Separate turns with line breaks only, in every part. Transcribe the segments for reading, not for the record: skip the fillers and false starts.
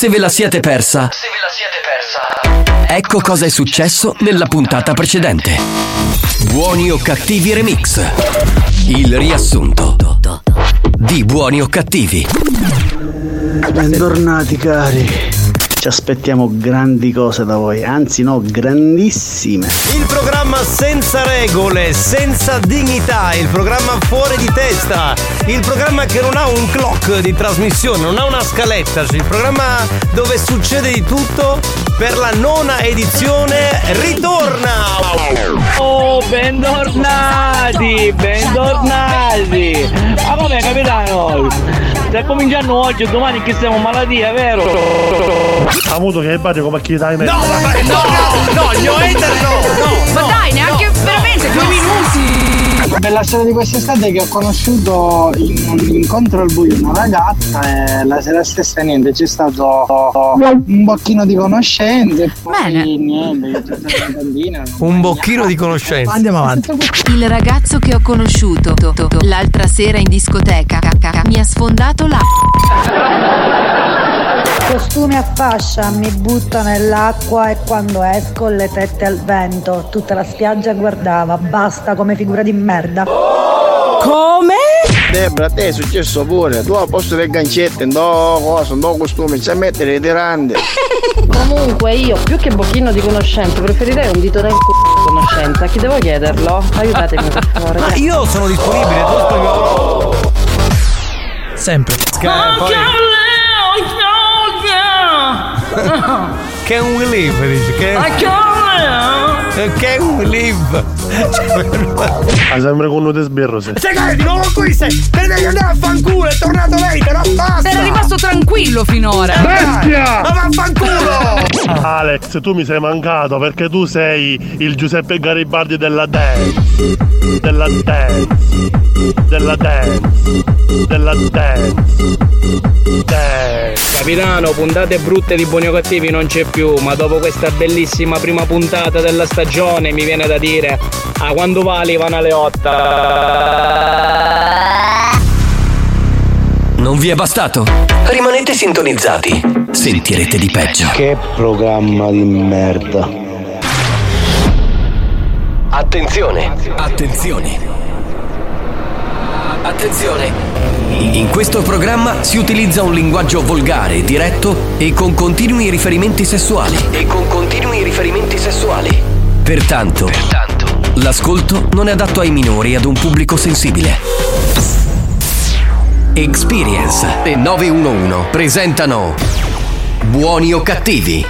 Se ve la siete persa, ecco cosa è successo nella puntata precedente. Buoni o cattivi remix. Il riassunto di Buoni o cattivi.
Bentornati cari. Ci aspettiamo grandi cose da voi, anzi no, grandissime.
Il programma senza regole, senza dignità, il programma fuori di testa, il programma che non ha un clock di trasmissione, non ha una scaletta, il programma dove succede di tutto. Per la 9ª edizione ritorna.
Oh, bentornati. Ma come capitano? Se cominciano oggi, domani che siamo malattia, vero?
Ha avuto che è come chi dai me.
No, gli hater no.
Ma dai, neanche veramente 2 minuti.
La bella storia di quest'estate è che ho conosciuto in un incontro al buio una ragazza e la sera stessa niente, c'è stato un bocchino di conoscenze e poi niente,
un bocchino di conoscenze.
Andiamo avanti.
Il ragazzo che ho conosciuto l'altra sera in discoteca mi ha sfondato la...
Costumi a fascia, mi butto nell'acqua e quando esco le tette al vento. Tutta la spiaggia guardava, basta come figura di merda.
Come?
Debra, a te è successo pure. Tu al posto del gancette, no costume, c'è a mettere le tirande.
Comunque io, più che bocchino di conoscenza, preferirei un dito nel c***o di conoscenza. Chi devo chiederlo? Aiutatemi per favore.
Ma io sono disponibile, tu spagnolo.
Sempre.
Che è un live, dice che è un live.
Ma sembra con uno te sbirro se.
Sei che di nuovo qui sei? Te ne devi andare a fanculo, è tornato lei, però basta.
Sei rimasto tranquillo finora.
Bestia!
Ma vaffanculo!
Alex, tu mi sei mancato perché tu sei il Giuseppe Garibaldi della dance.
Capitano, puntate brutte di Buoni o Cattivi non c'è più, ma dopo questa bellissima prima puntata della stagione mi viene da dire: a quando vali Ivana Leotta?
Non vi è bastato? Rimanete sintonizzati. Sentirete di peggio.
Che programma di merda.
Attenzione. In questo programma si utilizza un linguaggio volgare, diretto e con continui riferimenti sessuali. Pertanto, l'ascolto non è adatto ai minori e ad un pubblico sensibile. Experience e 911 presentano Buoni o Cattivi.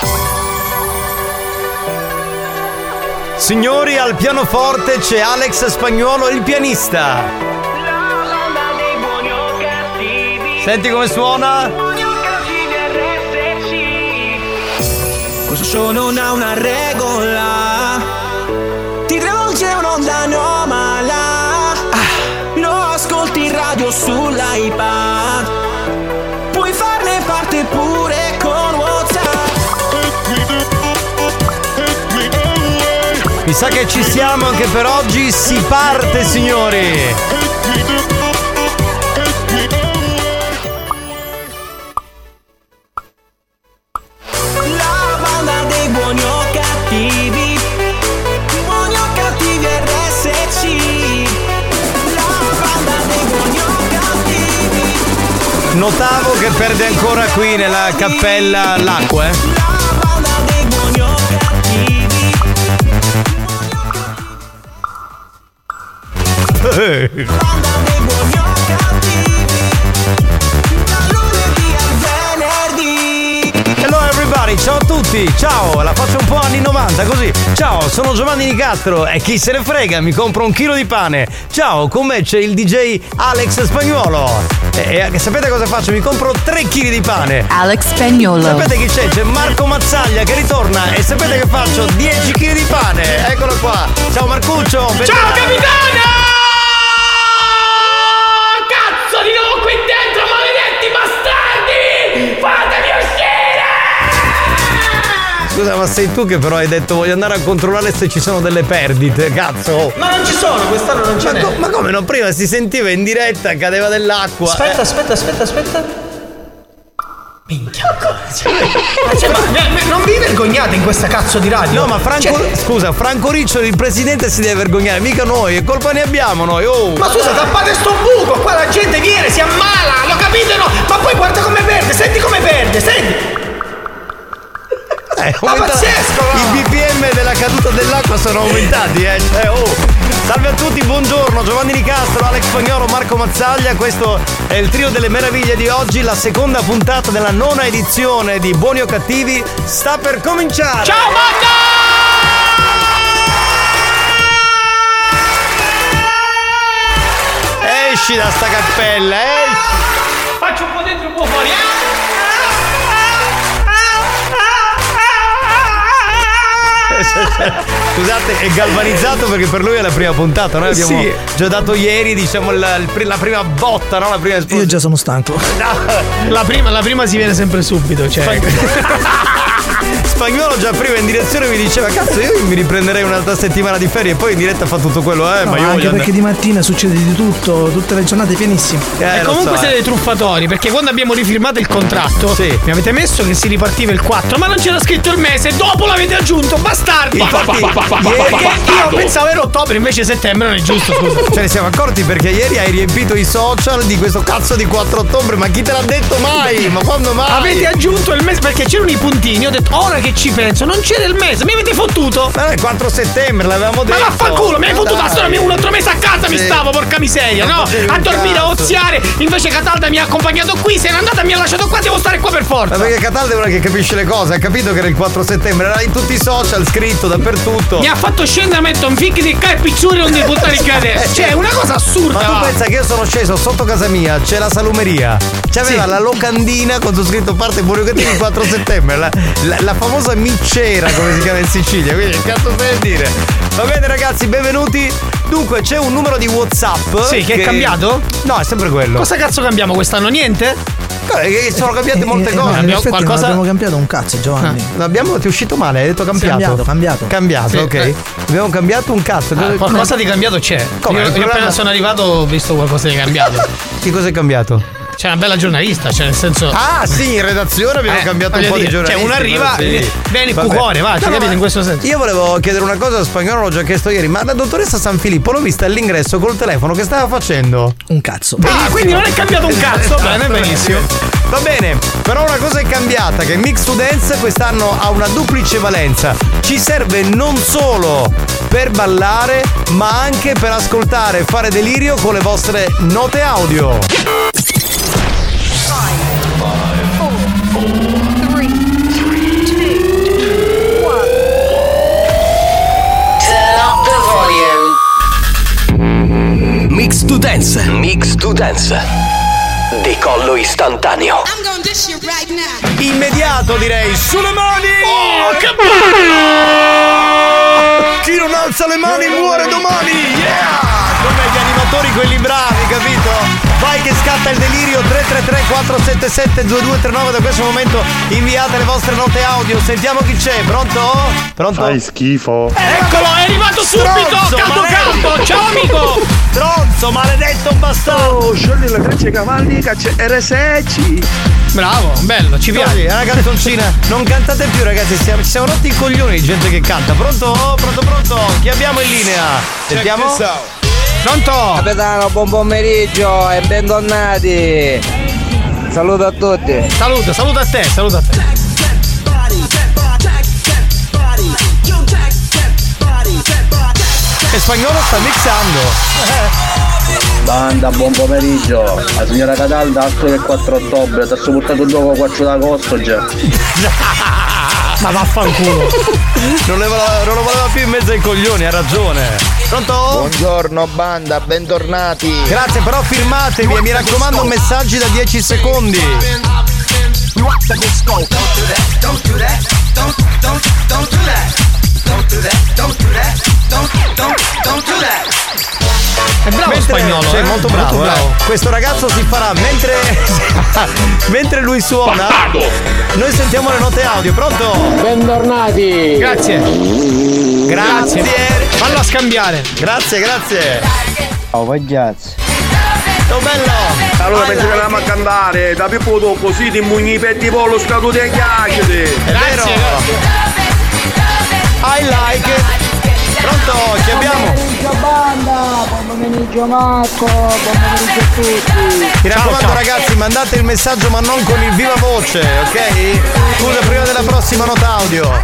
Signori, al pianoforte c'è Alex Spagnuolo, il pianista. Senti come suona?
Questo show non ha una regola, ti travolge un'onda anomala. Lo ascolti in radio sull'iPad, puoi farne parte pure con WhatsApp.
Mi sa che ci siamo anche per oggi, si parte signori!
La banda dei Buoni o Cattivi, Buoni o Cattivi RSC. La banda dei Buoni o Cattivi.
Notavo che perde ancora qui nella cappella l'acqua,
La banda dei Buoni o Cattivi. Banda dei Buoni o Cattivi. Da lunedì al venerdì.
Hello everybody, ciao a tutti, ciao, la faccio un po' anni 90 così. Ciao, sono Giovanni Nicastro e chi se ne frega, mi compro un chilo di pane. Ciao, con me c'è il DJ Alex Spagnuolo. E sapete cosa faccio? Mi compro 3 kg di pane.
Alex Spagnuolo.
Sapete chi c'è? C'è Marco Mazzaglia che ritorna e sapete che faccio? 10 kg di pane. Eccolo qua. Ciao Marcuccio.
Ciao capitano! Cazzo di nuovo qui dentro, maledetti bastardi! Fatemi uscire!
Scusa, ma sei tu che però hai detto voglio andare a controllare se ci sono delle perdite, cazzo.
Ma non ci sono, quest'anno non ce n'è.
Ma come no? Prima si sentiva in diretta, cadeva dell'acqua.
Aspetta.
Non vi vergognate in questa cazzo di radio?
No, ma Franco Riccioli, il presidente, si deve vergognare, mica noi, che colpa ne abbiamo noi? Oh.
Ma scusa, tappate sto buco, qua la gente viene, si ammala, lo capite no? Ma poi guarda come perde, senti come perde, senti! Ma pazzesco! No?
I BPM della caduta dell'acqua sono aumentati, Salve a tutti, buongiorno, Giovanni Nicastro, Alex Spagnolo, Marco Mazzaglia. Questo è il trio delle meraviglie di oggi. La seconda puntata della 9ª edizione di Buoni o Cattivi sta per cominciare.
Ciao banda!
Esci da sta cappella,
Faccio un po' dentro, un po' fuori,
Scusate, è galvanizzato perché per lui è la prima puntata. Noi abbiamo già dato ieri, diciamo, la prima botta, no? La prima esplosione.
Io già sono stanco.
No.
La prima si viene sempre subito, cioè.
Spagnolo già prima in direzione mi diceva cazzo io mi riprenderei un'altra settimana di ferie e poi in diretta fa tutto quello
no,
ma io
anche perché di mattina succede di tutto, tutte le giornate pienissime
e comunque siete dei truffatori perché quando abbiamo rifirmato il contratto mi avete messo che si ripartiva il 4 ma non c'era scritto il mese, dopo l'avete aggiunto, bastardi. Perché io pensavo era ottobre invece settembre, non è giusto, scusa.
Ce ne siamo accorti perché ieri hai riempito i social di questo cazzo di 4 ottobre, ma chi te l'ha detto mai? Ma quando mai?
Avete aggiunto il mese perché c'erano i puntini, ho detto ora che ci penso, non c'era il mese, mi avete fottuto?
Ma il 4 settembre l'avevamo detto.
Ma vaffanculo, mi hai fottuto la storia, un altro mese a casa mi stavo, porca miseria, no? A dormire, a oziare, invece Catalda mi ha accompagnato qui, se n'è andata e mi ha lasciato qua, devo stare qua per forza.
Ma perché Catalda è una che capisce le cose, ha capito che era il 4 settembre, era in tutti i social, scritto dappertutto.
Mi ha fatto scendere, metto un fic di e picciuri non devi buttare in cadere. Cioè, è una cosa assurda.
Ma tu pensa che io sono sceso sotto casa mia, c'è la salumeria, c'aveva la locandina con su scritto parte Buoni o Cattivi il 4 settembre, la famosa miccera come si chiama in Sicilia, quindi che cazzo stai a dire? Va bene ragazzi, benvenuti. Dunque c'è un numero di WhatsApp.
Sì, che è cambiato?
No, è sempre quello.
Cosa cazzo cambiamo quest'anno? Niente?
Sono cambiate molte cose.
Non abbiamo cambiato un cazzo, Giovanni.
Ti è uscito male, hai detto cambiato. Cambiato, sì. Ok. Abbiamo cambiato un cazzo.
Qualcosa di cambiato c'è. Io appena sono arrivato ho visto qualcosa di cambiato.
Che cosa è cambiato?
C'è una bella giornalista, cioè nel senso.
Ah sì, in redazione abbiamo cambiato un po' di giornalisti.
Cioè uno arriva bene il cuore, va, ci capite in questo senso.
Io volevo chiedere una cosa a Spagnolo, l'ho già chiesto ieri, ma la dottoressa Sanfilippo l'ho vista all'ingresso col telefono, che stava facendo?
Un cazzo.
Ah, quindi non è cambiato un cazzo, bene, benissimo.
Va bene, però una cosa è cambiata, che Mix to Dance quest'anno ha una duplice valenza. Ci serve non solo per ballare, ma anche per ascoltare e fare delirio con le vostre note audio.
5, 4, 3, 2, 1.
Turn up the volume. Mix to Dance. Mix to Dance. Decollo istantaneo.
I'm gonna dish you right now.
Immediato direi, sulle mani!
Oh, che bello!
Chi non alza le mani muore domani! Yeah! Come gli animatori quelli bravi, capito? Vai che scatta il delirio. 333-477-2239. Da questo momento inviate le vostre note audio. Sentiamo chi c'è. Pronto? Pronto?
Fai schifo.
Eccolo, è arrivato subito! Caldo! Ciao amico!
Stronzo, maledetto bastardo!
Oh, sciogli la Grecia Cavalli, caccia RSC.
Bravo, bello, ci piace.
È una canzoncina. Non cantate più ragazzi, ci siamo rotti i coglioni di gente che canta. Pronto? Pronto? Chi abbiamo in linea? Sentiamo? Pronto?
Capitano, buon pomeriggio e bentornati. Saluto a tutti.
Saluto a te.
Che Spagnolo sta mixando.
Banda, buon pomeriggio. La signora Catalda ha detto che il 4 ottobre ti ha sopportato il gioco 4 d'agosto già.
Ma vaffanculo.
Non lo voleva più in mezzo ai coglioni, ha ragione. Pronto?
Buongiorno banda, bentornati.
Grazie, però firmatevi e mi raccomando messaggi da 10 secondi.
È bravo Spagnolo,
cioè, molto bravo. Questo ragazzo si farà mentre lui suona. Noi sentiamo le note audio, pronto?
Bentornati.
Grazie. Fallo a scambiare.
Grazie.
Ciao ragazzi.
Ciao bello.
Allora penso che andiamo a cantare da Pippo tu così ti mugni i petti pollo scaduti e chiacchiere.
È vero? I like it. Pronto? Chi abbiamo?
Buon pomeriggio banda, buon pomeriggio Marco, buon pomeriggio a tutti.
Mi raccomando ragazzi, mandate il messaggio ma non con il viva voce, ok? Scusa prima della prossima nota audio.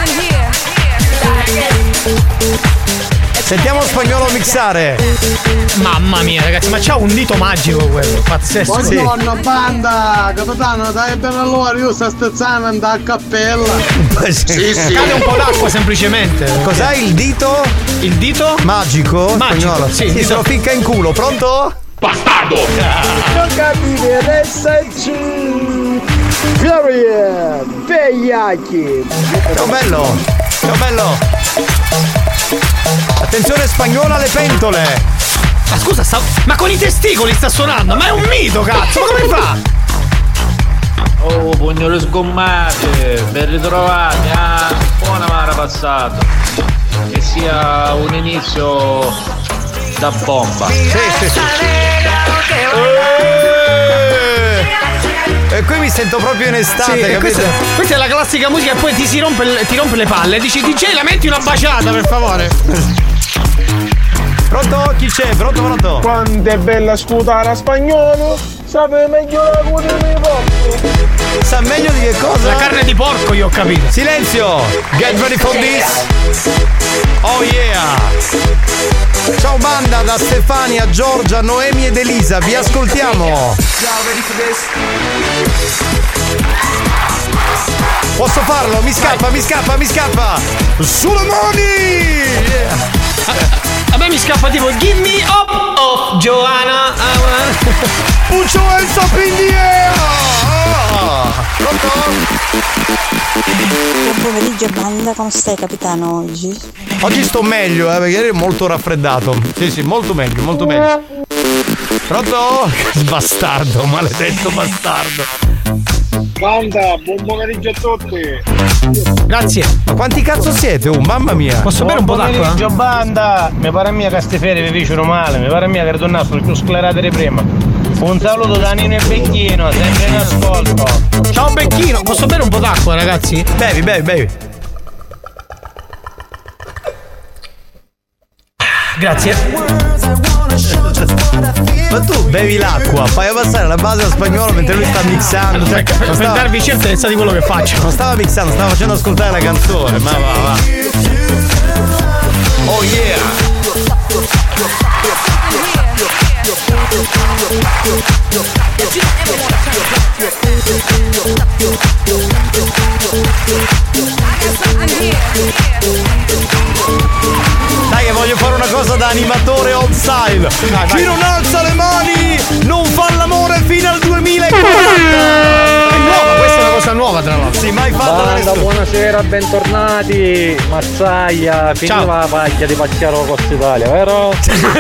Sentiamo Spagnolo mixare.
Mamma mia ragazzi, ma c'ha un dito magico quello, pazzesco.
Buongiorno banda, capitano, dai bene allora, io sto stezzando a cappella.
Sì.
Cade un po' d'acqua semplicemente.
Cos'hai il dito?
Il dito?
Magico?
Magico, sì.
Se lo ficca in culo, pronto?
Bastardo!
Non capire SC Gloria Pegliacchi.
Ciao bello. Attenzione Spagnola alle pentole.
Ma scusa, ma con i testicoli sta suonando? Ma è un mito, cazzo, ma come fa?
Oh, pugnole sgommate, ben ritrovati, buona mare passato. Che sia un inizio da bomba.
Sì. E qui mi sento proprio in estate, capito?
Questa è la classica musica e poi ti rompe le palle. Dici DJ, la metti una baciata per favore.
Pronto? Chi c'è? Pronto?
Quanto è bella scutare a Spagnolo! Sape meglio la coda di porco!
Sa meglio di che cosa?
La carne di porco, io ho capito.
Silenzio! Get ready for this! Oh yeah! Ciao banda da Stefania, Giorgia, Noemi ed Elisa, vi ascoltiamo! Posso farlo? Mi scappa! Sulle mani! Yeah.
A me mi scappa tipo Give me up of Joanna.
Put your hands up in the air! Pronto?
Buon pomeriggio banda, come stai capitano oggi?
Oggi sto meglio, perché ero molto raffreddato. Sì, molto meglio. Pronto? Bastardo, maledetto bastardo.
Banda, buon pomeriggio a tutti.
Grazie.
Ma quanti cazzo siete? Mamma mia.
Posso bere un po' d'acqua?
Buon pomeriggio banda, mi pare mia che ste ferie vi vicino male, mi pare mia che ritornare sono più sclerate di prima. Un saluto da Nino e Becchino, sempre in ascolto.
Ciao Becchino, posso bere un po' d'acqua ragazzi?
Bevi.
Grazie.
Ma tu bevi l'acqua, fai passare la base a Spagnolo mentre lui sta mixando.
Per darvi certezza di quello che faccio.
Non stava mixando, stava facendo ascoltare la canzone. Ma va. Oh yeah. Dai che voglio fare una cosa da animatore old style. Chi non alza le mani non fa l'amore fino al 2040.
È nuova, questa è una cosa nuova tra l'altro.
Sì, mai fatta da nessuno.
Buonasera, bentornati. Mazzaglia, finiva la paglia di Pacchiaro Costa Italia, vero?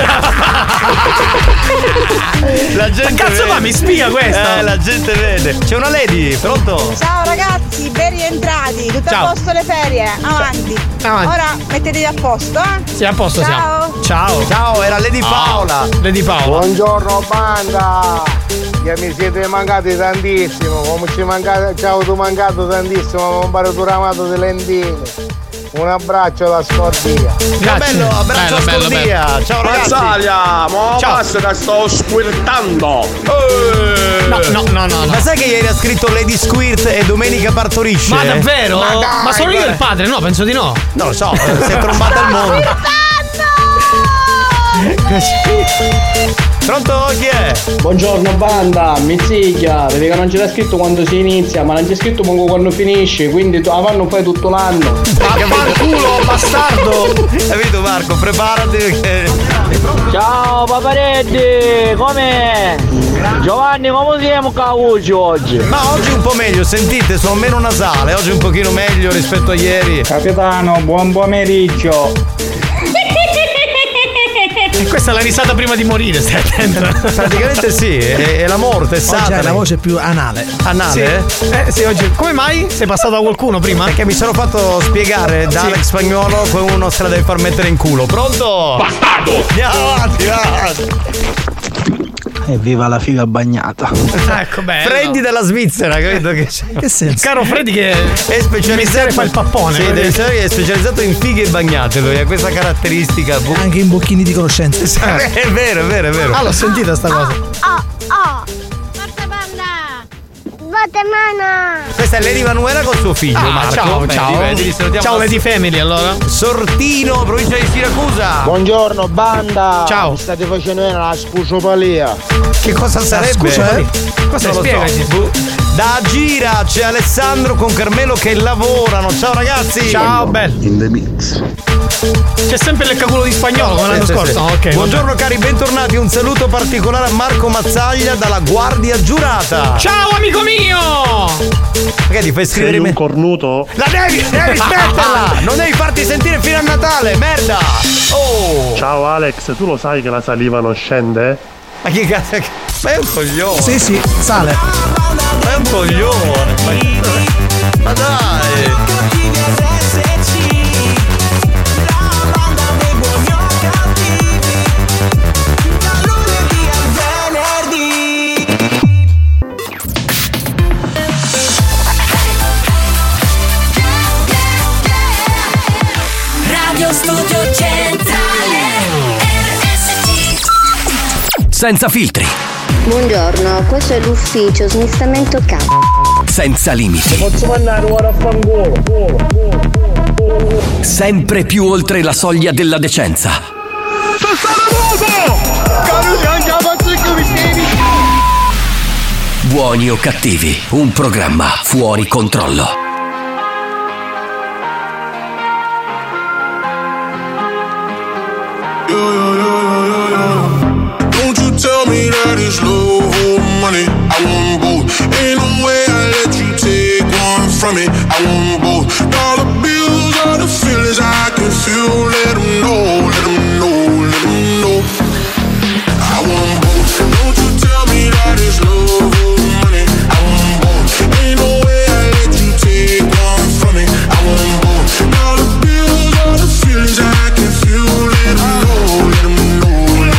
La gente
ma cazzo va, mi spiega questa?
La gente vede. C'è una lady, pronto?
Ciao ragazzi, ben rientrati, tutto
Ciao.
a posto le ferie, avanti. Ora mettetevi a posto,
Sì, a posto
Ciao.
siamo.
Ciao, era Lady Paola.
Lady Paola.
Buongiorno banda! Che mi siete mancati tantissimo, come ci mancate, ciao tu mancato tantissimo, compare tu ramato di lentine. Un abbraccio da Scordia.
Bello, abbraccio a Scordia. Ciao ragazzi.
Mazzaglia, mo basta che sto squirtando.
No.
Ma sai che ieri ha scritto Lady Squirt e domenica partorisce?
Ma davvero?
Ma dai,
Ma sono io il padre? No, penso di no.
Non lo so, si è trombata al mondo. Pronto? Chi è?
Buongiorno banda, mizziglia, vedi che non c'era scritto quando si inizia, ma non c'è scritto manco quando finisce, quindi la fanno poi tutto l'anno.
Vaffanculo, bastardo! Capito Marco? Preparati perché...
Ciao paparetti, com'è? Giovanni, come siamo caucci oggi?
Ma oggi un po' meglio, sentite, sono meno nasale, oggi un pochino meglio rispetto a ieri.
Capitano, buon pomeriggio.
E questa è la risata prima di morire, stai attento.
Praticamente sì, è la morte, è
Oggi è la voce più anale.
Anale?
Sì, oggi. Come mai? Sei passato da qualcuno prima?
Perché mi sono fatto spiegare da Alex Spagnolo come uno se la deve far mettere in culo. Pronto?
Bastardo!
Andiamo avanti.
Evviva la figa bagnata.
Ecco, bello.
Freddy della Svizzera, credo che
senso?
Caro Freddy che
è specializzato,
fa il pappone.
Sì, è specializzato in fighe bagnate, lui ha questa caratteristica.
Anche in bocchini di conoscenza.
È vero.
Ah, l'ho sentita sta cosa.
Forza banda! Guatemala!
Questa è Lady Manuela con suo figlio Marco.
Ciao Lady Family, allora.
Sortino, provincia di Siracusa.
Buongiorno banda.
Ciao.
Mi state facendo la spuciopalia.
Che cosa sarebbe?
Cosa spiegaci?
Da Gira c'è Alessandro con Carmelo che lavorano. Ciao ragazzi.
Ciao bello.
In the mix.
C'è sempre il caculo di spagnolo come l'anno scorso.
Sì.
Okay,
buongiorno cari, bentornati. Un saluto particolare a Marco Mazzaglia dalla Guardia Giurata.
Ciao amico mio.
Perché ti fai scrivere
Sei un cornuto?
La devi smetterla. Non devi farti sentire fino a Natale, merda. Oh.
Ciao Alex, tu lo sai che la saliva non scende?
Ma che cazzo? Ma è un coglione.
Sì, sale.
Ma è un coglione. Ma dai.
Studio centrale RSC.
Senza filtri.
Buongiorno, questo è l'ufficio smistamento
Senza limiti.
Posso mandare ora a fangolo.
Sempre più oltre la soglia della decenza. Buoni o cattivi, un programma fuori controllo.
Don't you tell me that it's love or money. I want both. Ain't no way I let you take one from me. I want both. Dollar bills are the feelings I can feel. Let them know, let them know, let them know. I want both. Don't you tell me that it's love or money. I want both. Ain't no way I let you take one from me. I want both. Dollar bills are the feelings I can feel. Let them know, let them know.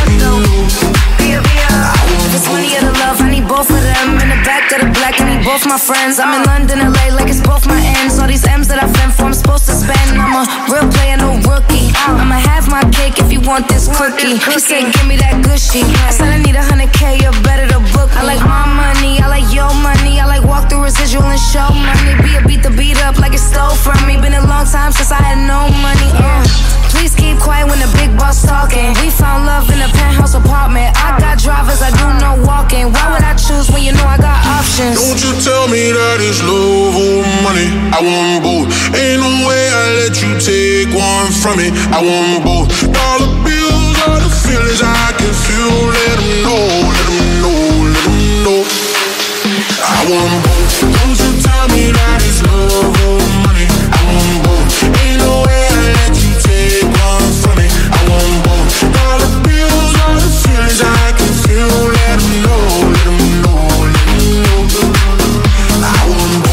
Both of them in the back of the black, I need both my friends. I'm in London, LA, like it's both my ends. All these M's that I've been for, I'm supposed to spend. I'm a real player, no rookie. I'ma have my cake if you want this cookie. He said, give me that gushy. I said, I need 100K, you're better to book me. I like my money, I like your money. I like walk through residual and show money. Be a beat the beat up like it stole from me. Been a long time since I had no money. Please keep quiet when the big boss talking. We found love in a penthouse apartment. I got drivers, I do no walking. Why would I choose when you know I got options?
Don't you tell me that it's love or money. I want both. Ain't no way I let you take one from me. I want both. Dollar bills are the feelings I can feel. Let them know, let them know, let them know. I want both. Don't you tell me that it's love or money. I want both. Ain't no way I let you take one from me. I want both. Dollar bills are the feelings I can feel. Let them know, let them know, let them know. I want both.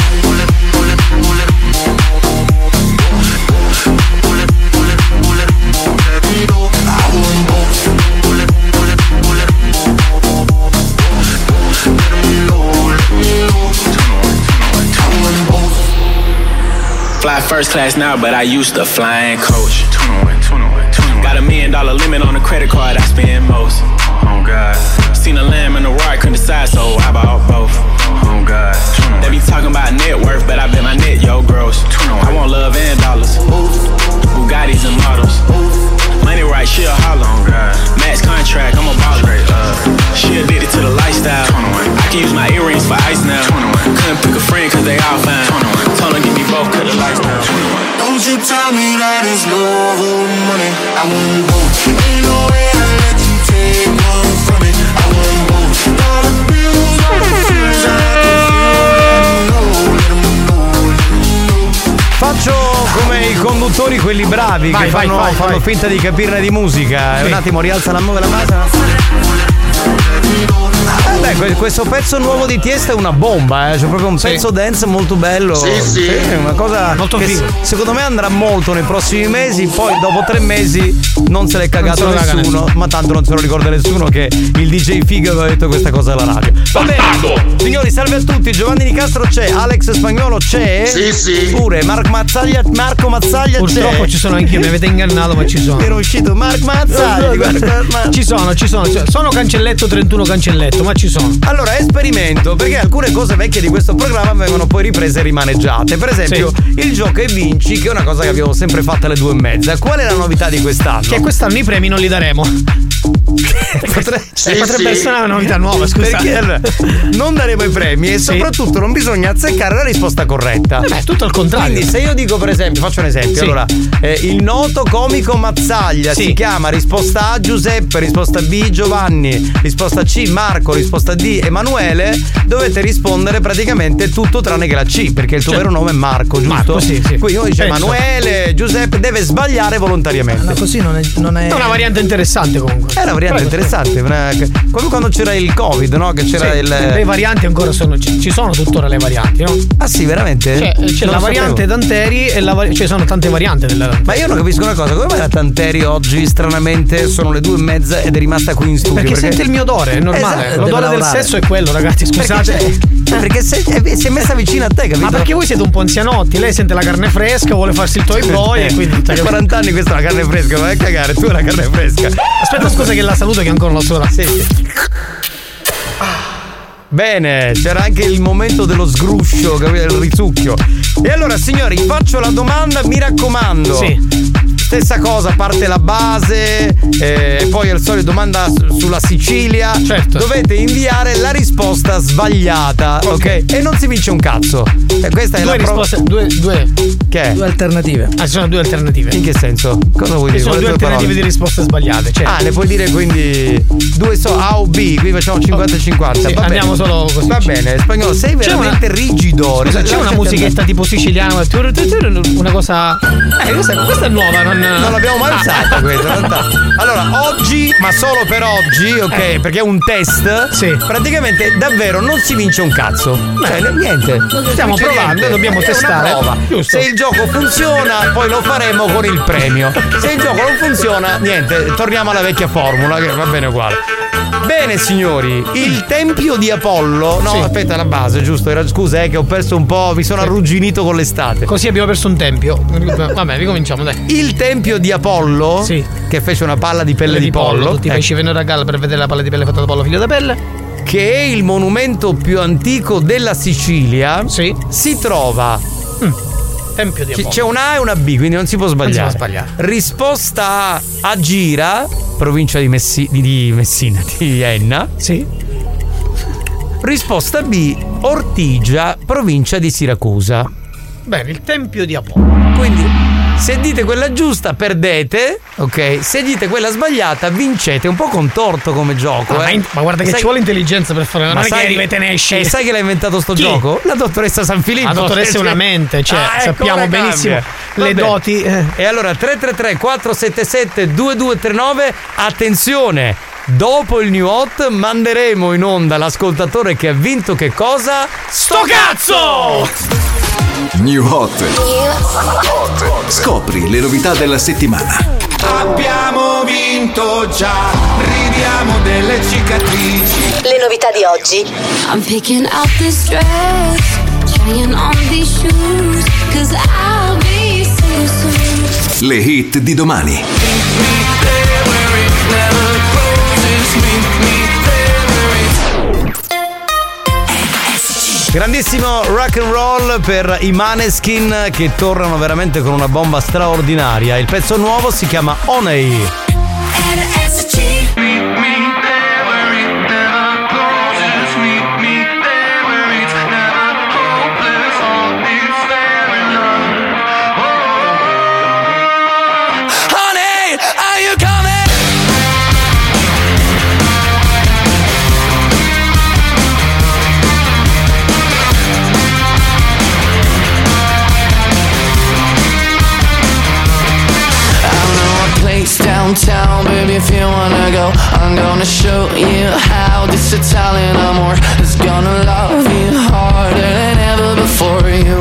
Fly first class now, but I used to flying coach. Got $1 million limit on the credit card, I spend most. Oh God. Seen a lamb and a roar, couldn't decide, so I bought both. Oh God. They be talking about net worth, but I bet my net, yo, gross. I want love and dollars. Bugattis and models. Money right, she a holler. Oh God. Max contract, I'm a baller. She addicted to the lifestyle. I can use my earrings for ice now. Couldn't pick a friend cause they all fine. Told her give me both cause the lights down.
Don't you tell me that it's love or money. I want both. Ain't no way I let you take one from me. I want both. Dollar bills are the feelings I can feel. Let them know, let them know.
Faccio come i conduttori, quelli bravi,
vai,
che fanno finta di capirne di musica.
Sì.
Un attimo, rialza la base. Beh, questo pezzo nuovo di Tiesta è una bomba, c'è proprio un pezzo dance molto bello.
Sì.
Una cosa
molto
che
figo.
secondo me andrà molto nei prossimi mesi. Poi dopo 3 mesi non se l'è cagato nessuno, ma tanto non se lo ricorda nessuno che il DJ Figo aveva detto questa cosa alla radio. Va bene, signori, salve a tutti. Giovanni Nicastro c'è, Alex Spagnolo c'è.
Sì.
Pure Marco Mazzaglia c'è.
Purtroppo ci sono anch'io, mi avete ingannato, ma ci sono.
Era uscito Marco Mazzaglia.
Ci sono. Sono cancelletto 31 cancelletto, ma ci sono.
Allora, esperimento, perché alcune cose vecchie di questo programma vengono poi riprese e rimaneggiate. Per esempio, il gioco e vinci, che è una cosa che abbiamo sempre fatto alle 2:30. Qual è la novità di quest'anno?
Che quest'anno i premi non li daremo. Potrebbe essere una novità nuova, scusa.
Perché non daremo i premi e soprattutto non bisogna azzeccare la risposta corretta.
Tutto al contrario.
Quindi se io dico, per esempio, faccio un esempio, allora il noto comico Mazzaglia si chiama risposta A Giuseppe, risposta B Giovanni, risposta C Marco, risposta D Emanuele, dovete rispondere praticamente tutto tranne che la C, perché il tuo vero nome è Marco, giusto?
Marco, sì.
Quindi uno dice Emanuele, Giuseppe, deve sbagliare volontariamente.
Ma così non è.
È una variante interessante comunque.
È una variante interessante, come quando c'era il Covid, no? Che c'era
le varianti ancora ci sono tuttora le varianti, no?
Ah sì, veramente?
C'è la variante Tanteri e sono tante varianti della.
Ma io non capisco una cosa, come mai la Tanteri oggi stranamente sono le 2:30 ed è rimasta qui in studio?
Perché sente il mio odore, è normale.
Esatto,
l'odore del sesso è quello, ragazzi, scusate.
Perché si è messa vicino a te, capito?
Ma perché voi siete un po' anzianotti, lei sente la carne fresca, vuole farsi il toy boy e quindi
a 40 anni questa è la carne fresca, vai a cagare, tu è la carne fresca.
Aspetta, scusa che la saluto che ancora non l'ho salutata.
Sì. Bene, c'era anche il momento dello sgruscio, capito? Il risucchio. E allora, signori, faccio la domanda, mi raccomando. Stessa cosa, parte la base, poi al solito domanda sulla Sicilia.
Certo.
Dovete inviare la risposta sbagliata, ok? E non si vince un cazzo. Questa è
due
la
risposte, due.
Che è?
2 alternative.
Ci sono 2 alternative.
In che senso? Cosa vuoi dire?
Ci sono 2 alternative di risposte sbagliate.
Ne puoi dire quindi 2 A o B, quindi facciamo 50-50.
Sì, andiamo solo così.
Va bene, Spagnolo, sei veramente rigido.
C'è una musichetta tipo siciliana, una cosa. Questa è nuova, non
l'abbiamo mai usata questa. Allora, oggi, ma solo per oggi, ok, perché è un test. Praticamente davvero non si vince un cazzo. Niente.
Stiamo provando, dobbiamo testare.
Prova. Se il gioco funziona, poi lo faremo con il premio. Se il gioco non funziona, niente, torniamo alla vecchia formula, che va bene uguale. Bene signori, il tempio di Apollo. No, aspetta, la base, giusto? Scusa, che ho perso un po', mi sono arrugginito con l'estate.
Così abbiamo perso un tempio. Vabbè, ricominciamo, dai.
Il tempio di Apollo, che fece una palla di pelle di pollo.
Tutti i pesci vennero a galla per vedere la palla di pelle fatta da pollo, figlio da pelle.
Che è il monumento più antico della Sicilia. Si trova.
Tempio di Apollo.
C'è una A e una B, quindi non si può sbagliare. Risposta A, Agira, provincia di Messina, di Enna. Risposta B, Ortigia, provincia di Siracusa.
Bene, il tempio di Apollo.
Quindi se dite quella giusta perdete, ok? Se dite quella sbagliata vincete. Un po' contorto come gioco,
ma guarda che ci vuole intelligenza per fare una. Non è che arriva te ne esci.
E sai che l'ha inventato sto gioco? La dottoressa Sanfilippo.
La dottoressa è una mente, sappiamo benissimo le doti.
E allora 333 477 2239. Attenzione, dopo il New Hot manderemo in onda l'ascoltatore che ha vinto che cosa? Sto cazzo!
New Hot. Scopri le novità della settimana.
Abbiamo vinto già, ridiamo delle cicatrici.
Le novità di oggi. I'm picking up this dress, trying on these shoes, 'cause I'll be single soon.
Le hit di domani.
Grandissimo rock and roll per i Maneskin, che tornano veramente con una bomba straordinaria. Il pezzo nuovo si chiama Honey.
Down
downtown, baby, if you wanna go, I'm gonna show you how this Italian amor is gonna love you harder than ever before. You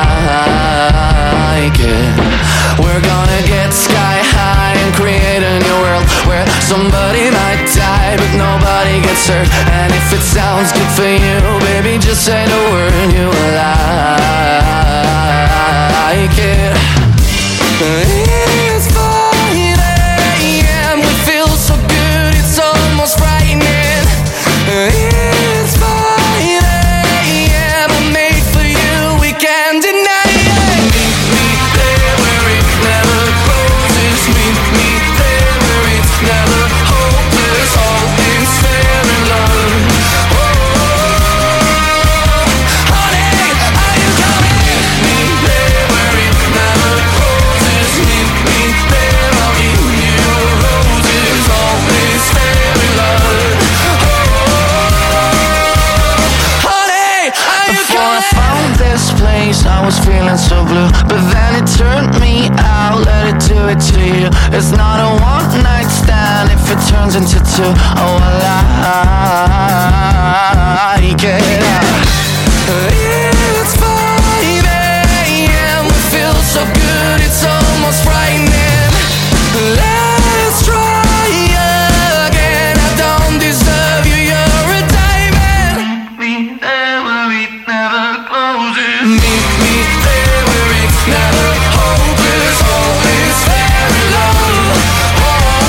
like it. We're gonna get sky high and create a new world where somebody might die but nobody gets hurt. And if it sounds good for you, baby, just say the word. You like it. It's 5 a.m. We feel so good, it's almost frightening. It's 5 a.m. I'm made for you, we can't deny it. Meet me there where it never closes. Meet me there where it's never hopeless. All is fair in love. Oh, honey, are you coming? Meet me there where it never closes. Meet me there, I'll give you roses. All is fair in love. Oh, honey, are you coming? Before I found this place, I was feeling so blue, but then it turned me out. Let it do it to you. It's not a one-night stand if it turns into two. Oh, I like it. It's 5 a.m. We feel so good, it's almost frightening. Let's try again. I don't deserve you, you're a diamond. Meet me there where it never closes. Meet me there where it's never hopeless. All is fair in love. Oh,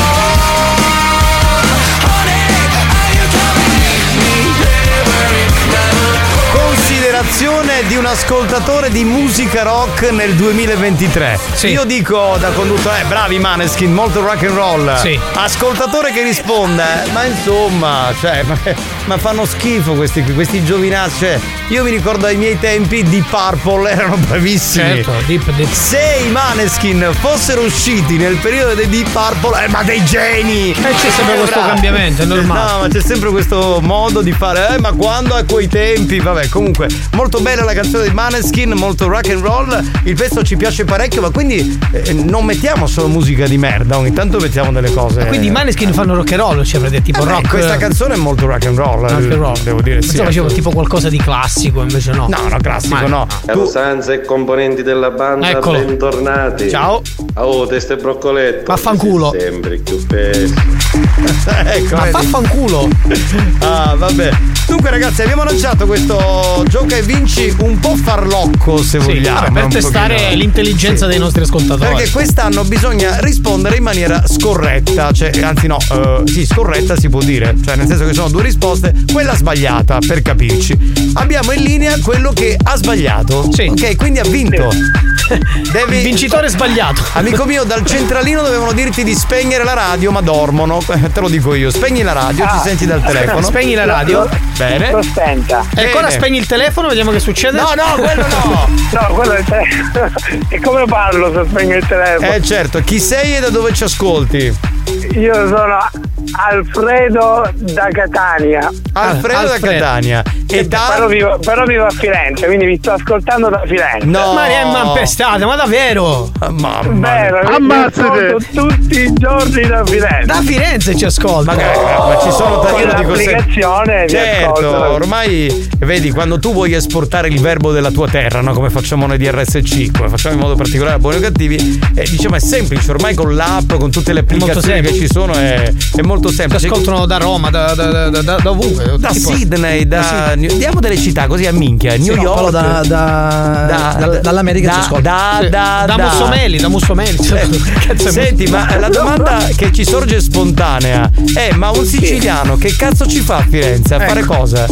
honey, are you coming? Meet me there where it never closes.
Considerazione di un ascoltatore di musica rock nel 2023.
Sì.
Io dico da conduttore, bravi Maneskin, molto rock and roll.
Sì.
Ascoltatore che risponde, ma insomma, cioè, ma fanno schifo questi giovinazzi. Cioè, io mi ricordo ai miei tempi di Purple erano bravissimi.
Certo, Deep.
Se i Maneskin fossero usciti nel periodo dei Deep Purple, ma dei geni!
C'è sempre questo cambiamento, è normale.
No, ma c'è sempre questo modo di fare, ma quando a quei tempi, vabbè, comunque, molto bella la canzone dei Maneskin, molto rock and roll, il pezzo ci piace parecchio, ma quindi non mettiamo solo musica di merda, ogni tanto mettiamo delle cose.
Quindi i Maneskin fanno rock and roll, cioè avete tipo rock.
Questa canzone è molto rock and roll, devo dire sì.
Pensavo facevo tipo qualcosa di classico, invece no.
No, classico no.
Costanza e componenti della banda,
Eccolo.
bentornati.
Ciao.
Oh, testa e broccoletto.
Vaffanculo.
Sempre più peso.
Ecco,
ma vaffanculo.
Ah, vabbè. Dunque ragazzi, abbiamo lanciato questo gioca e vinci un po' farlocco, se vogliamo.
Per testare l'intelligenza dei nostri ascoltatori.
Perché quest'anno bisogna rispondere in maniera scorretta, cioè, anzi no, sì, scorretta si può dire, cioè nel senso che sono 2 risposte, quella sbagliata, per capirci. Abbiamo in linea quello che ha sbagliato.
Sì.
Ok, quindi ha vinto.
Il vincitore sbagliato.
Amico mio, dal centralino dovevano dirti di spegnere la radio, ma dormono. Te lo dico io, spegni la radio, ci senti dal telefono.
Spegni la radio.
Bene.
Sto spenta.
E ancora spegni il telefono, vediamo che succede.
No, quello no.
No, quello è il telefono. E come parlo se spegno il telefono?
Certo, chi sei e da dove ci ascolti?
Io sono Alfredo da Catania.
Alfredo da Catania. E
Però vivo a Firenze, quindi vi sto ascoltando da Firenze.
No.
Ma impestate, ma davvero?
Vero, ammazzate tutti i giorni da Firenze.
Da Firenze ci ascolta.
Ma ci sono tagliati di cose.
L'applicazione
Certo, ormai vedi, quando tu vuoi esportare il verbo della tua terra, no? Come facciamo noi di RSC, come facciamo in modo particolare a Buoni o Cattivi, diciamo è semplice, ormai con l'app, con tutte le applicazioni che ci sono è molto semplice.
Ci ascoltano da Roma, da ovunque.
Da Sydney, diamo delle città così a minchia. New York.
Dall'America ci ascolta.
Da Mussomeli.
Senti, ma la domanda che ci sorge spontanea è: ma un siciliano che cazzo ci fa a Firenze? A fare cosa?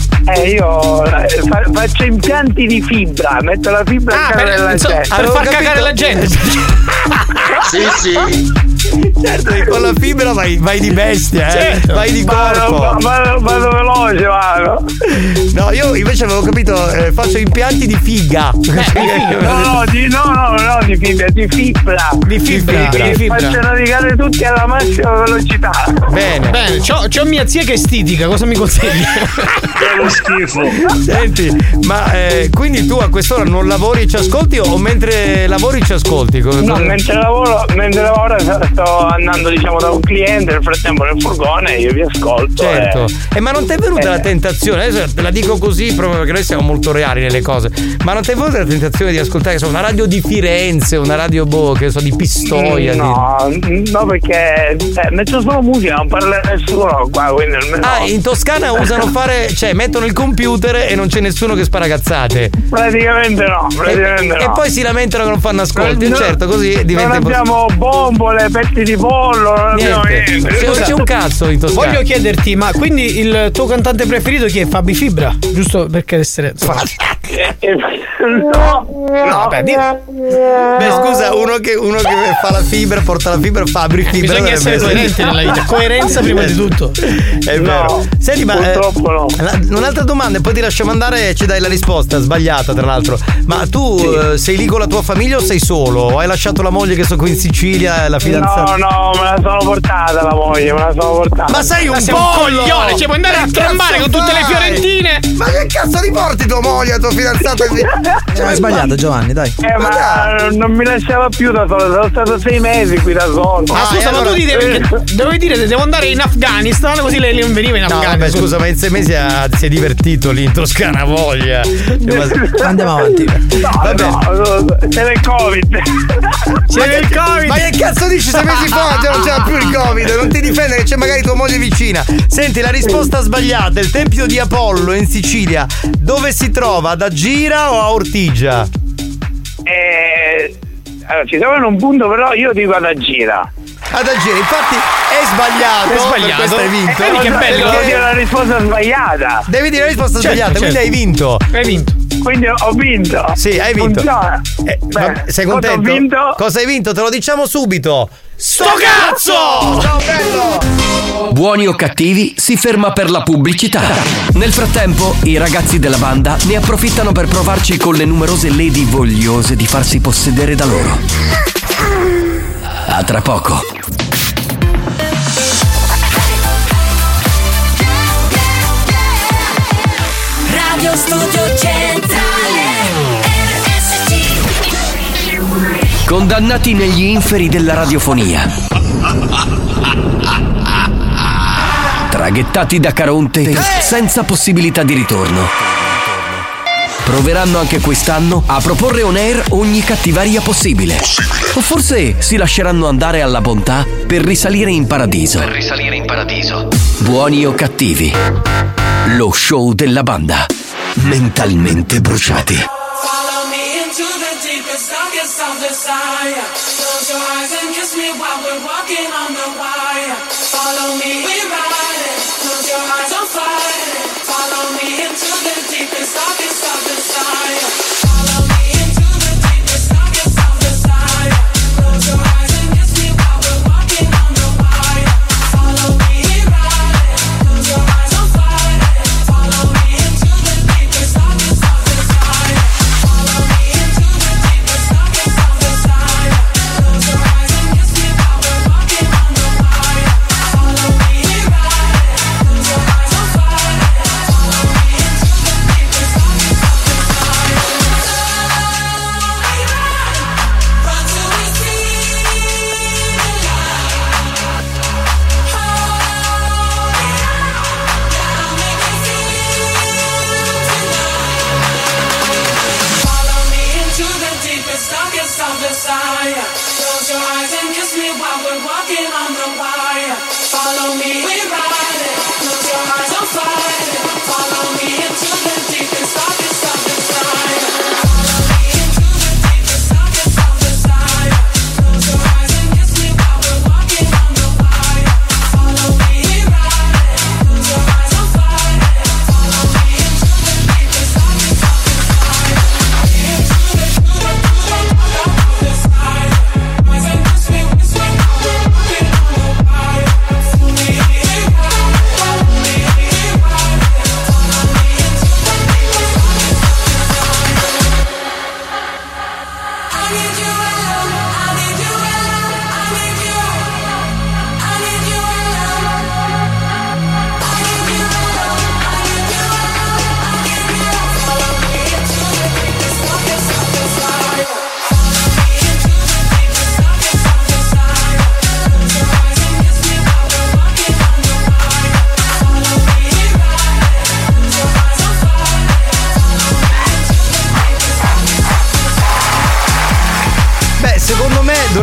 Io faccio impianti di fibra, metto la fibra a cagare la gente.
Per far cagare la gente.
Sì.
Certo che con la fibra vai di bestia,
certo.
Vai di corpo.
Vado veloce, vado.
No, io invece avevo capito, faccio impianti di figa.
No, di fibra, di fibra.
Di fibra.
Faccio navigare tutti alla massima velocità.
Bene.
C'ho mia zia che è estitica, cosa mi consigli?
È lo schifo.
Senti, ma quindi tu a quest'ora non lavori e ci ascolti o mentre lavori ci ascolti?
No, mentre lavoro sto
sto andando diciamo da un cliente, nel frattempo nel furgone io vi ascolto.
Certo. Ma non ti è venuta la tentazione, adesso te la dico così proprio perché noi siamo molto reali nelle cose, ma non ti è venuta la tentazione di ascoltare una radio di Firenze, una radio che so di Pistoia?
No, perché metto solo musica, non parla nessuno qua, quindi almeno.
In Toscana usano fare, cioè mettono il computer e non c'è nessuno che spara cazzate.
Praticamente no.
E poi si lamentano che non fanno ascolti, certo, così diventa.
Non abbiamo bombole, petti di pollo, non abbiamo niente.
C'è un cazzo in Toscana.
Voglio chiederti, ma quindi il tuo cantante preferito chi è? Fabi Fibra? Giusto perché essere.
No,
vabbè,
beh, scusa, uno che fa la fibra, porta la fibra, Fabri Fibra.
Bisogna essere coerenti nella vita. Coerenza prima di tutto.
È vero. Senti, ma
purtroppo no.
Un'altra domanda e poi ti lasciamo andare e ci dai la risposta sbagliata, tra l'altro. Ma tu sei lì con la tua famiglia o sei solo? O hai lasciato la moglie che sono qui in Sicilia e la fidanzata?
No, me la sono portata la moglie,
Ma sei un
coglione, ci puoi andare a trombare con tutte le fiorentine.
Ma che cazzo ti porti tua moglie, la tua fidanzata?
Hai sbagliato, Giovanni, dai.
Ma non mi lasciava più da solo, sono stato 6 mesi qui da solo.
Ma scusa, ma tu dovevi dire devo andare in Afghanistan, così lei non veniva in Afghanistan.
Vabbè, scusa, ma in 6 mesi si è divertito lì in Toscana, voglia.
Andiamo avanti.
C'era il Covid.
Ma che cazzo dici 6 mesi fa? Già non c'era più il Covid, non ti difende che c'è magari tua moglie vicina. Senti, la risposta sbagliata, il tempio di Apollo in Sicilia, dove si trova? Ad Agira o a Ortigia?
Allora, ci trova in un punto, però io dico ad Agira.
Ad Agira, infatti è sbagliato. Per questo hai vinto.
Vedi che bello, devo dire la risposta sbagliata.
Devi dire la risposta sbagliata, quindi hai vinto.
Hai vinto.
Quindi ho vinto.
Sì, hai vinto. Sei contento?
Ho vinto?
Cosa hai vinto? Te lo diciamo subito. Sto cazzo! Ciao bello!
Buoni o cattivi si ferma per la pubblicità. Nel frattempo, i ragazzi della banda ne approfittano per provarci con le numerose lady vogliose di farsi possedere da loro. A tra poco.
Radio Studio Centrale RSC.
Condannati negli inferi della radiofonia. Traghettati da Caronte senza possibilità di ritorno. Proveranno anche quest'anno a proporre on air ogni cattiveria possibile. O forse si lasceranno andare alla bontà per risalire in paradiso. Buoni o cattivi, lo show della banda. Mentalmente bruciati.
Follow me into the deepest, darkest of desire. Close your eyes and kiss me while we're walking on the wire. Follow me, we ride it. Close your eyes, I'm fighting. Follow me into the deepest, darkest of desire. Follow me into the deepest, darkest of desire. Close your eyes and kiss me while we're walking on the wire. Follow me, we ride it. Close your eyes, I'm fighting. Follow me into the deepest, darkest of desire. Follow me into the deepest, darkest of desire. Close your eyes and kiss me while we're walking on the wire. Follow me, we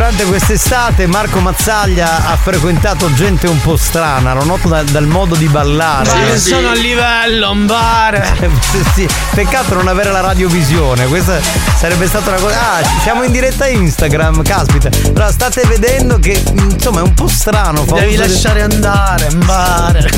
durante quest'estate Marco Mazzaglia ha frequentato gente un po' strana, lo noto dal modo di ballare.
Ma sono a livello, un bar.
Sì, peccato non avere la radiovisione, questa sarebbe stata una cosa. Ah, siamo in diretta Instagram, caspita. Però state vedendo che insomma è un po' strano.
Devi lasciare andare, un bar.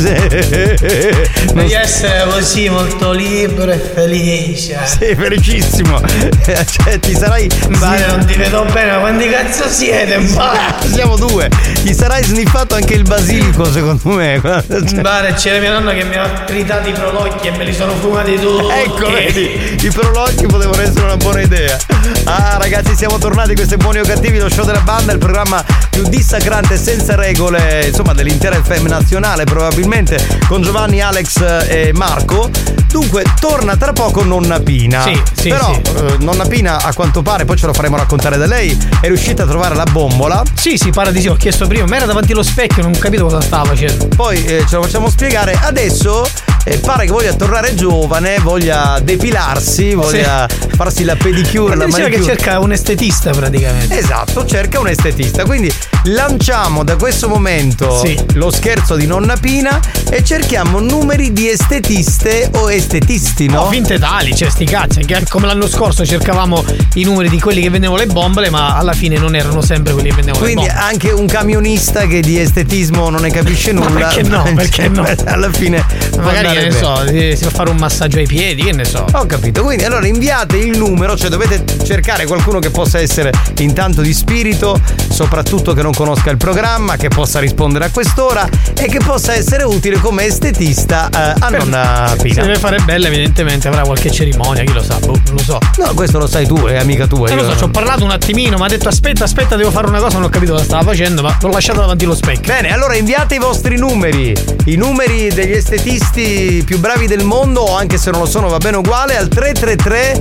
Devi essere così molto libero e felice.
Sì, felicissimo. Cioè, ti sarai.
Bar, non ti vedo bene, ma quanti cazzo siete?
Siamo due. Ti sarai sniffato anche il basilico, secondo me.
Bar, c'era mia nonna che mi ha tritato i prolocchi e me li sono fumati tutti.
Ecco, vedi, i prolocchi potevano essere una buona idea. Ah, ragazzi, siamo tornati. Questo è Buoni o Cattivi, lo show della banda, il programma più dissacrante e senza regole, insomma, dell'intera FM nazionale, probabilmente, con Giovanni, Alex e Marco. Dunque, torna tra poco Nonna Pina.
Sì,
però Nonna Pina, a quanto pare, poi ce lo faremo raccontare da lei, è riuscita a trovare la bombola.
Sì, pare di sì, ho chiesto prima, ma era davanti allo specchio, non capito cosa stava facendo.
Poi ce lo facciamo spiegare. Adesso pare che voglia tornare giovane, voglia depilarsi, voglia farsi la pedicure, la manicure.
Che cerca un estetista praticamente.
Esatto, cerca un estetista. Quindi lanciamo da questo momento lo scherzo di Nonna Pina e cerchiamo numeri di estetiste o estetisti, no?
Finte tali, cioè sti cazzi, che come l'anno scorso cercavamo i numeri di quelli che vendevano le bombole, ma alla fine non erano sempre quelli che vendevano le bombole.
Quindi anche un camionista che di estetismo non ne capisce nulla.
Ma perché no? Perché no?
Alla fine
magari che ne so, si fa fare un massaggio ai piedi, che ne so.
Ho capito, quindi allora inviate il numero, cioè dovete cercare qualcuno che possa essere intanto di spirito, soprattutto che non conosca il programma, che possa rispondere a quest'ora e che possa essere utile come estetista a Nonna Pina.
Se deve fare bella, evidentemente avrà qualche cerimonia, chi lo sa, non lo so.
No, questo lo sai tu, è amica tua.
Non lo so, ci ho parlato un attimino, mi ha detto aspetta, devo fare una cosa, non ho capito cosa stava facendo, ma l'ho lasciato davanti allo specchio.
Bene, allora inviate i vostri numeri, i numeri degli estetisti più bravi del mondo, o anche se non lo sono va bene uguale, al 333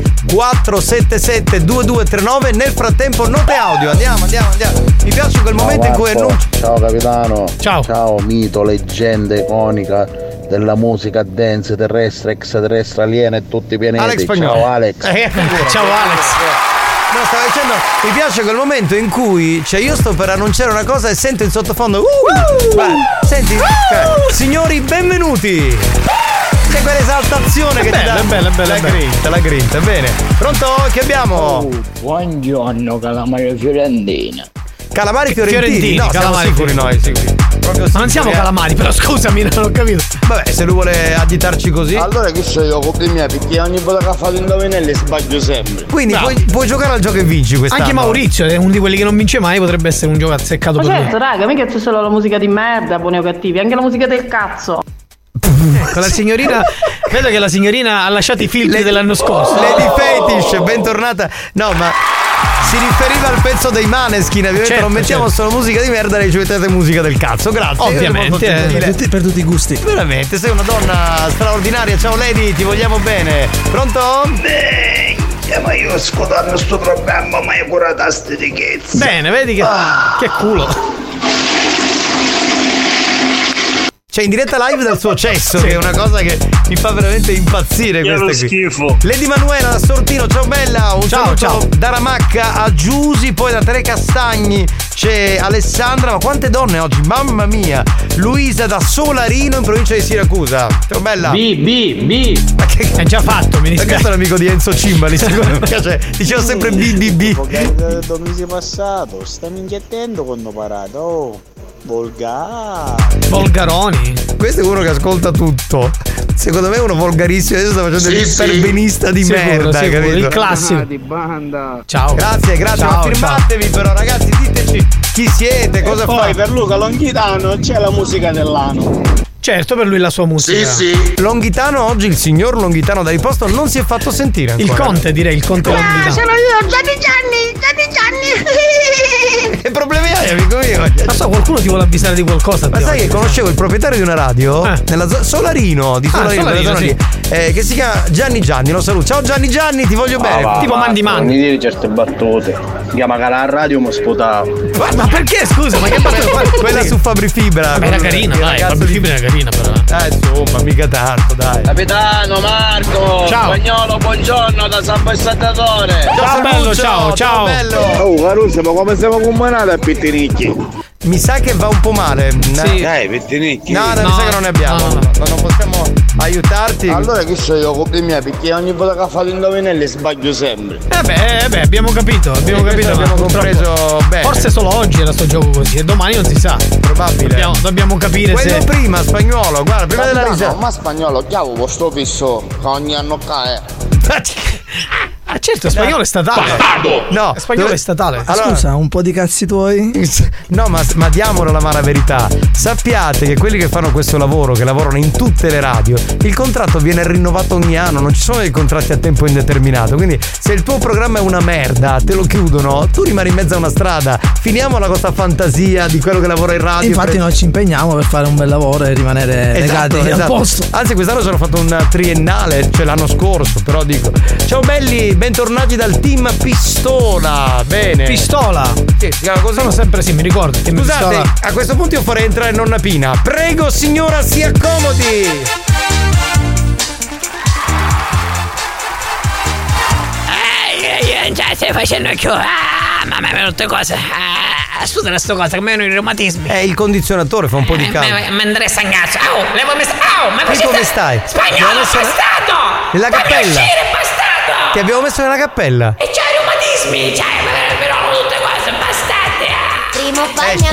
477 2239. Nel frattempo note audio, andiamo. Mi piace quel momento in cui annuncio.
Ciao capitano.
Ciao
mito, leggenda iconica della musica dance terrestre, extraterrestre, aliena e tutti i pianeti.
Alex Spagnolo.
Ciao Alex.
Ciao Alex.
No, stavo dicendo, mi piace quel momento in cui, cioè, io sto per annunciare una cosa e sento in sottofondo senti, signori, benvenuti. C'è quell'esaltazione che ti dà la grinta, bene. Pronto? Che abbiamo?
Buongiorno calamari fiorentina.
Calamari fiorentini? No, siamo sicuri noi,
Ma non siamo calamari, però scusami, non ho capito.
Vabbè, se lui vuole additarci così.
Allora che so io con mia, perché ogni volta che ha fatto indovinelli sbaglio sempre.
Quindi puoi giocare al gioco e vinci quest'anno.
Anche Maurizio è uno di quelli che non vince mai, potrebbe essere un gioco azzeccato per
certo, raga, mica c'è solo la musica di merda, buoni o cattivi, anche la musica del cazzo.
Ecco, la signorina, vedo che la signorina ha lasciato i filtri dell'anno scorso.
Lady Fetish, bentornata. No, ma si riferiva al pezzo dei Maneskin. Ovviamente non mettiamo solo musica di merda, e ci mettete musica del cazzo. Grazie.
Ovviamente,
per tutti i gusti.
Veramente, sei una donna straordinaria. Ciao Lady, ti vogliamo bene. Pronto?
Ma io ascoltando sto programma mai curato a stitichezza.
Bene, vedi che culo.
C'è in diretta live dal suo cesso, che è una cosa che mi fa veramente impazzire.
Che
queste qui.
schifo.
Lady Manuela da Sortino, ciao bella. Un saluto da Ramacca a Giusi, poi da Tre Castagni c'è Alessandra. Ma quante donne oggi, mamma mia. Luisa da Solarino in provincia di Siracusa. Ciao bella.
Ma che è già fatto, mi dispiace.
Questo è l'amico di Enzo Cimbali, sicuro. Cioè, diceva sempre BBB.
Dove sei passato? Stai minchiattendo quando parato.
Volgaroni.
Questo è uno che ascolta tutto. Secondo me è uno volgarissimo. Adesso sta facendo l'iperbenista di merda, capito?
Il classico
di banda.
Ciao.
Grazie. Ma firmatevi però, ragazzi, diteci chi siete, cosa fate.
Poi per Luca Longhitano c'è la musica dell'anno.
Certo, per lui la sua musica.
Sì.
Longhitano oggi, il signor Longhitano da Riposto non si è fatto sentire ancora.
Il conte, direi, il conte Longhitano.
Sono io, Gianni.
Che problemi hai, amico mio?
Ma so, qualcuno ti vuole avvisare di qualcosa.
Ma sai che conoscevo il proprietario di una radio nella Solarino di Solarino,
sì.
Che si chiama Gianni, lo saluto. Ciao Gianni, ti voglio bene.
Tipo mandi.
Non mi dire certe battute.
Che magari la radio mi sputavo.
Ma perché scusa? Ma che battuta? Quella su Fabri Fibra.
Ma era carina, dai. Fabri Fibra era carina però.
Insomma, mica tanto, dai.
Capitano Marco.
Ciao.
Spagnolo, buongiorno da San Salvatore.
Ciao bello, ciao.
Bello.
Oh Caruso, ma come siamo combinati a Pittinicchi?
Mi sa che va un po' male.
Sì. Pittinicchi.
No, mi sa che non ne abbiamo. Non possiamo aiutarti.
Allora che so io con i miei, perché ogni volta che ha fatto indovinelli sbaglio sempre.
Beh, abbiamo capito.
Abbiamo compreso bene.
Forse solo oggi era sto gioco così e domani non si sa.
Probabile.
Dobbiamo capire
quello
se.
prima, Spagnolo, guarda, prima della risata.
Ma Spagnolo, chiavo questo fisso che ogni anno cae.
Ah certo, Spagnolo è statale.
No,
Spagnolo è statale.
Allora,
scusa, un po' di cazzi tuoi?
No, ma diamolo la mala verità. Sappiate che quelli che fanno questo lavoro, che lavorano in tutte le radio, il contratto viene rinnovato ogni anno, non ci sono dei contratti a tempo indeterminato. Quindi se il tuo programma è una merda, te lo chiudono, tu rimani in mezzo a una strada. Finiamola con questa fantasia di quello che lavora in radio.
Infatti noi ci impegniamo per fare un bel lavoro e rimanere legati al posto.
Anzi, quest'anno ci hanno fatto un triennale, cioè l'anno scorso, però dico. Ciao belli, bentornati dal team Pistola. Bene.
Pistola.
Sì, si chiama così.
Sono sempre sì, mi ricordo.
Scusate,
Pistola.
a questo punto io farei entrare nonna Pina. Prego signora, si accomodi.
Io già stai facendo più. Mamma mia, tutte cose. Scusa sto cosa, che mi hanno i reumatismi.
Il condizionatore fa un po' di caldo.
Mi interessa un cazzo. Ma
qui come stai?
Spagnolo, bastardo!
Nella cappella.
Bastardo!
Ti abbiamo messo nella cappella.
E c'hai reumatismi, però tutte cose bastate.
Primo bagno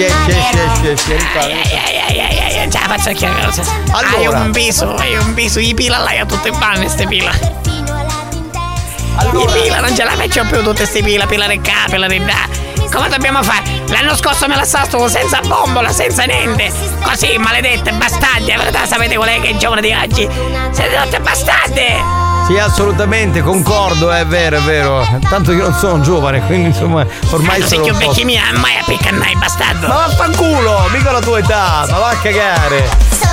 Ce la faccio chiamare.
Allora.
Hai un viso, i pila là, ha tutte in panne ste pila.
Allora.
I pila, non ce la faccio più tutte ste pila di capo, pila di da. Come dobbiamo fare? L'anno scorso me la stato senza bombola, senza niente. Così, maledette, bastardi. La verità sapete qual è che è il giovane di oggi? Siete tutte bastarde.
Sì, assolutamente, concordo, è vero. Tanto io non sono giovane, quindi insomma, ormai sono
più
un po'.
vecchi mia, mai a piccannai, bastardo.
Ma vaffanculo, mica la tua età, ma va a cagare.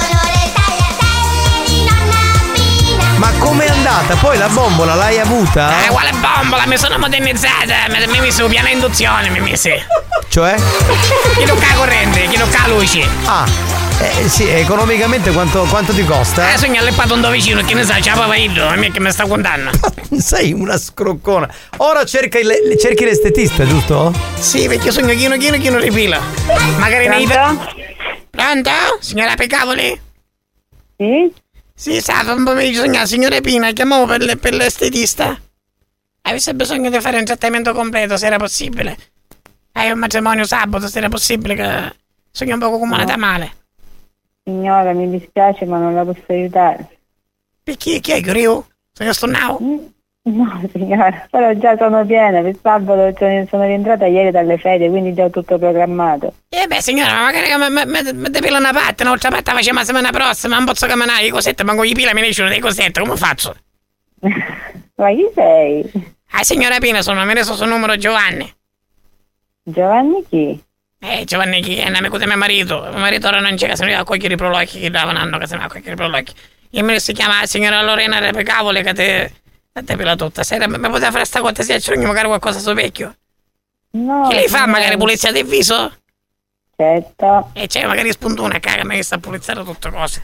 Ma com'è andata? Poi la bombola l'hai avuta?
Quale bombola? Mi sono modernizzata, mi mi su piano induzione, mi misi.
Cioè?
Chi non ca corrente, chi non ca luce.
Sì, economicamente quanto ti costa?
Sogno all'eppato un vicino, che ne sa, c'ha papaito, a me che mi sta contando.
Sei una scroccona. Ora cerchi l'estetista, giusto?
Sì, perché sogno chi non ripila. Magari nei. Pronto? Signora Pecavoli?
Sì?
Sì, stato un pomeriggio, signora Pina, chiamavo per l'estetista. Avesse bisogno di fare un trattamento completo, se era possibile. Hai un matrimonio sabato, se era possibile, che sogno un poco comunata male.
Signora, mi dispiace, ma non la posso aiutare.
Perché? Chi è che io? Sono stornato?
No, signora, però già sono piena, per sabato sono rientrata ieri dalle ferie, quindi già ho tutto programmato.
Signora, ma magari mi depila una parte, un'altra parte facciamo la settimana prossima, non posso camminare le cosette, ma con gli pila mi ne escono dei cosette, come faccio?
Ma chi sei?
Signora Pina, mi ha reso il suo numero Giovanni.
Giovanni chi?
Giovanni chi? È un amico di mio marito. Mio marito ora non c'è, che se ne va a cogliere i prolocchi, che davano un anno che se ne va a cogliere i prolocchi. Io mi si chiama signora Lorena Repecavoli, che te pila tutta. Se mi poteva fare sta cortesia, c'è magari qualcosa su vecchio?
No.
Chi lei fa magari pulizia del viso?
Certo.
E c'è magari spunto una caga, mi sta a pulizzare tutte cose.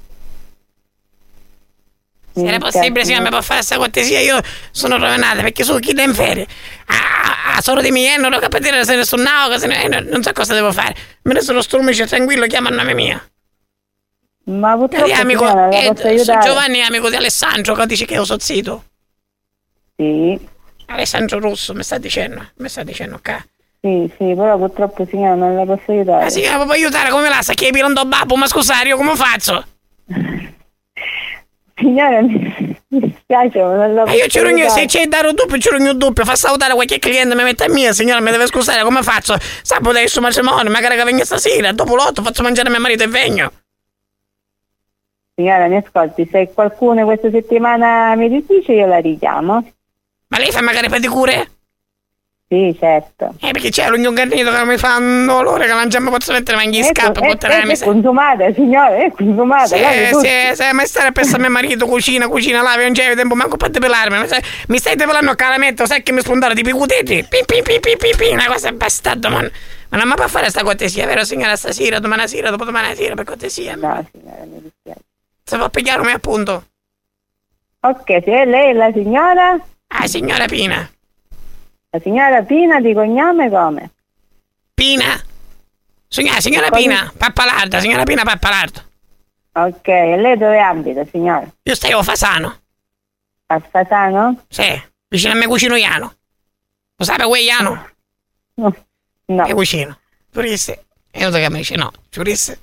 Se era possibile, signora, mi può fare questa cortesia, io sono rovinata, perché su chi da in ferie? Solo di me, non ho capito se ne sono non so cosa devo fare. Me ne sono strumice tranquillo, chiama il nome mio.
Ma purtroppo signora, la posso aiutare?
Giovanni è amico di Alessandro, che dice che io sono zitto.
Sì.
Alessandro Russo, mi sta dicendo, ok?
Sì, però purtroppo signora non la posso aiutare.
Signora, può aiutare, come la sa che mi non babbo, ma scusate, io come faccio?
Signora, mi dispiace, ma non la posso
io c'ero
aiutare.
Se c'è dare un doppio, c'ero un doppio, fa salutare qualche cliente, mi mette a mia, signora, mi deve scusare, come faccio? Sabato è su matrimonio, magari che venga stasera, dopo l'8 faccio mangiare a mio marito e vengo.
Signora, mi ascolti, se qualcuno questa settimana mi dice, io la richiamo.
Ma lei fa magari pedicure?
Sì, certo.
Perché c'è l'unico garnito che mi fa un dolore che non c'è, posso mettere in scappa.
È consumata, signore, è consumata.
Sì, ma stare a pensare a mio marito, cucina, là, non c'è tempo manco per depilarmi. Mi stai depilando a calametto, sai che mi spuntare di picuteti? Una cosa bastardo, man. Ma non mi può fare sta cortesia, vero signora? Stasera, domani sera, dopodomani sera, per cortesia.
No, signora, mi dispiace.
Se può pigliarmi appunto.
Ok, se lei è la signora?
Signora Pina.
La signora Pina di cognome come?
Pina? Signora Pina, Pappalardo, signora Pina Pappalardo.
Ok, e lei dove abita, signora?
Io stai a Fasano.
A Fasano?
Sì, vicino a me cucino Iano. Lo sape quel Iano?
No.
È vicino. Giurisse. E io che mi dice no, giurisse.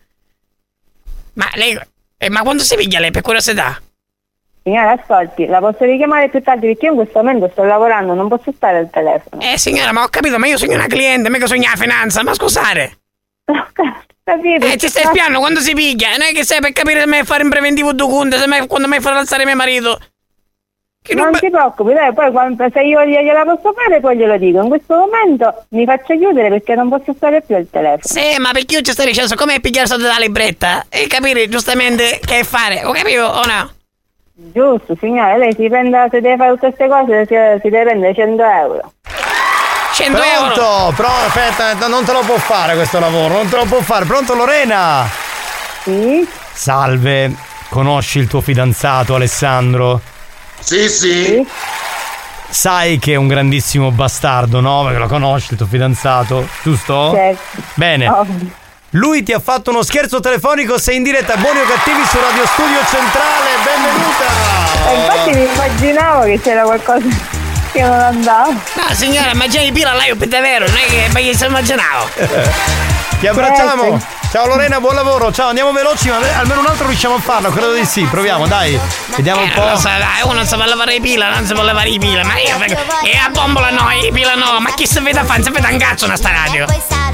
Ma lei, ma quando si piglia lei, per curiosità?
Signora, ascolti, la posso richiamare più tardi perché io in questo momento sto lavorando, non posso stare al telefono.
Signora, ma ho capito, ma io sono una cliente, mica sono la finanza, ma scusate.
Capito?
Ti stai spiando quando si piglia, non è che sei per capire se me fare un preventivo du conte, quando mai far alzare mio marito.
Non ti preoccupi, dai, poi se io gliela posso fare poi glielo dico. In questo momento mi faccio chiudere perché non posso stare più al telefono.
Sì, ma perché io ci sto dicendo come pigliare sotto dalla libretta e capire giustamente che fare, ho capito o no?
Giusto, signore, lei si deve fare tutte queste cose, si deve prendere 100 euro.
100 euro?
Però aspetta, non te lo può fare questo lavoro, non te lo può fare. Pronto Lorena?
Sì?
Salve, conosci il tuo fidanzato Alessandro?
Sì.
Sai che è un grandissimo bastardo, no? Perché lo conosci il tuo fidanzato, giusto?
Certo.
Bene.
Ovvio.
Lui ti ha fatto uno scherzo telefonico, sei in diretta a Buoni o Cattivi su Radio Studio Centrale, benvenuta!
Infatti mi immaginavo che c'era qualcosa che non andava.
No signora, ma già di pila lei è davvero, non è che ma io se immaginavo.
Ti abbracciamo! Ciao Lorena, buon lavoro, ciao, andiamo veloci, ma almeno un altro riusciamo a farlo, credo di sì, proviamo, dai, vediamo un po'.
Non so, dai, uno non sa lavare i pila, non si può lavare i pila, ma io e a bombola no, i pila no, ma chi si vede a fare? Non si vede un cazzo in sta radio.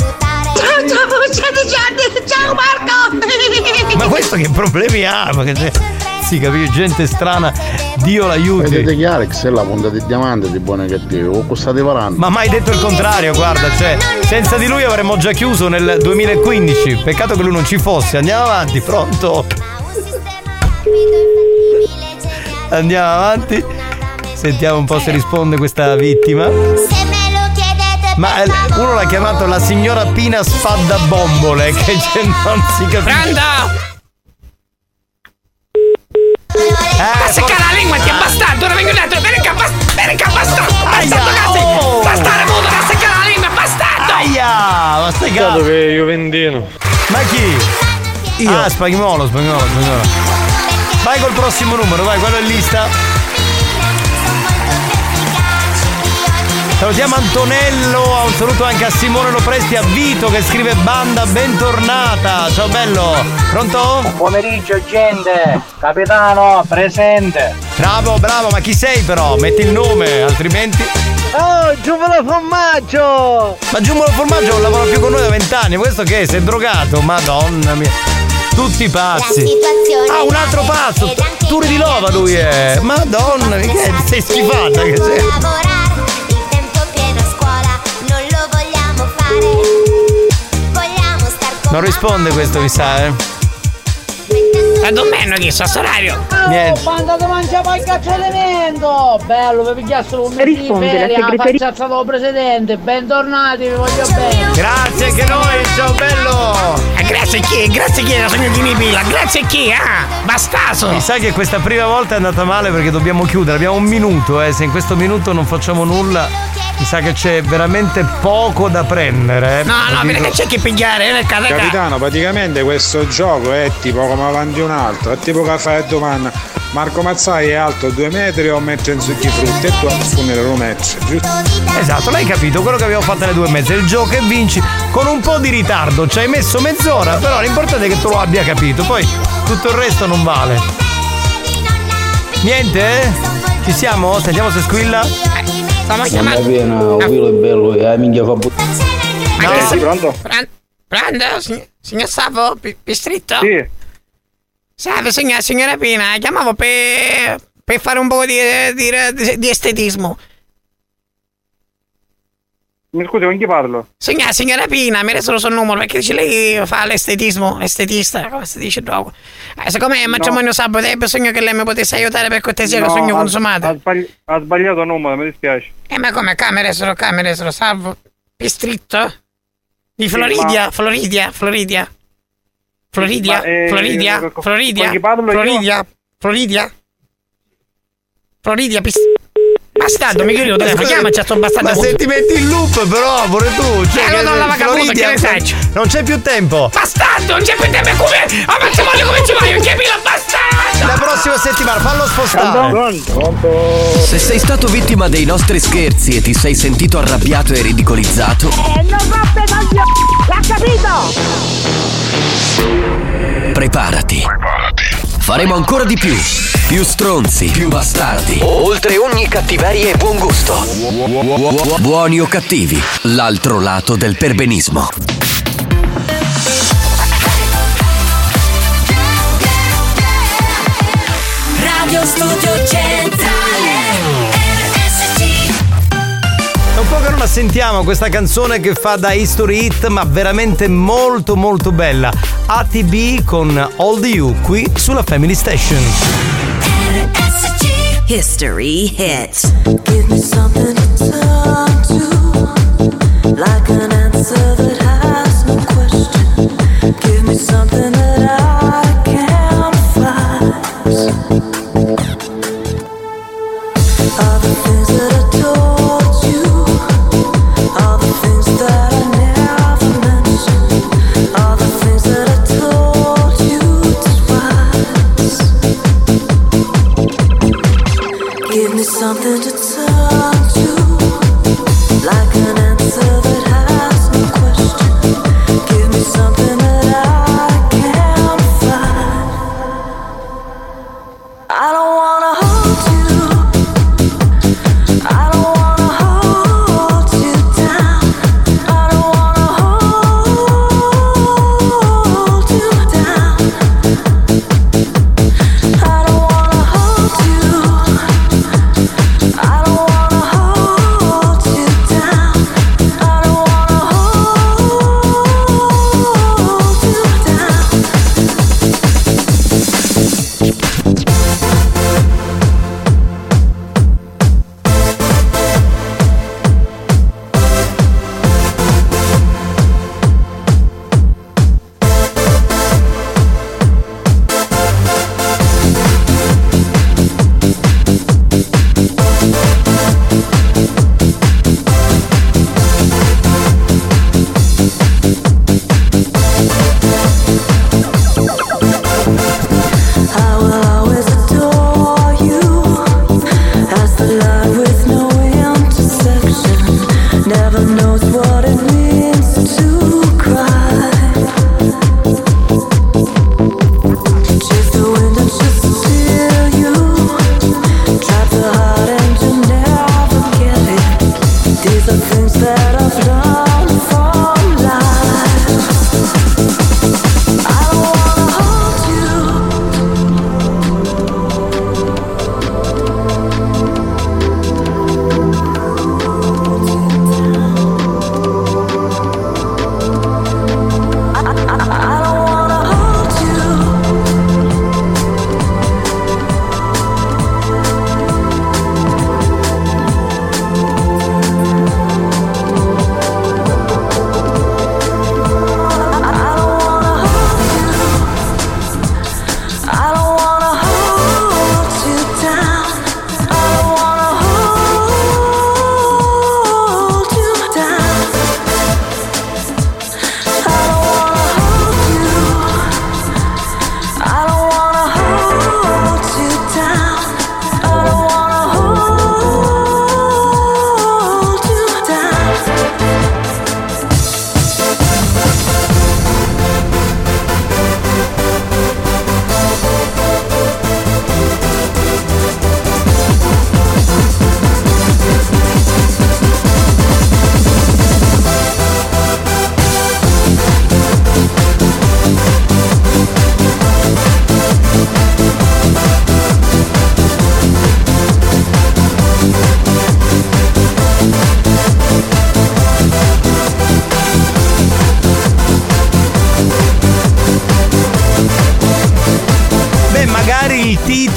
Ciao Marco!
Ma questo che problemi ha? Sì, capisci, gente strana, Dio l'aiuti.
Vedete che Alex è la punta di diamante di Buoni o Cattivi, o state parlando?
Ma mai detto il contrario, guarda, cioè, senza di lui avremmo già chiuso nel 2015, peccato che lui non ci fosse, andiamo avanti, pronto? Andiamo avanti, sentiamo un po' se risponde questa vittima. Ma uno l'ha chiamato la signora Pina Spadda Bombole, che non si capisce.
Pronto? Ma seccare la lingua ti è bastardo, ora vengo dentro, vieni qua bastardo, cazzo, bastardo muto, ma seccare la lingua, bastardo!
Ma stai
cazzo che io vendino.
Ma chi? Io. Ah, Spagnolo. Vai col prossimo numero, vai, quello è in lista. Salutiamo Antonello, un saluto anche a Simone Lopresti, a Vito che scrive banda bentornata. Ciao bello, pronto?
Buon pomeriggio gente, capitano presente.
Bravo, ma chi sei però? Metti il nome, altrimenti.
Oh, Giumolo Formaggio!
Ma Giumolo Formaggio non lavora più con noi da 20 anni, questo che è? Sei drogato? Madonna mia. Tutti pazzi. Ah, un altro pazzo, Turi di Lova lui è. Madonna mia, che sei schifata che sei. Non risponde questo, mi sa,
Ma domeno chi sto orario?
Niente.
Andate a mangiare poi il cazzo elemento! Bello, vi pigliassero un mese di ferie, la faccia stato presidente, bentornati, vi voglio bene!
Grazie anche noi, ciao bello!
Grazie a chi la sogno di Nipila, grazie a chi, bastaso!
Mi sa che questa prima volta è andata male perché dobbiamo chiudere, abbiamo un minuto, se in questo minuto non facciamo nulla, mi sa che c'è veramente poco da prendere.
No, perché c'è che pigliare,
Capitano, praticamente questo gioco è tipo come avanti un altro, è tipo che fai domanda: Marco Mazzai è alto 2 metri o mette in succhi frutti e tu a spumare lo metti, giusto?
Esatto, l'hai capito, quello che abbiamo fatto alle 2:30, il gioco e vinci con un po' di ritardo, ci hai messo mezz'ora, però l'importante è che tu lo abbia capito, poi tutto il resto non vale. Niente? Ci siamo? Sentiamo se squilla.
Stiamo chiamando.
Quello è bello e la minchia fa
Pronto?
Pronto? Signor Savo? Pistritto?
Sì.
Salve signora Pina, chiamavo per fare un po' di estetismo.
Mi scusi, con chi parlo?
Signora Pina, mi resta il suo numero perché dice lei fa l'estetista, come si dice dopo. Siccome è matrimonio sabato, ho bisogno che lei mi potesse aiutare per cortesia, che sogno consumato.
Ha sbagliato numero, mi dispiace.
Ma come? Camere salvo. Pistritto? Di Floridia? Floridia? Bastardo, mi chiudi il telefono, chiamaci a sto bastardo.
Ma se ti metti in loop però, pure tu.
Cioè, non la vagabundo, che ne sai?
Non c'è più tempo.
Bastardo, non c'è più tempo, come? A matrimonio come ci vai? Non chiami la bastardo!
La prossima settimana, fallo spostare.
Se sei stato vittima dei nostri scherzi e ti sei sentito arrabbiato e ridicolizzato,
non rompe coglioni! L'ha capito!
preparati. Faremo ancora di più. Più stronzi, più bastardi. Oltre ogni cattiveria e buon gusto. Buoni o cattivi, l'altro lato del perbenismo.
Radio Studio Centrale RSC.
È un po' che non la sentiamo questa canzone che fa da History Hit, ma veramente molto molto bella. ATB con All the You qui sulla Family Station.
History Hits.
Give me something to turn to, like an answer that has no question. Give me something that I can find. All the things that I told you, all the things that I never mentioned, all the things that I told you twice. Give me something to turn to.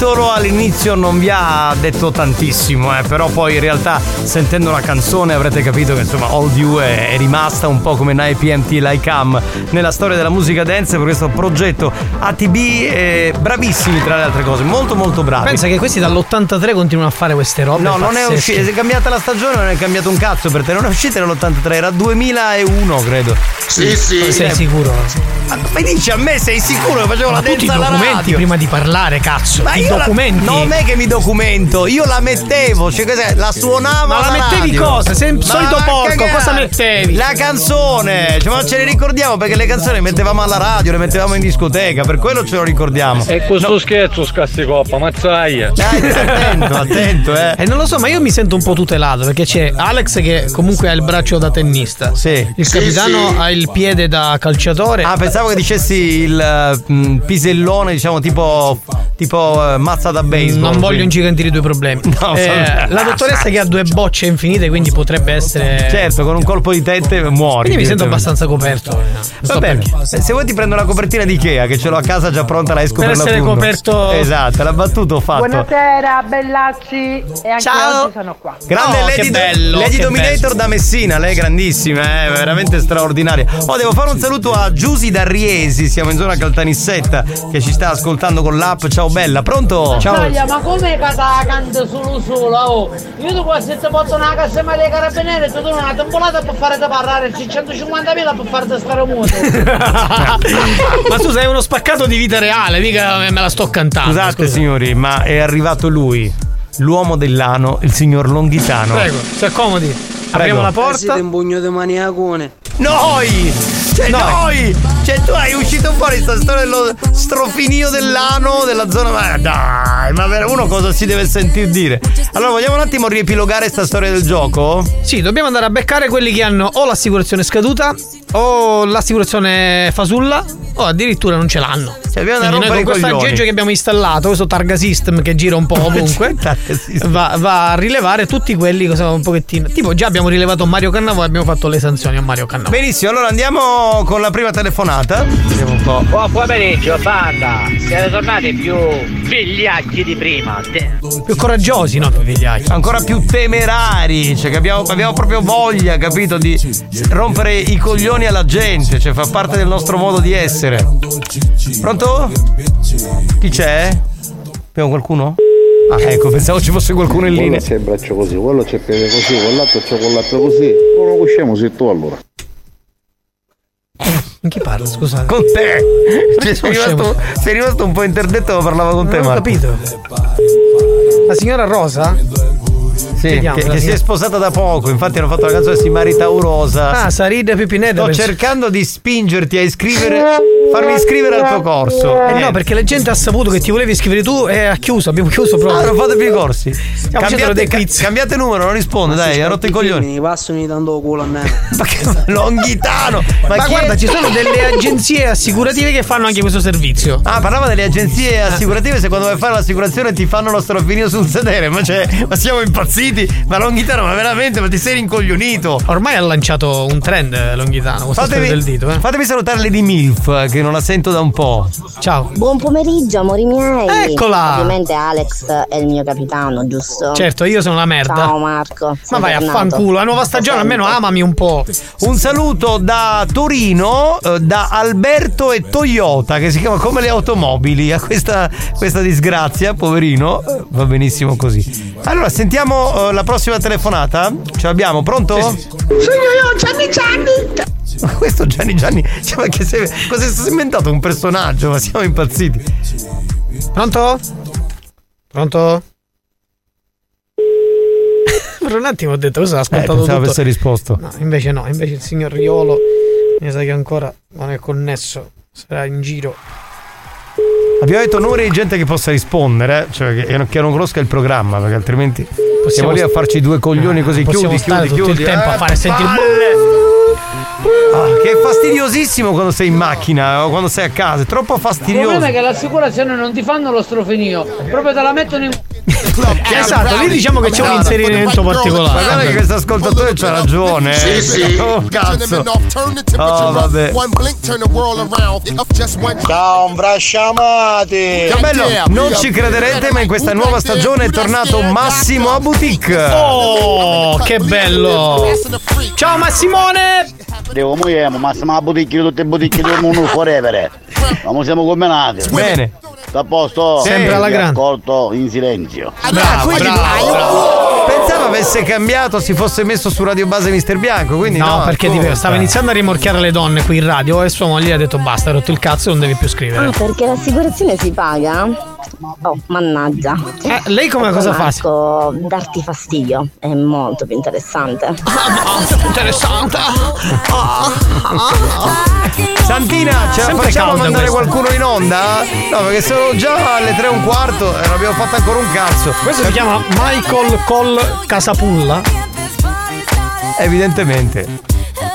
titolo all'inizio non vi ha detto tantissimo, però poi in realtà sentendo la canzone avrete capito che insomma Old You è rimasta un po' come 9pm Till I Come nella storia della musica dance per questo progetto ATB, bravissimi tra le altre cose, molto molto bravi.
Pensa che questi dall'83 continuano a fare queste robe.
No, non è uscita, è cambiata la stagione, non è cambiato un cazzo per te, non è uscita nell'83, era 2001 credo.
Sì. Sei sicuro?
Ma dici a me sei sicuro che facevo la
tutti
dance alla radio?
Documenti prima di parlare, cazzo.
Ma
i documenti.
Non è che mi documento, io la mettevo, cioè la suonavo.
Ma la mettevi
radio.
Cosa? Solito porco, cosa mettevi?
La canzone, cioè, ma ce ne ricordiamo perché le canzoni le mettevamo alla radio, le mettevamo in discoteca, per quello ce lo ricordiamo.
E questo scherzo scassi coppa, mazzaia.
Attento.
E non lo so, ma io mi sento un po' tutelato perché c'è Alex che comunque ha il braccio da tennista.
Sì.
Il capitano ha il piede da calciatore.
Ah, pensavo che dicessi il pisellone, diciamo tipo mazza da baseball.
Non voglio ingigantire i tuoi problemi.
No,
la dottoressa che ha 2 bocce infinite, quindi potrebbe essere.
Certo, con un colpo di tette muori.
Quindi mi sento abbastanza coperto.
Va bene. Se vuoi ti prendo una copertina di Ikea che ce l'ho a casa già pronta, l'hai scoperta.
Per essere coperto.
Esatto, l'ha battuto fatto.
Buonasera, bellacci. E anche
ciao.
oggi sono qua.
Grande Lady Dominator da Messina, lei è grandissima, veramente straordinaria. Devo fare un saluto a Giusy da Riesi, siamo in zona Caltanissetta, che ci sta ascoltando con l'app. Ciao bella, pronto?
Ciao. Ma come canta solo? Io tu quasi ti porto una cassa mai dei carabinieri e tu non una tembolata per fare da parlare 150.000 per farti stare muto.
Ma tu sei uno spaccato di vita reale, mica me la sto cantando.
Scusate signori, ma è arrivato lui, l'uomo dell'ano, il signor Longhitano.
Prego, si accomodi. Apriamo la porta.
Siete un pugno di maniacone.
Noi! Cioè tu hai uscito fuori sta storia dello strofinio dell'ano della zona. Ma dai, ma uno cosa si deve sentir dire? Allora vogliamo un attimo riepilogare sta storia del gioco?
Sì, dobbiamo andare a beccare quelli che hanno o l'assicurazione scaduta o l'assicurazione fasulla o addirittura non ce l'hanno.
Cioè, dobbiamo andare
noi con questo aggeggio che abbiamo installato, questo targa system che gira un po' ovunque, va a rilevare tutti quelli cosa un pochettino. Tipo già abbiamo rilevato Mario Cannavò e abbiamo fatto le sanzioni a Mario Cannavò.
Benissimo, allora andiamo con la prima telefonata. Vediamo un po'.
Buon pomeriggio, banda. Siete tornati più vigliacchi di prima.
Più coraggiosi, no? Più vigliacchi.
Ancora più temerari. Cioè che abbiamo proprio voglia, capito, di rompere i coglioni alla gente. Cioè fa parte del nostro modo di essere. Pronto? Chi c'è? Abbiamo qualcuno? Ah, ecco, pensavo ci fosse qualcuno in linea.
Quello c'è il braccio così, quello c'è il piede così, quell'altro c'è quell'altro così. Non lo conosciamo se tu allora.
Con chi parla, scusate?
Con te! Cioè, sei rimasto un po' interdetto, ma parlava con te,
non ho
Marco.
capito. La signora Rosa?
Sì, che si è sposata da poco, infatti hanno fatto la canzone Si marita Rosa.
Ah, Sarida Pipineda.
Sto cercando di spingerti a farmi iscrivere al tuo corso.
No, perché la gente ha saputo che ti volevi iscrivere tu e ha chiuso, abbiamo chiuso proprio.
Ah, non fate più i corsi.
Cambiate
numero, non risponde, dai, ha rotto i coglioni.
Mi passo ogni tanto culo a me.
Ma che Longhitano!
Ma guarda, ci sono delle agenzie assicurative che fanno anche questo servizio.
Ah, parlava delle agenzie assicurative, se quando vai a fare l'assicurazione ti fanno lo strofinio sul sedere, ma siamo impazziti. Ma Longhitano, ma veramente, ma ti sei rincoglionito.
Ormai ha lanciato un trend Longhitano, questa storia del dito,
Fatemi salutare Lady Milf, che non la sento da un po'.
Ciao.
Buon pomeriggio, amori miei.
Eccola.
Ovviamente Alex è il mio capitano, giusto?
Certo, io sono la merda.
Ciao Marco.
Ma vai a fanculo, la nuova stagione almeno amami un po'.
Un saluto da Torino, da Alberto e Toyota, che si chiama come le automobili, a questa disgrazia, poverino. Va benissimo così. Allora, sentiamo la prossima telefonata. Ce l'abbiamo, pronto?
Sì. Sono io, Gianni.
Ma questo Gianni, cioè, ma che cosa si è inventato un personaggio? Ma siamo impazziti.
Pronto? Per un attimo ho detto, questo l'ha ascoltato
pensavo
tutto.
avesse risposto.
No, invece il signor Riolo mi sa che ancora non è connesso, sarà in giro.
Abbiamo detto numeri di gente che possa rispondere, cioè che non conosca il programma, perché altrimenti siamo lì a farci due coglioni così. Chiudi
tutto il tempo a fare sentire
che è fastidiosissimo quando sei in macchina o quando sei a casa, è troppo fastidioso.
Il problema è che l'assicurazione non ti fanno lo strofinio, proprio te la mettono in
Esatto, lì diciamo che c'è un inserimento particolare.
Ma guarda che questo ascoltatore c'ha ragione.
Sì.
Oh, cazzo. Oh, vabbè.
Ciao, brasciamati.
Che bello, non ci crederete, ma in questa nuova stagione è tornato Massimo a boutique.
Oh, che bello. Ciao Massimone.
Devo muoviamo, Massimo a boutique, tutte le boutique del mondo forever. Ma siamo combinati.
Bene.
Sta a posto.
Sempre alla grande.
Accolto in silenzio.
Bravo. Pensavo avesse cambiato, si fosse messo su Radio Base Mister Bianco, quindi
no, perché stava iniziando a rimorchiare le donne qui in radio e sua moglie ha detto basta, hai rotto il cazzo, non devi più scrivere.
Perché l'assicurazione si paga? Oh, mannaggia.
Lei cosa fa?
Marco, darti fastidio è molto più interessante.
Interessante.
Santina, ce la
Sempre
facciamo
calda
mandare
questa.
qualcuno in onda? No, perché sono già alle 3:15 e non abbiamo fatto ancora un cazzo.
Questo si chiama Michael Col Casapulla?
Evidentemente.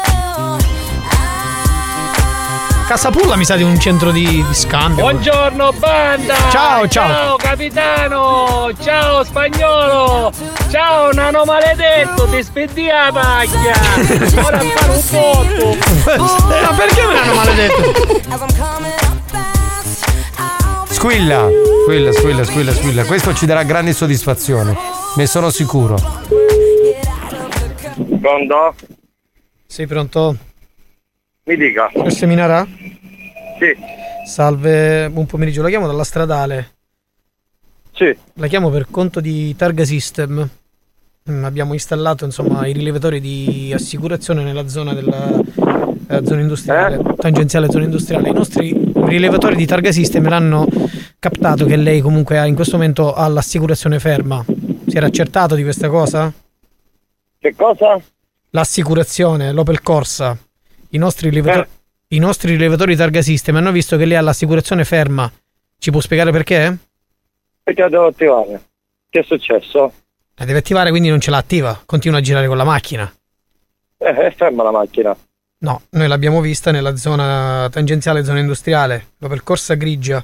Casapulla mi sa di un centro di scambio.
Buongiorno banda!
Ciao.
Ciao capitano! Ciao spagnolo! Ciao nano maledetto, ti spedì la macchia! Ora fare un foto!
Ma perché un nano maledetto?
Squilla. Questo ci darà grandi soddisfazioni. Ne sono sicuro.
Pronto?
Sei pronto?
Mi dica.
Signor Seminara?
Sì.
Salve, buon pomeriggio, la chiamo dalla stradale.
Sì.
La chiamo per conto di Targa System. Abbiamo installato insomma i rilevatori di assicurazione nella zona della zona industriale, tangenziale zona industriale. I nostri rilevatori di Targa System l'hanno captato che lei comunque in questo momento ha l'assicurazione ferma. Si era accertato di questa cosa?
Che cosa?
L'assicurazione, l'Opel Corsa. I nostri rilevatori di Targa System hanno visto che lei ha l'assicurazione ferma. Ci può spiegare perché?
Perché la devo attivare. Che è successo?
La deve attivare, quindi non ce l'ha attiva. Continua a girare con la macchina.
È ferma la macchina.
No, noi l'abbiamo vista nella zona tangenziale, zona industriale. L'Opel Corsa grigia.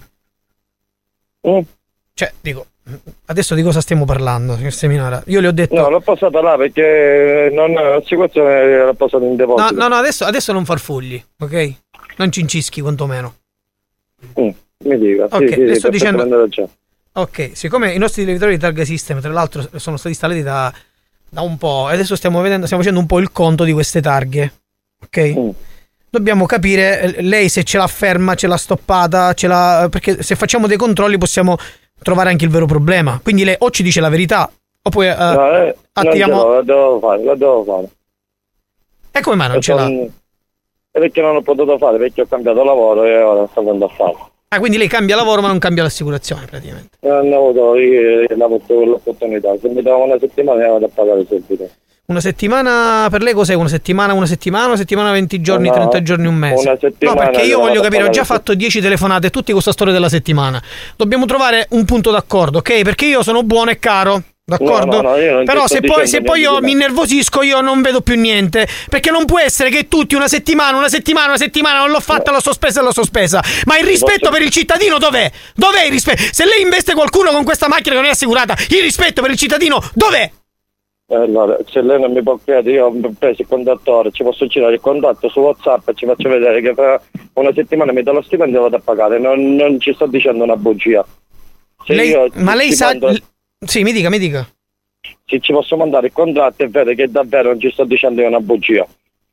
Cioè, dico, adesso di cosa stiamo parlando, signor Seminara? Io le ho detto...
No, non posso parlare perché l'assicurazione l'ho posato in deposito.
No, adesso non farfugli, ok? Non cincischi quantomeno.
Mi dica.
Ok,
sì,
le sto dicendo...
Già.
Ok, siccome i nostri rilevatori di Targa System, tra l'altro, sono stati installati da un po', e adesso stiamo facendo un po' il conto di queste targhe, ok? Dobbiamo capire lei se ce l'ha ferma, ce l'ha stoppata, perché se facciamo dei controlli possiamo trovare anche il vero problema. Quindi lei o ci dice la verità o poi attiviamo...
La devo fare.
E come mai non ce l'ha?
Perché non ho potuto fare, perché ho cambiato lavoro e ora sto andando a fare.
Ah, quindi lei cambia lavoro ma non cambia l'assicurazione praticamente.
Non ho avuto l'opportunità. Se mi davo una settimana vado a pagare subito.
Una settimana per lei cos'è? Una settimana, 20 giorni, 30 giorni, un mese?
Una settimana.
No, perché io voglio capire, ho già fatto 10 telefonate, tutte questa storia della settimana. Dobbiamo trovare un punto d'accordo, ok? Perché io sono buono e caro. D'accordo?
No, io non
però se poi io mi
niente.
innervosisco io non vedo più niente. Perché non può essere che tutti una settimana non l'ho fatta, l'ho sospesa. Ma il rispetto per il cittadino dov'è? Dov'è il rispetto? Se lei investe qualcuno con questa macchina che non è assicurata, il rispetto per il cittadino dov'è?
Allora, se lei non mi può credere, io ho preso il contatore, ci posso girare il contatto su WhatsApp e ci faccio vedere che fra una settimana mi do lo stipendio e vado a pagare. Non ci sto dicendo una bugia. Se
lei sa... Sì, mi dica.
Se ci posso mandare il contratto e vede che davvero non ci sto dicendo una bugia.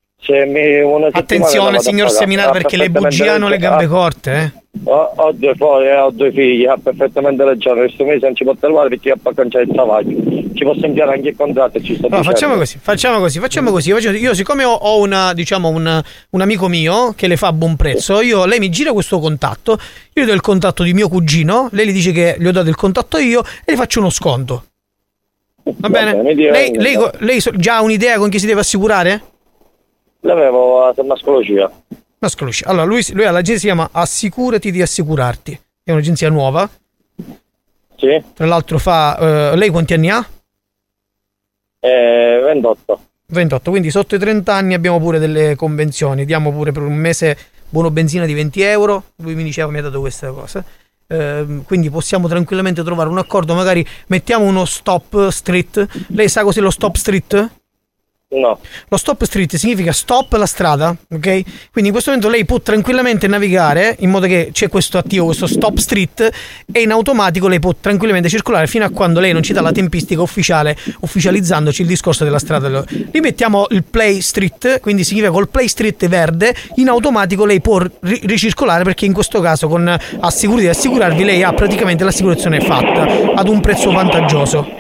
Attenzione signor Seminaro, perché le bugie hanno le gambe corte,
Ho due figli, ha perfettamente ragione. Questo mese non ci può trovare perché io ho cancellato il travaglio. Ci posso inviare anche il contratto e ci sto dicendo.
Facciamo così. Io siccome ho un amico mio che le fa a buon prezzo, lei mi gira questo contatto, io gli do il contatto di mio cugino, lei gli dice che gli ho dato il contatto io e le faccio uno sconto. Va bene? Lei già ha un'idea con chi si deve assicurare?
L'avevo a mascologia.
Allora lui ha l'agenzia, si chiama Assicurati di Assicurarti. È un'agenzia nuova.
Sì.
Tra l'altro lei quanti anni ha? 28, quindi sotto i 30 anni abbiamo pure delle convenzioni. Diamo pure per un mese buono benzina di 20 euro. Lui mi diceva, mi ha dato questa cosa. quindi possiamo tranquillamente trovare un accordo, magari mettiamo uno stop street. Lei sa cos'è lo stop street?
No.
Lo stop street significa stop la strada, ok? Quindi in questo momento lei può tranquillamente navigare in modo che c'è questo attivo, questo stop street, e in automatico lei può tranquillamente circolare fino a quando lei non ci dà la tempistica ufficiale, ufficializzandoci il discorso della strada. Li mettiamo il play street, quindi significa col play street verde, in automatico lei può ricircolare, perché in questo caso con Assicurati e Assicurarvi lei ha praticamente l'assicurazione fatta ad un prezzo vantaggioso.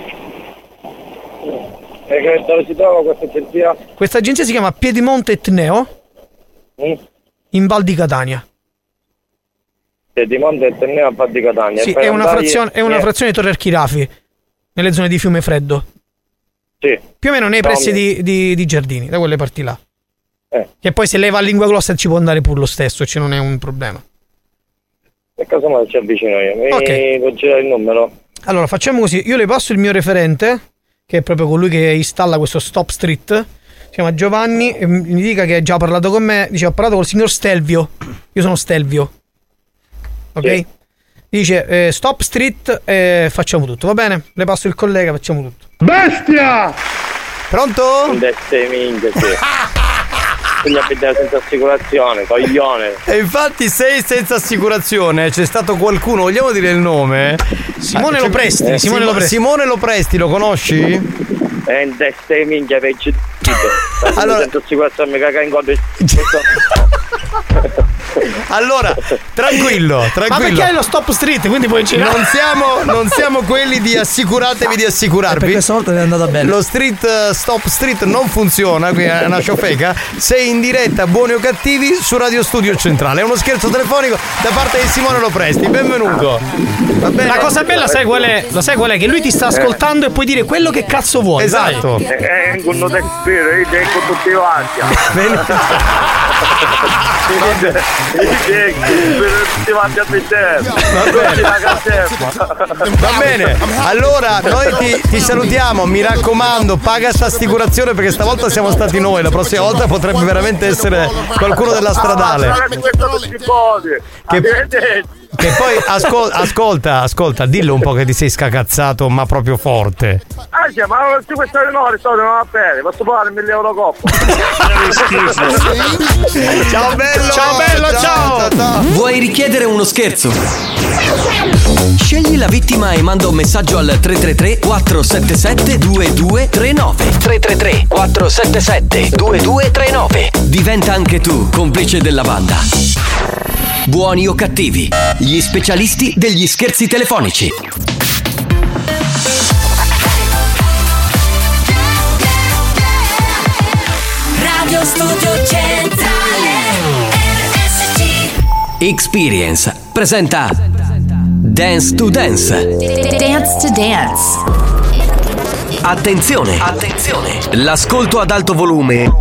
E dove si trova questa agenzia?
Questa agenzia si chiama Piedimonte Etneo, in Val di Catania.
Piedimonte Etneo a Val di Catania.
Sì, è una frazione di Torre Archirafi, nelle zone di Fiumefreddo.
Sì.
Più o meno nei pressi di Giardini, da quelle parti là. Che poi se lei va a Lingua-Glossa ci può andare pure lo stesso, cioè non è un problema.
Per caso mai ci avvicino io, mi può girare il numero?
Allora facciamo così, io le passo il mio referente, che è proprio colui che installa questo stop street, si chiama Giovanni, e mi dica che ha già parlato con me, dice ha parlato col signor Stelvio, io sono Stelvio, ok? Sì. Dice stop street, facciamo tutto, va bene? Le passo il collega, facciamo tutto.
Bestia!
Pronto?
Minchia, sì. Quindi abitare senza assicurazione, coglione.
E infatti sei senza assicurazione, c'è stato qualcuno, vogliamo dire il nome?
Simone Lopresti.
Simone Lopresti, lo conosci?
Stai minchia peggio. Allora senza assicurazione mi caga in conto.
Allora, tranquillo.
Ma perché è lo stop street, quindi puoi girare?
Non siamo quelli di assicuratevi di assicurarvi.
Per questa volta è andata bene.
Lo stop street non funziona, qui è una ciofeca. Sei in diretta, buoni o cattivi, su Radio Studio Centrale. È uno scherzo telefonico da parte di Simone Lopresti. Benvenuto. Va bene.
La cosa bella, sai qual è? Lo sai qual è? Che lui ti sta ascoltando e puoi dire quello che cazzo vuoi.
Esatto.
Con te spero, io tengo tutti avanti.
Va bene, allora noi ti salutiamo, mi raccomando, paga sta assicurazione perché stavolta siamo stati noi, la prossima volta potrebbe veramente essere qualcuno della stradale. Che poi ascolta, dillo un po' che ti sei scacazzato, ma proprio forte.
Sì, ma se questo non va bene, posso pagare 1.000 euro coppa.
Ciao bello, ciao.
Vuoi richiedere uno scherzo? Scegli la vittima e manda un messaggio al 333-477-2239. 333-477-2239. Diventa anche tu complice della banda. Buoni o cattivi, gli specialisti degli scherzi telefonici.
Radio Studio Centrale RSC.
Experience presenta Dance to Dance.
Dance to Dance.
Attenzione, l'ascolto ad alto volume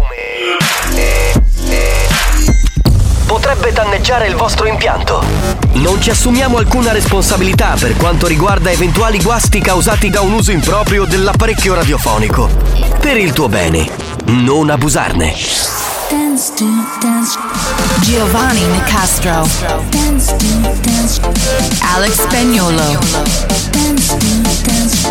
potrebbe danneggiare il vostro impianto. Non ci assumiamo alcuna responsabilità per quanto riguarda eventuali guasti causati da un uso improprio dell'apparecchio radiofonico. Per il tuo bene, non abusarne.
Dance to Dance. Giovanni Nicastro. Dance to Dance. Alex Spagnuolo. Dance to Dance.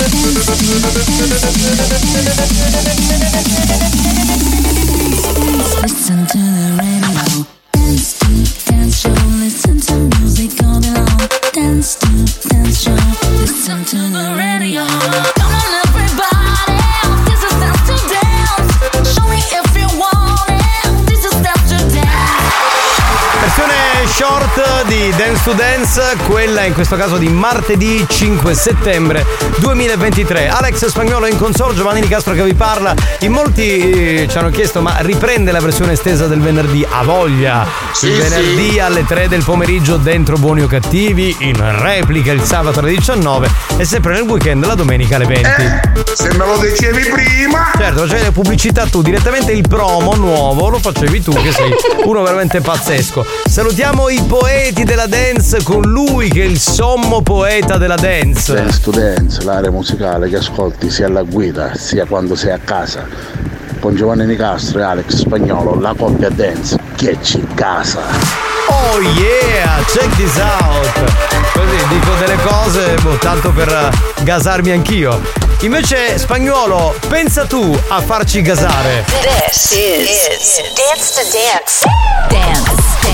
Listen to the radio. Dance to Dance Show. Listen to music all day long. Dance to Dance Show. Listen to the radio. Come on everybody, this is Dance to Dance. Show me if you want it. This is Dance to Dance.
Versione short di Dance to Dance, quella in questo caso di martedì 5 settembre 2023. Alex Spagnuolo in console, Giovanni Nicastro che vi parla. In molti ci hanno chiesto ma riprende la versione estesa del venerdì? A voglia!
Sì,
il venerdì
sì.
alle 3 del pomeriggio dentro Buoni o Cattivi, in replica il sabato alle 19 e sempre nel weekend la domenica alle 20.
Se me lo dicevi prima!
Certo, facevi le pubblicità tu, direttamente il promo nuovo lo facevi tu, che sei uno veramente pazzesco. Salutiamo i poeti della dance con lui che è il sommo poeta della dance.
Dance to Dance, l'area musicale che ascolti sia alla guida sia quando sei a casa. Con Giovanni Nicastro e Alex Spagnuolo, la coppia dance che ci casa.
Oh yeah, check this out. Così dico delle cose, tanto per gasarmi anch'io. Invece, Spagnuolo, pensa tu a farci gasare.
This is Dance to Dance. Dance.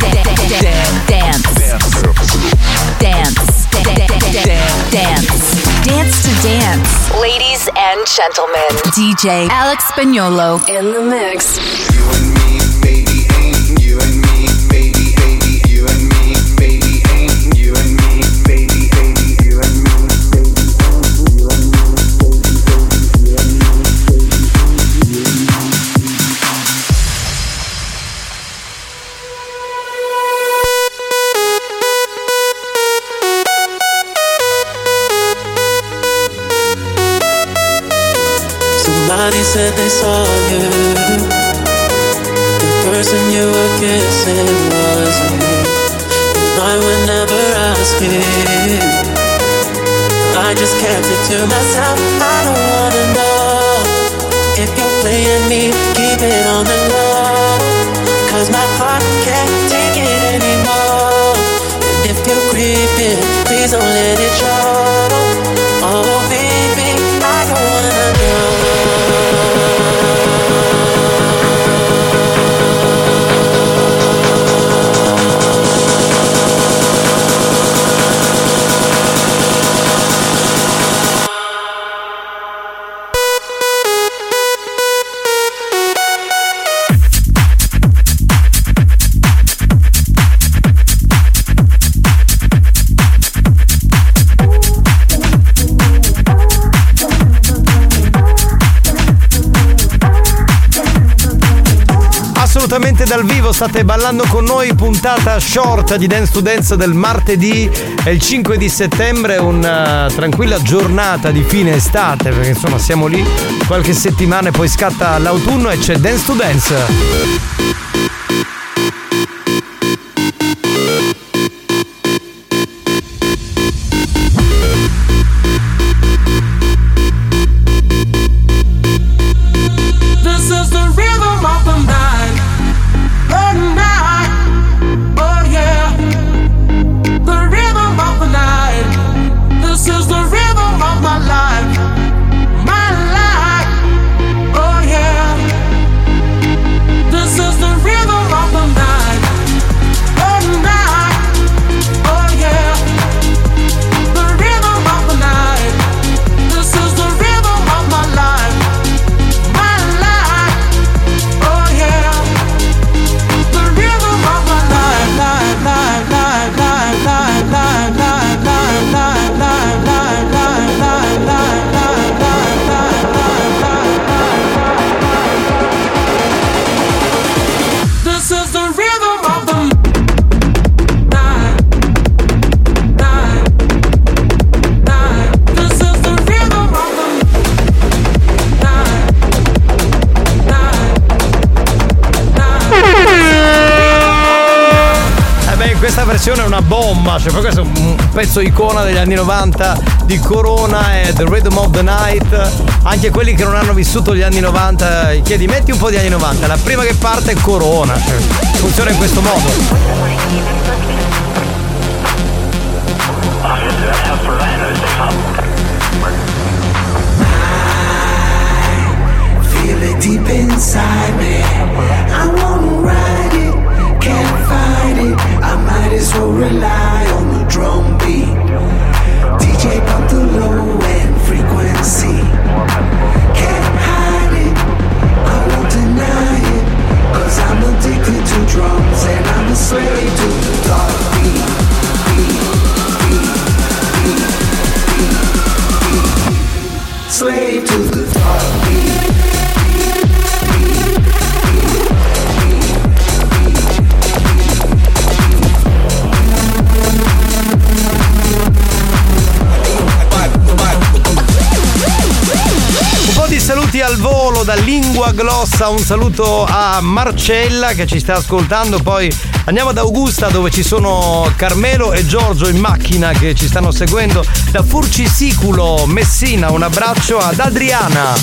Dance to Dance. Ladies and gentlemen, DJ Alex Spagnuolo in the mix.
You and me, baby, ain't you and me, baby, baby, you and me, baby, ain't you and me, baby, baby, you and me, baby, you and me,
Somebody said they saw you. The person you were kissing wasn't me. And I would never ask you. I just kept it to myself. I don't wanna know if you're playing me. Keep it on the low, 'cause my heart can't take it anymore. And if you're creeping, please don't let it show. Oh baby, I don't wanna know.
Assolutamente dal vivo, state ballando con noi, puntata short di Dance to Dance del martedì, è il 5 di settembre, una tranquilla giornata di fine estate, perché insomma siamo lì qualche settimana e poi scatta l'autunno e c'è Dance to Dance. È una bomba, cioè questo è un pezzo icona degli anni 90 di Corona e The Rhythm of the Night. Anche quelli che non hanno vissuto gli anni 90 chiedi metti un po' di anni 90, la prima che parte è Corona, cioè, funziona in questo modo.
Feel it deep inside me. I wanna ride it, can't fight it. I might as well rely on the drum beat. DJ pump the low end frequency. Can't hide it, I won't deny it. 'Cause I'm addicted to drums and I'm a slave to the dark beat. Slave to the dark beat.
Un po' di saluti al volo da Lingua Glossa, un saluto a Marcella che ci sta ascoltando, poi andiamo ad Augusta dove ci sono Carmelo e Giorgio in macchina che ci stanno seguendo, da Furcisiculo, Messina, un abbraccio ad Adriana.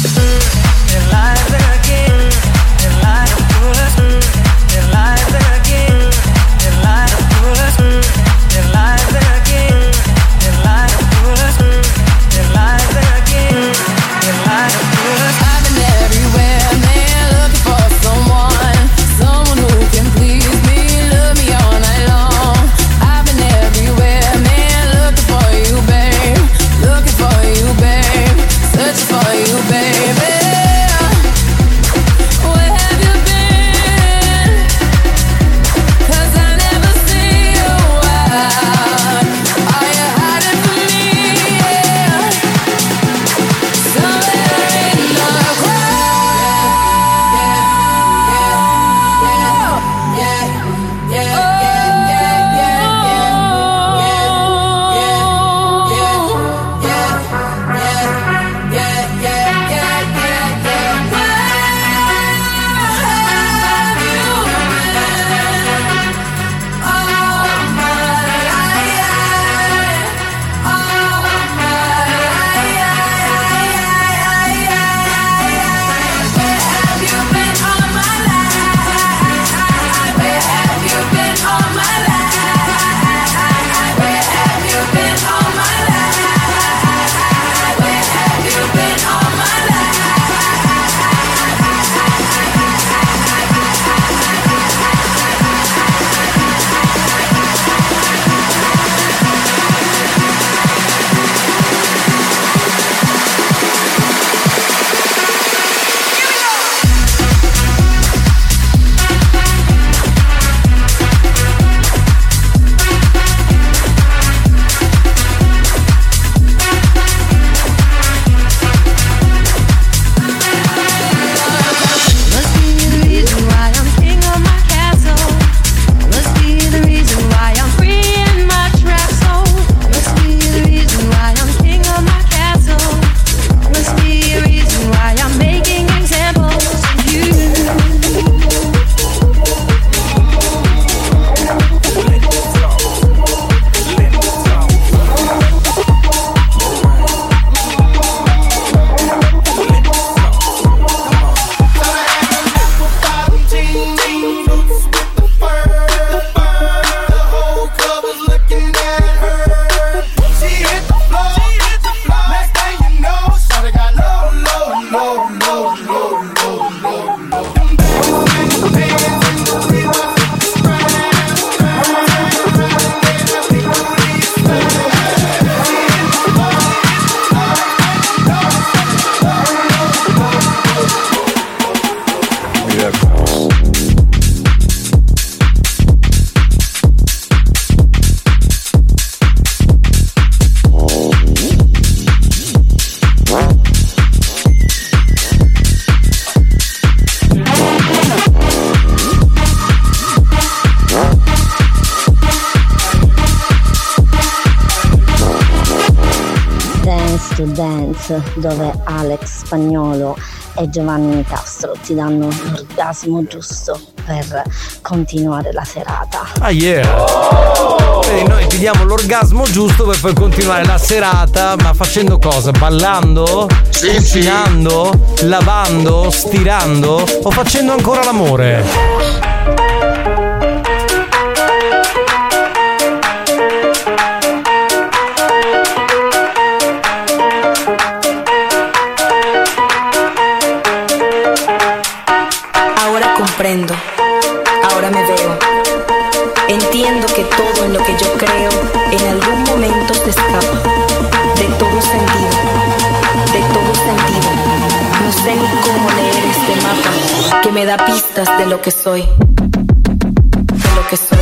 Dance, dove Alex Spagnolo e Giovanni Nicastro ti danno l'orgasmo giusto per continuare la serata.
Ah yeah! Quindi noi ti diamo l'orgasmo giusto per poi continuare la serata, ma facendo cosa? Ballando? Cucinando? Lavando? Stirando? O facendo ancora l'amore?
Comprendo, ahora me veo. Entiendo que todo en lo que yo creo en algún momento se escapa de todo sentido, de todo sentido. No sé ni cómo leer este mapa que me da pistas de lo que soy, de lo que soy.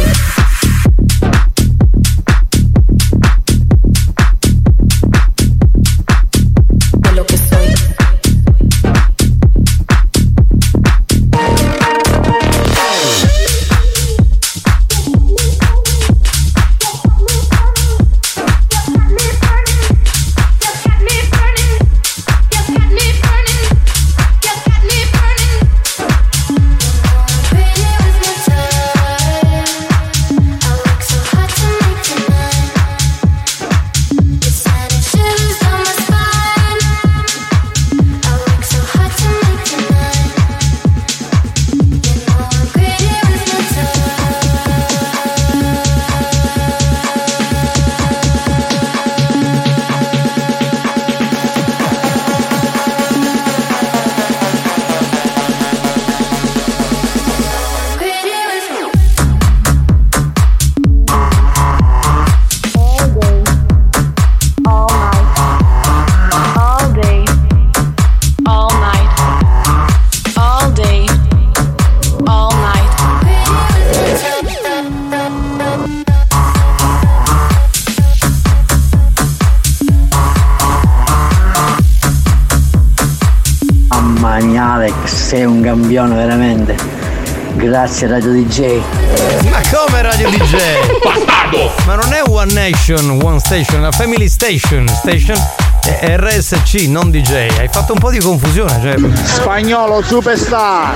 Sei un campione veramente. Grazie Radio DJ.
Ma come Radio DJ?
Bastardo!
Ma non è One Nation, One Station, la Family Station è RSC, non DJ. Hai fatto un po' di confusione, cioè.
Spagnolo Superstar.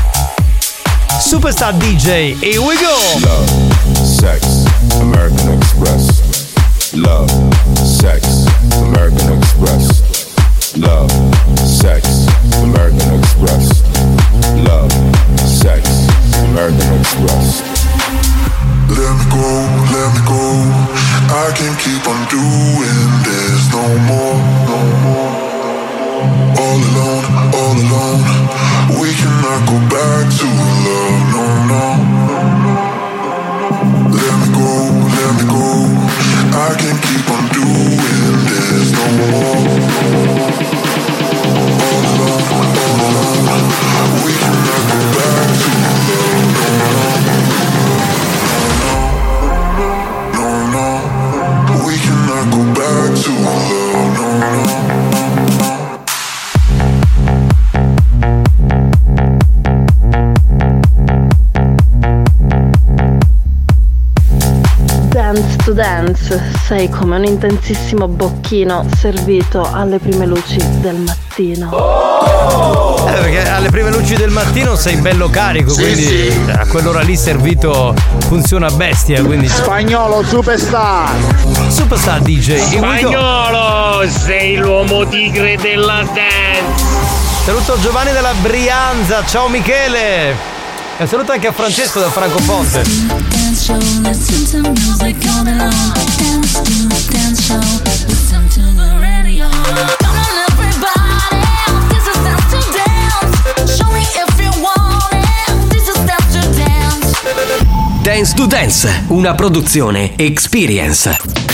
Superstar DJ, here we go.
Love, sex, American Express. Love, sex, American Express. Love, sex, American Express. Love, sex, American Express.
Let me go. I can keep on doing this no more. All alone. We cannot go back to love, no. Let me go. I can keep on doing this no more. All alone. We cannot go back to love, no. We cannot go back to love, no.
Dance to Dance, sei come un intensissimo bocchino servito alle prime luci del mattino.
Perché alle prime luci del mattino sei bello carico,
Sì,
quindi
sì.
a quell'ora lì servito funziona a bestia, quindi.
Spagnolo Superstar.
Superstar DJ. here we go.
Spagnolo, sei l'uomo tigre della dance.
Saluto Giovanni della Brianza, ciao Michele. E saluto anche a Francesco da Francofonte.
Dance show, listen to music all day long. Dance to dance show, listen to the radio. Come on everybody, this is dance to dance. Show me if you want it, this is dance to dance.
Dance to Dance, una produzione Experience.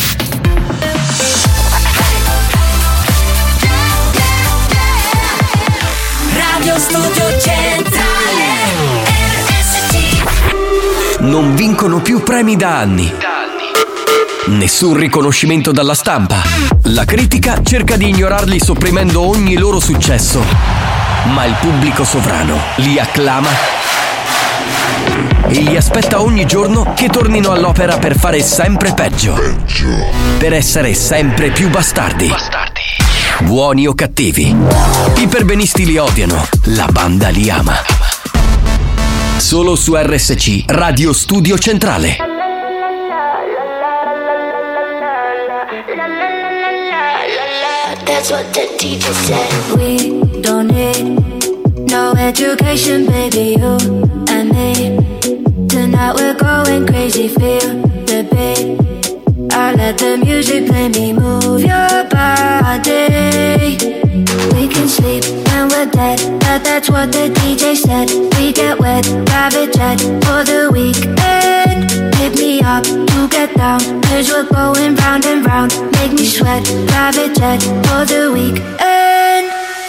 Radio Studio Centrale RSC.
Non vincono più premi da anni. Nessun riconoscimento dalla stampa. La critica cerca di ignorarli sopprimendo ogni loro successo. Ma il pubblico sovrano li acclama e li aspetta ogni giorno che tornino all'opera per fare sempre peggio. Per essere sempre più bastardi. Buoni o cattivi, i perbenisti li odiano, la banda li ama. Solo su RSC Radio Studio Centrale.
That's what the teacher said. We don't need no education, baby, you and me. Tonight we're going crazy, feel the beat. I let the music play me, move your body. We can sleep when we're dead, that's what the DJ said. We get wet, private jet for the weekend. Pick me up to get down, cause we're going round and round. Make me sweat, private jet for the weekend.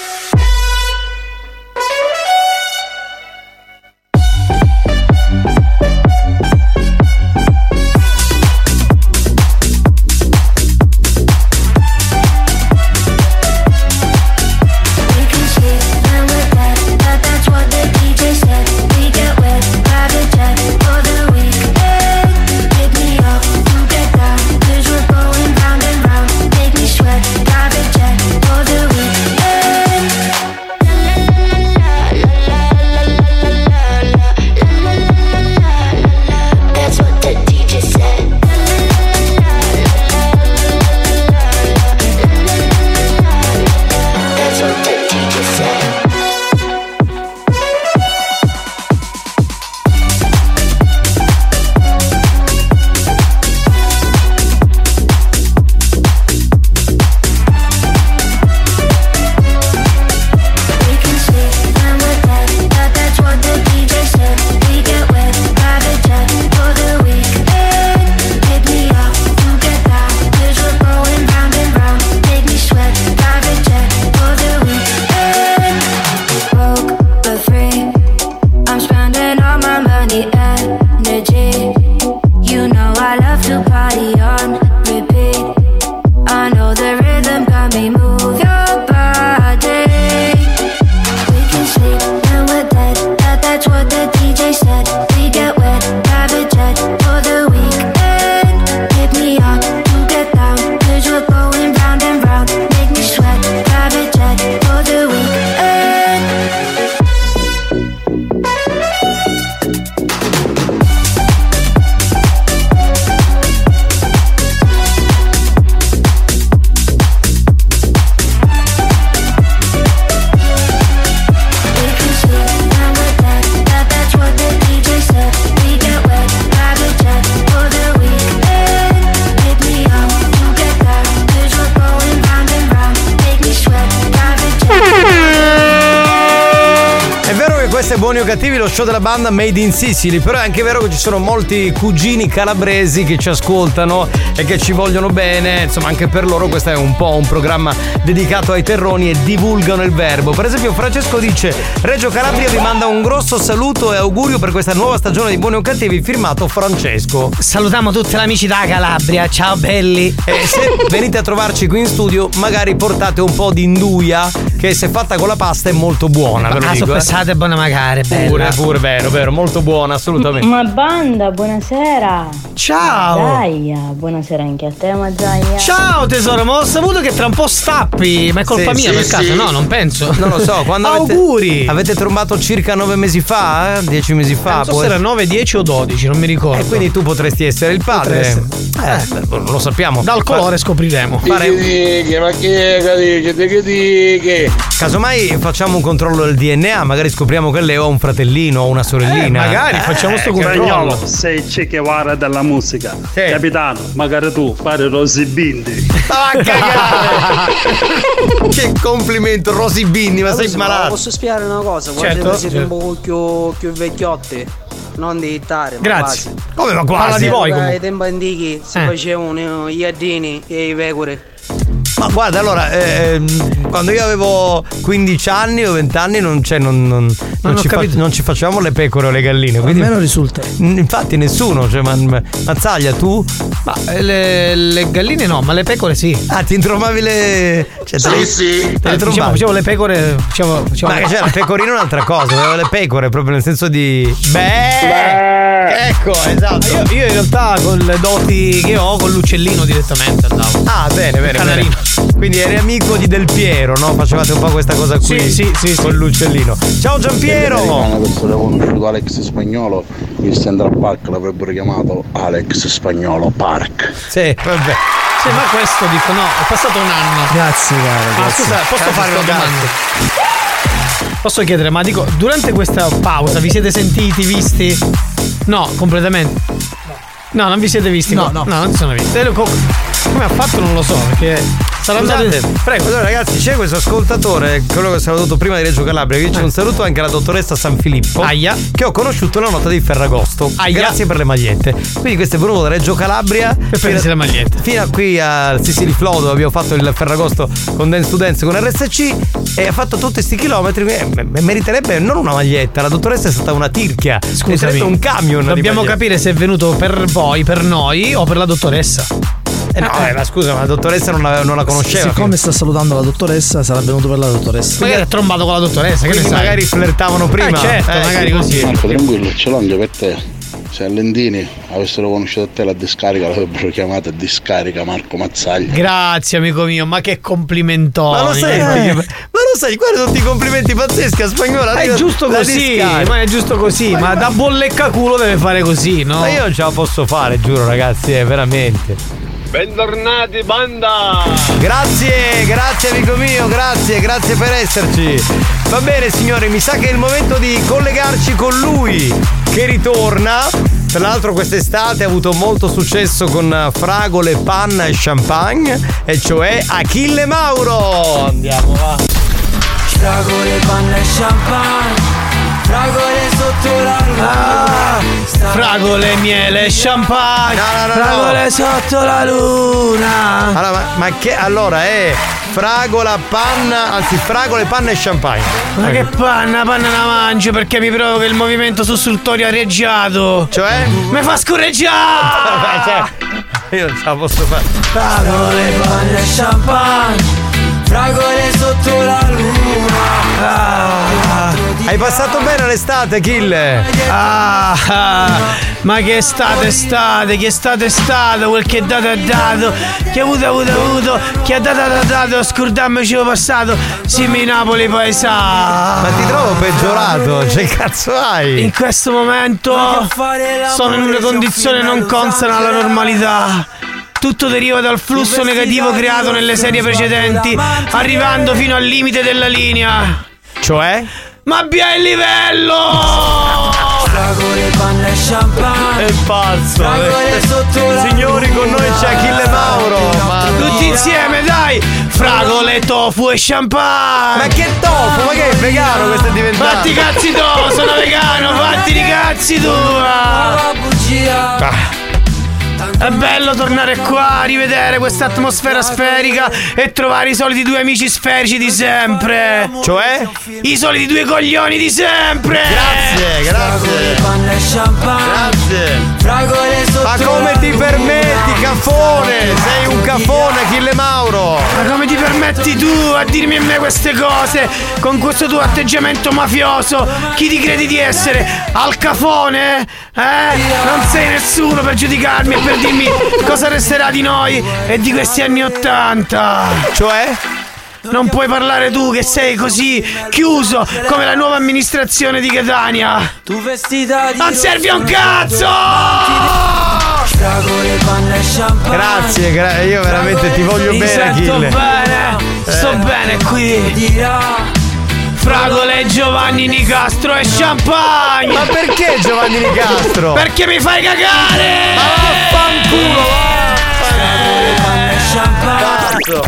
Buoni o cattivi, lo show della banda Made in Sicily. Però è anche vero che ci sono molti cugini calabresi che ci ascoltano e che ci vogliono bene. Insomma, anche per loro questo è un po' un programma dedicato ai terroni e divulgano il verbo. Per esempio Francesco dice: Reggio Calabria vi manda un grosso saluto e augurio per questa nuova stagione di Buoni o cattivi, firmato Francesco.
Salutiamo tutti gli amici da Calabria, ciao belli.
E se venite a trovarci qui in studio, magari portate un po' di induia, che se fatta con la pasta è molto buona, ve lo dico.
Pensate buona magari.
Pure, vero, molto buona, assolutamente.
Ma banda, buonasera.
Ciao.
Mazzaia, buonasera anche a te, Mazzaia.
Ciao tesoro, ma ho saputo che tra un po' stappi. Ma è colpa mia per caso? No, non penso.
Non lo so, quando
auguri.
Avete trombato circa 9 mesi fa? 10 mesi fa?
Non so se era 9, 10 o 12, non mi ricordo.
E quindi tu potresti essere il padre. Non lo sappiamo.
Dal colore scopriremo.
Casomai facciamo un controllo del DNA, magari scopriamo che Leo ha un fratellino o una sorellina.
Magari facciamo sto controllo.
Sei Che Guevara della musica. Capitano, magari tu fare Rosy Bindi.
Che complimento, Rosy Bindi, ma sei malato.
Posso spiegare una cosa? Guarda, siete un po' più vecchiotti. Non di ittare.
Grazie.
Come ma quasi?
Di voi
ai tempi antichi si facevano gli addini e i pecore.
Ma guarda, allora, quando io avevo 15 anni o 20 anni non ci facevamo le pecore o le galline. Quindi
almeno risulta.
Infatti nessuno, cioè, Mazzaglia, tu?
Ma le galline no, ma le pecore sì.
Ah, ti introvavi le. Cioè,
sì. Facevo le pecore.
Ma che c'era, il pecorino è un'altra cosa, avevo le pecore proprio nel senso di. Ecco, esatto.
Io in realtà con le doti che ho, con l'uccellino direttamente andavo.
Ah, bene.
Canarino.
Quindi eri amico di Del Piero, no? Facevate un po' questa cosa qui.
Sì.
Con l'uccellino. Ciao Giampiero!
Una persona ha conosciuto Alex Spagnolo, il Central Park l'avrebbero chiamato Alex Spagnolo Park.
Sì, vabbè.
Sì, ma questo dico, no, è passato un anno.
Grazie, caro.
Ma scusa, posso fare una domanda? Posso chiedere, ma dico, durante questa pausa vi siete sentiti, visti? No, completamente. No, non vi siete visti?
No.
No, non si sono visti. Come ha fatto non lo so, perché
Scusate, prego. Allora ragazzi, c'è questo ascoltatore, quello che ho salutato prima di Reggio Calabria, che c'è un saluto anche alla dottoressa San Filippo, che ho conosciuto la notte di Ferragosto. Grazie per le magliette. Quindi questo è venuto da Reggio Calabria
per prendersi la maglietta.
Fino a qui al Sicily Flow, dove abbiamo fatto il Ferragosto con Dance to Dance con RSC, e ha fatto tutti sti chilometri. Meriterebbe non una maglietta, la dottoressa è stata una tirchia.
Scusami,
un camion.
Dobbiamo capire se è venuto per voi, per noi o per la dottoressa.
Ma scusa, ma la dottoressa non la conosceva.
Siccome sta salutando la dottoressa, sarà venuto per la dottoressa.
Magari è trombato con la dottoressa.
Quindi magari flirtavano prima.
Certo, magari così.
Marco, tranquillo, ce l'ho anche per te. Se a Lendini avessero conosciuto a te la discarica, l'avrebbero chiamata discarica Marco Mazzaglia.
Grazie amico mio, ma che complimentoni.
Ma lo sai, guarda tutti i complimenti pazzeschi a Spagnola.
È giusto così, ma è giusto così. Ma da bolleccaculo deve fare così, no?
Ma io non ce la posso fare, giuro ragazzi, veramente.
Bentornati banda!
Grazie amico mio, grazie per esserci. Va bene signori, mi sa che è il momento di collegarci con lui che ritorna. Tra l'altro quest'estate ha avuto molto successo con fragole, panna e champagne, e cioè Achille Mauro. Andiamo, va.
Fragole, panna e champagne, fragole sotto la luna.
Fragole, miele, champagne.
No.
Fragole sotto la luna.
Allora, ma che allora è fragole, panna e champagne.
Ma che panna la mangio perché mi provoca il movimento sussultorio arreggiato.
Cioè?
Mi fa scorreggiare.
Io non ce la posso fare.
Fragole, panna e champagne, fragole sotto la luna.
Hai passato bene l'estate, Achille?
Ma che estate, quel che dato è dato, che avuto, che ha dato, scordammi ce l'ho passato, Simi Napoli poi sa.
Ma ti trovo peggiorato, che cazzo hai?
In questo momento sono in una condizione non consona alla normalità. Tutto deriva dal flusso negativo creato nelle serie precedenti, arrivando fino al limite della linea.
Cioè?
Ma abbia il livello!
Fragole, panna e champagne,
è pazzo. Signori, con noi c'è Achille Mauro.
Tutti insieme, dai! Fragole, tofu e champagne!
Ma che tofu? Ma che è vegano questo è diventato?
Fatti i cazzi tu, sono vegano, fatti i cazzi tua! È bello tornare qua, rivedere questa atmosfera sferica e trovare i soliti due amici sferici di sempre.
Cioè?
I soliti due coglioni di sempre.
Grazie.
Grazie.
Ma come ti permetti, cafone? Sei un cafone, Achille Mauro.
Ma come ti permetti tu a dirmi a me queste cose con questo tuo atteggiamento mafioso? Chi ti credi di essere? Al cafone? Non sei nessuno per giudicarmi e per dirmi cosa resterà di noi e di questi anni '80.
Cioè?
Non puoi parlare tu che sei così chiuso come la nuova amministrazione di Catania.
Tu vestita di
non servi a un cazzo!
Grazie, io veramente ti voglio bene, Achille.
Sto bene qui. Fragole, Giovanni Nicastro e champagne.
Ma perché Giovanni Nicastro?
Perché mi fai cagare!
Ma vaffanculo,
champagne.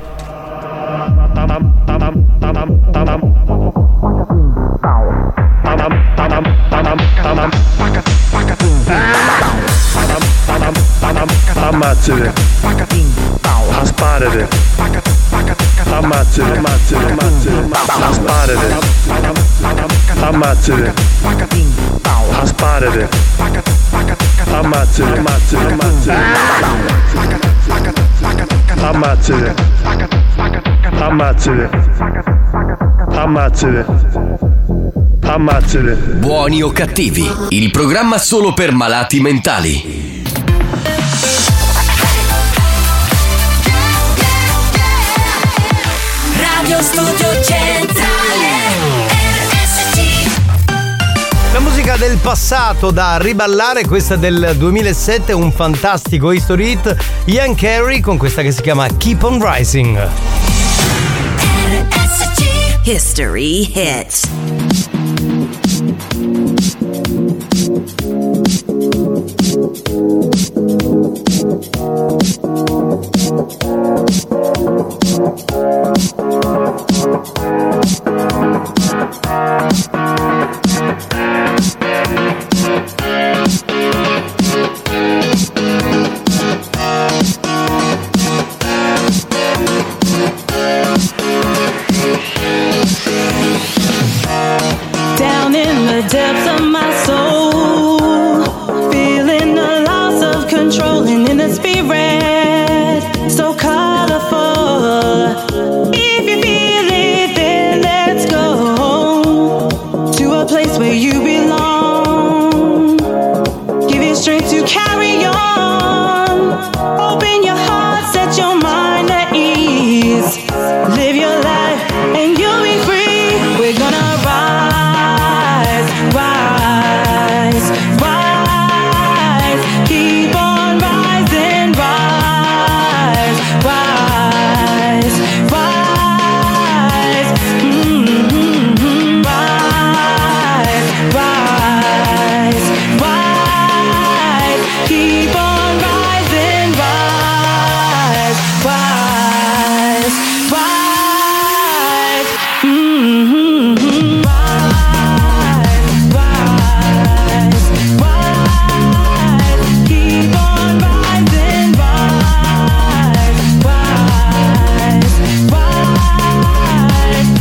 Ammazzate. Sparate. Ammazzate. Sparate. Ammazzate. Sparate. Ammazzate. Ammazzate.
Buoni o cattivi, il programma solo per malati mentali.
Radio Studio Centrale RSC.
La musica del passato da riballare, questa del 2007, un fantastico history hit, Ian Carey con questa che si chiama Keep on Rising.
RSC History Hits.
Down in the depths of my soul, feeling the loss of control and in the spirit, so colorful. If you feel it, then let's go to a place where you belong. Give you strength to carry on. Open your heart, set your mind at ease. Live your life and you'll be free. We're gonna rise, rise, rise. Keep on rising, rise, rise, rise. Rise, rise, rise. Keep on rising, rise, rise, rise. Keep on rising, rise, rise, rise.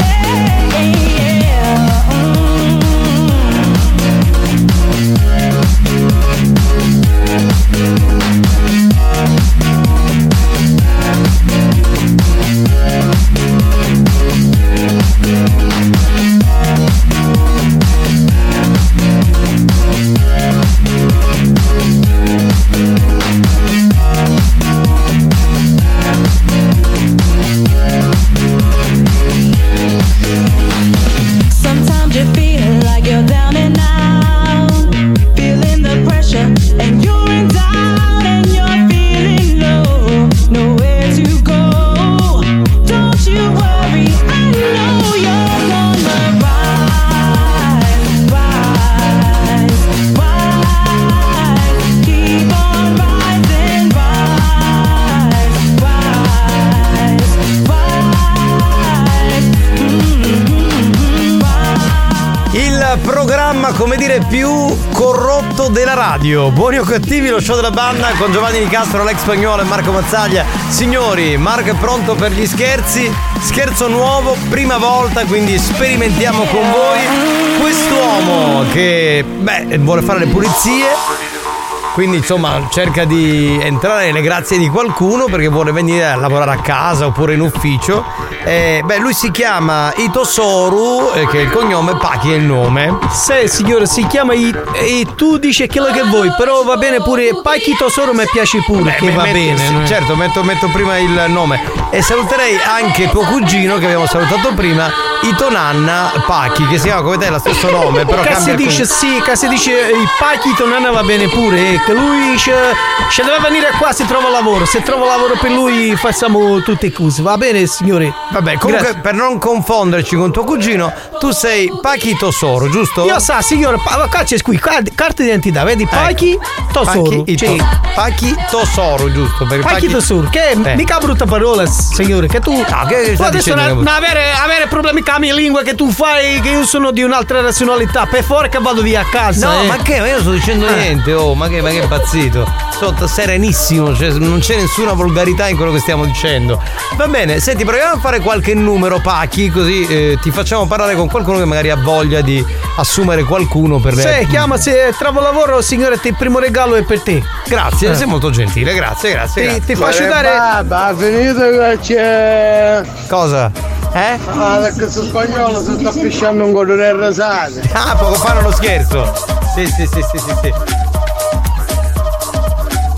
Sometimes you feel like you're down and out, feeling the pressure, and you're in doubt, and you're feeling low, nowhere to go. Don't you worry, I know you're gonna rise, rise, rise. Keep on rising, rise, rise, rise.
Il programma, come dire, più corrotto della radio. Buoni o cattivi, lo show della banda con Giovanni Nicastro, Alex Spagnuolo e Marco Mazzaglia. Signori, Marco è pronto per gli scherzi. Scherzo nuovo, prima volta, quindi sperimentiamo con voi. Quest'uomo che, vuole fare le pulizie, quindi insomma cerca di entrare nelle grazie di qualcuno perché vuole venire a lavorare a casa oppure in ufficio. Lui si chiama Itosoru, che è il cognome, Paki è il nome.
Sì, signore, si chiama e tu dici quello che vuoi, però va bene pure Paki Itosoru, mi piace pure, che va bene.
Certo, metto prima il nome. E saluterei anche tuo cugino che abbiamo salutato prima, Itonanna Paki, che si chiama come te, lo stesso nome, però
che si dice il Paki Itonanna va bene pure, che lui ci deve venire qua se trova lavoro. Se trova lavoro per lui facciamo tutte cose, va bene signore?
Vabbè, comunque grazie. Per non confonderci con tuo cugino, tu sei Paki Tosoro, giusto?
Io sa, signore, qua c'è qui, carta d'identità, vedi? Paki Tosoro.
Paki Tosoro, giusto?
Paki Tosoro, che mica brutta parola, signore, che tu adesso non avere problemi con la mia lingua, che tu fai, che io sono di un'altra nazionalità, per forza che vado via a casa.
No, ma che? Ma io non sto dicendo niente, ma che impazzito. Sono serenissimo, cioè non c'è nessuna volgarità in quello che stiamo dicendo. Va bene, senti, proviamo a fare qualche numero, Paki, così ti facciamo parlare con qualcuno che magari ha voglia di assumere qualcuno per le...
Sì, chiama, se trovo lavoro, signore, il primo regalo è per te.
Grazie, sei molto gentile, grazie.
Ti faccio dare...
Ha finito che c'è...
Cosa?
Perché su Spagnolo si sta pisciando un colore rasate.
Ah, poco fa uno scherzo. Sì.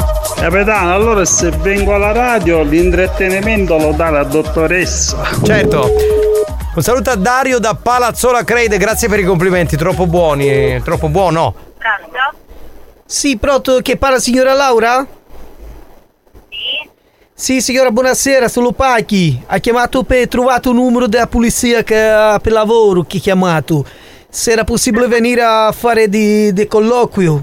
Capitano, allora se vengo alla radio l'intrattenimento lo dà la dottoressa.
Certo. Un saluto a Dario da Palazzola Crede, grazie per i complimenti, troppo buoni, troppo buono.
Pronto?
Sì, pronto, che parla signora Laura?
Sì.
Sì, signora, buonasera, sono Pachi. Ha chiamato per trovato un numero della polizia che, per lavoro che ha chiamato. Se era possibile venire a fare di colloquio.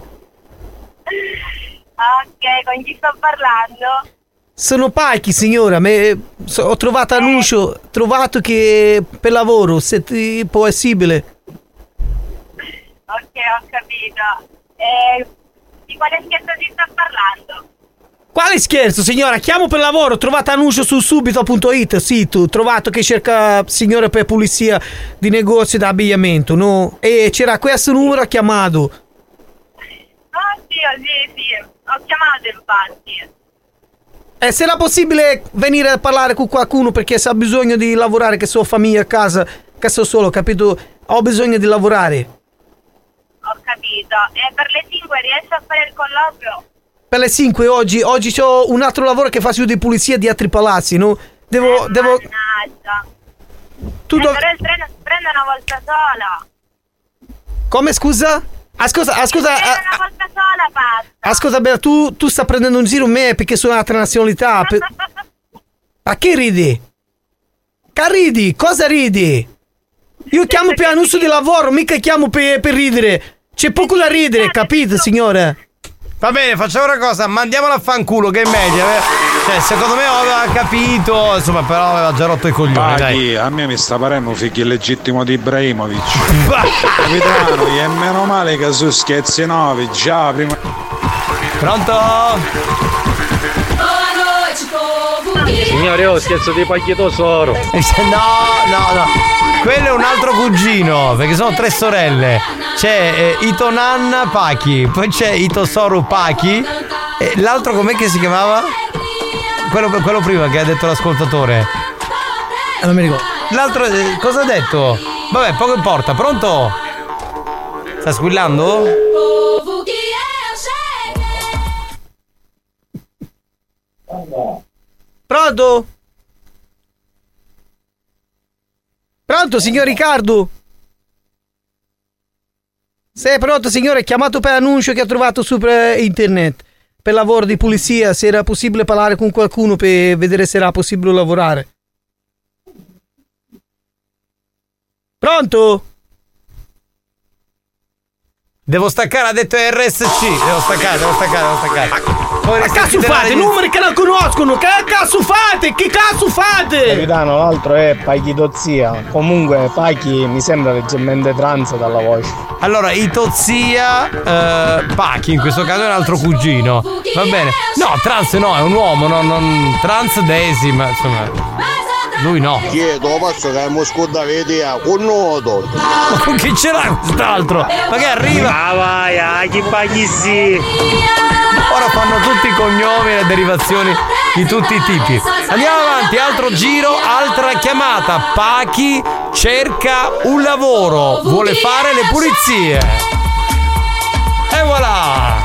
Ok, con chi sto parlando?
Sono Pachi, signora, ho trovato annuncio, trovato che per lavoro, se è possibile.
Ok, ho capito. Di quale scherzo si sta parlando?
Quale scherzo, signora? Chiamo per lavoro, ho trovato annuncio su subito.it, sito, trovato che cerca signora per pulizia di negozi d'abbigliamento, no? E c'era questo numero, ha chiamato.
Oddio, sì, ho chiamato infatti.
E se era possibile venire a parlare con qualcuno perché se ha bisogno di lavorare, che sono famiglia a casa, che sono solo, capito? Ho bisogno di lavorare.
Ho capito. E per le 5 riesci a fare il colloquio?
Per le 5 oggi c'ho un altro lavoro che faccio di pulizia di altri palazzi, no? Devo...
Mannaggia. Però il treno si prende una volta sola.
Come, scusa? Scusa.
Una volta sola passa.
Ascolta, Bella, tu stai prendendo in giro me perché sono un'altra nazionalità. Ma che ridi? Che ridi? Cosa ridi? Io chiamo per annuncio di lavoro, mica chiamo per ridere. C'è poco da ridere, capito, signore?
Va bene, facciamo una cosa, mandiamola a fanculo, che è meglio. Cioè, secondo me aveva capito, insomma, però aveva già rotto i coglioni. Dai.
A me mi sta parendo un figlio illegittimo di Ibrahimovic. Capitano, è meno male che su scherzi 9, già prima.
Pronto?
Signore, scherzo di Pacchietosoro.
No. Quello è un altro cugino, perché sono 3 sorelle. C'è Itonanna Pachi, poi c'è Itosoru Pachi, e l'altro com'è che si chiamava? Quello prima che ha detto l'ascoltatore.
Non mi ricordo.
L'altro cosa ha detto? Vabbè, poco importa. Pronto? Sta squillando?
Pronto? Pronto, signor Riccardo? Sei pronto, signore? Chiamato per annuncio che ha trovato su internet per lavoro di pulizia. Se era possibile parlare con qualcuno per vedere se era possibile lavorare. Pronto?
Devo staccare, ha detto RSC. Devo staccare.
Ma che cazzo fate? Numeri che non conoscono! Che cazzo fate? Che cazzo fate?
Capitano, l'altro è Pachitozia. Comunque Pachi mi sembra leggermente trans dalla voce.
Allora, Itozia Pachi, in questo caso è un altro cugino. Va bene. No, trans no, è un uomo, non trans Daisy, ma insomma. Lui no.
Chiedo, posso che mi scuda l'idea con nuoto.
Ma con chi ce l'ha quest'altro? Ma che arriva?
Ah vai, chi paghi sì.
Ora fanno tutti i cognomi e le derivazioni di tutti i tipi. Andiamo avanti, altro giro, altra chiamata. Pachi cerca un lavoro, vuole fare le pulizie. E voilà!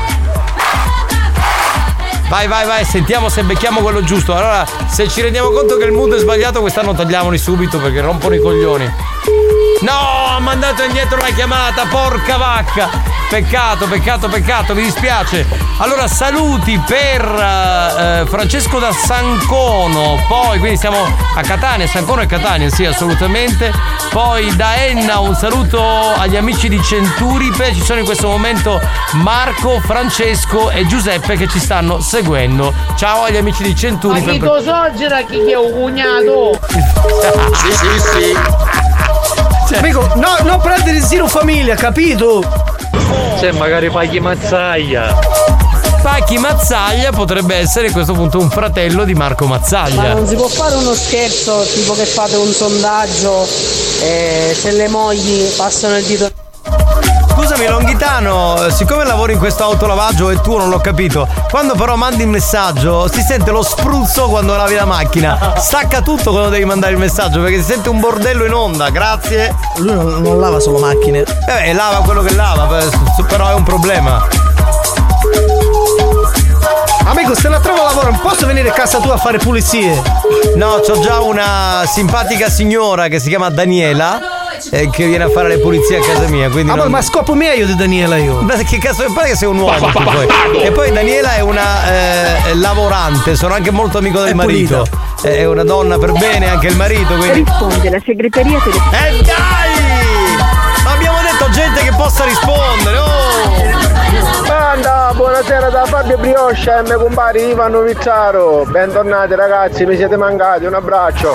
Vai, sentiamo se becchiamo quello giusto. Allora, se ci rendiamo conto che il mood è sbagliato, quest'anno tagliamoli subito perché rompono i coglioni. No, ha mandato indietro la chiamata, porca vacca. Peccato, mi dispiace. Allora, saluti per Francesco da Sancono. Poi, quindi siamo a Catania, Sancono e Catania, sì, assolutamente. Poi da Enna un saluto agli amici di Centuripe. Ci sono in questo momento Marco, Francesco e Giuseppe che ci stanno seguendo. Ciao agli amici di Centuripe.
Ma chi tu soggira chi è un cugnato?
Sì.
Cioè, amico, no, non prendere in giro famiglia, capito?
Se magari Pachi Mazzaglia.
Pachi Mazzaglia potrebbe essere a questo punto un fratello di Marco Mazzaglia.
Ma non si può fare uno scherzo tipo che fate un sondaggio e se le mogli passano il dito.
Scusami Longhitano, siccome lavori in questo autolavaggio e tu non l'ho capito, quando però mandi il messaggio si sente lo spruzzo quando lavi la macchina. Stacca tutto quando devi mandare il messaggio perché si sente un bordello in onda, grazie.
Lui non lava solo macchine.
Lava quello che lava, però è un problema.
Amico, se la trovo lavoro, non posso venire a casa tua a fare pulizie?
No, c'ho già una simpatica signora che si chiama Daniela che viene a fare le pulizie a casa mia, quindi
ma scopo meglio di Daniela io.
Ma che cazzo, pare che sei un uomo tu poi. E poi Daniela è una lavorante, sono anche molto amico del marito. È una donna per bene, anche il marito, quindi.
Risponde la segreteria
dai! Ma abbiamo detto gente che possa rispondere,
Banda, buonasera da Fabio Brioscia e me compare Ivano Vizzaro. Bentornati ragazzi, mi siete mancati, un abbraccio.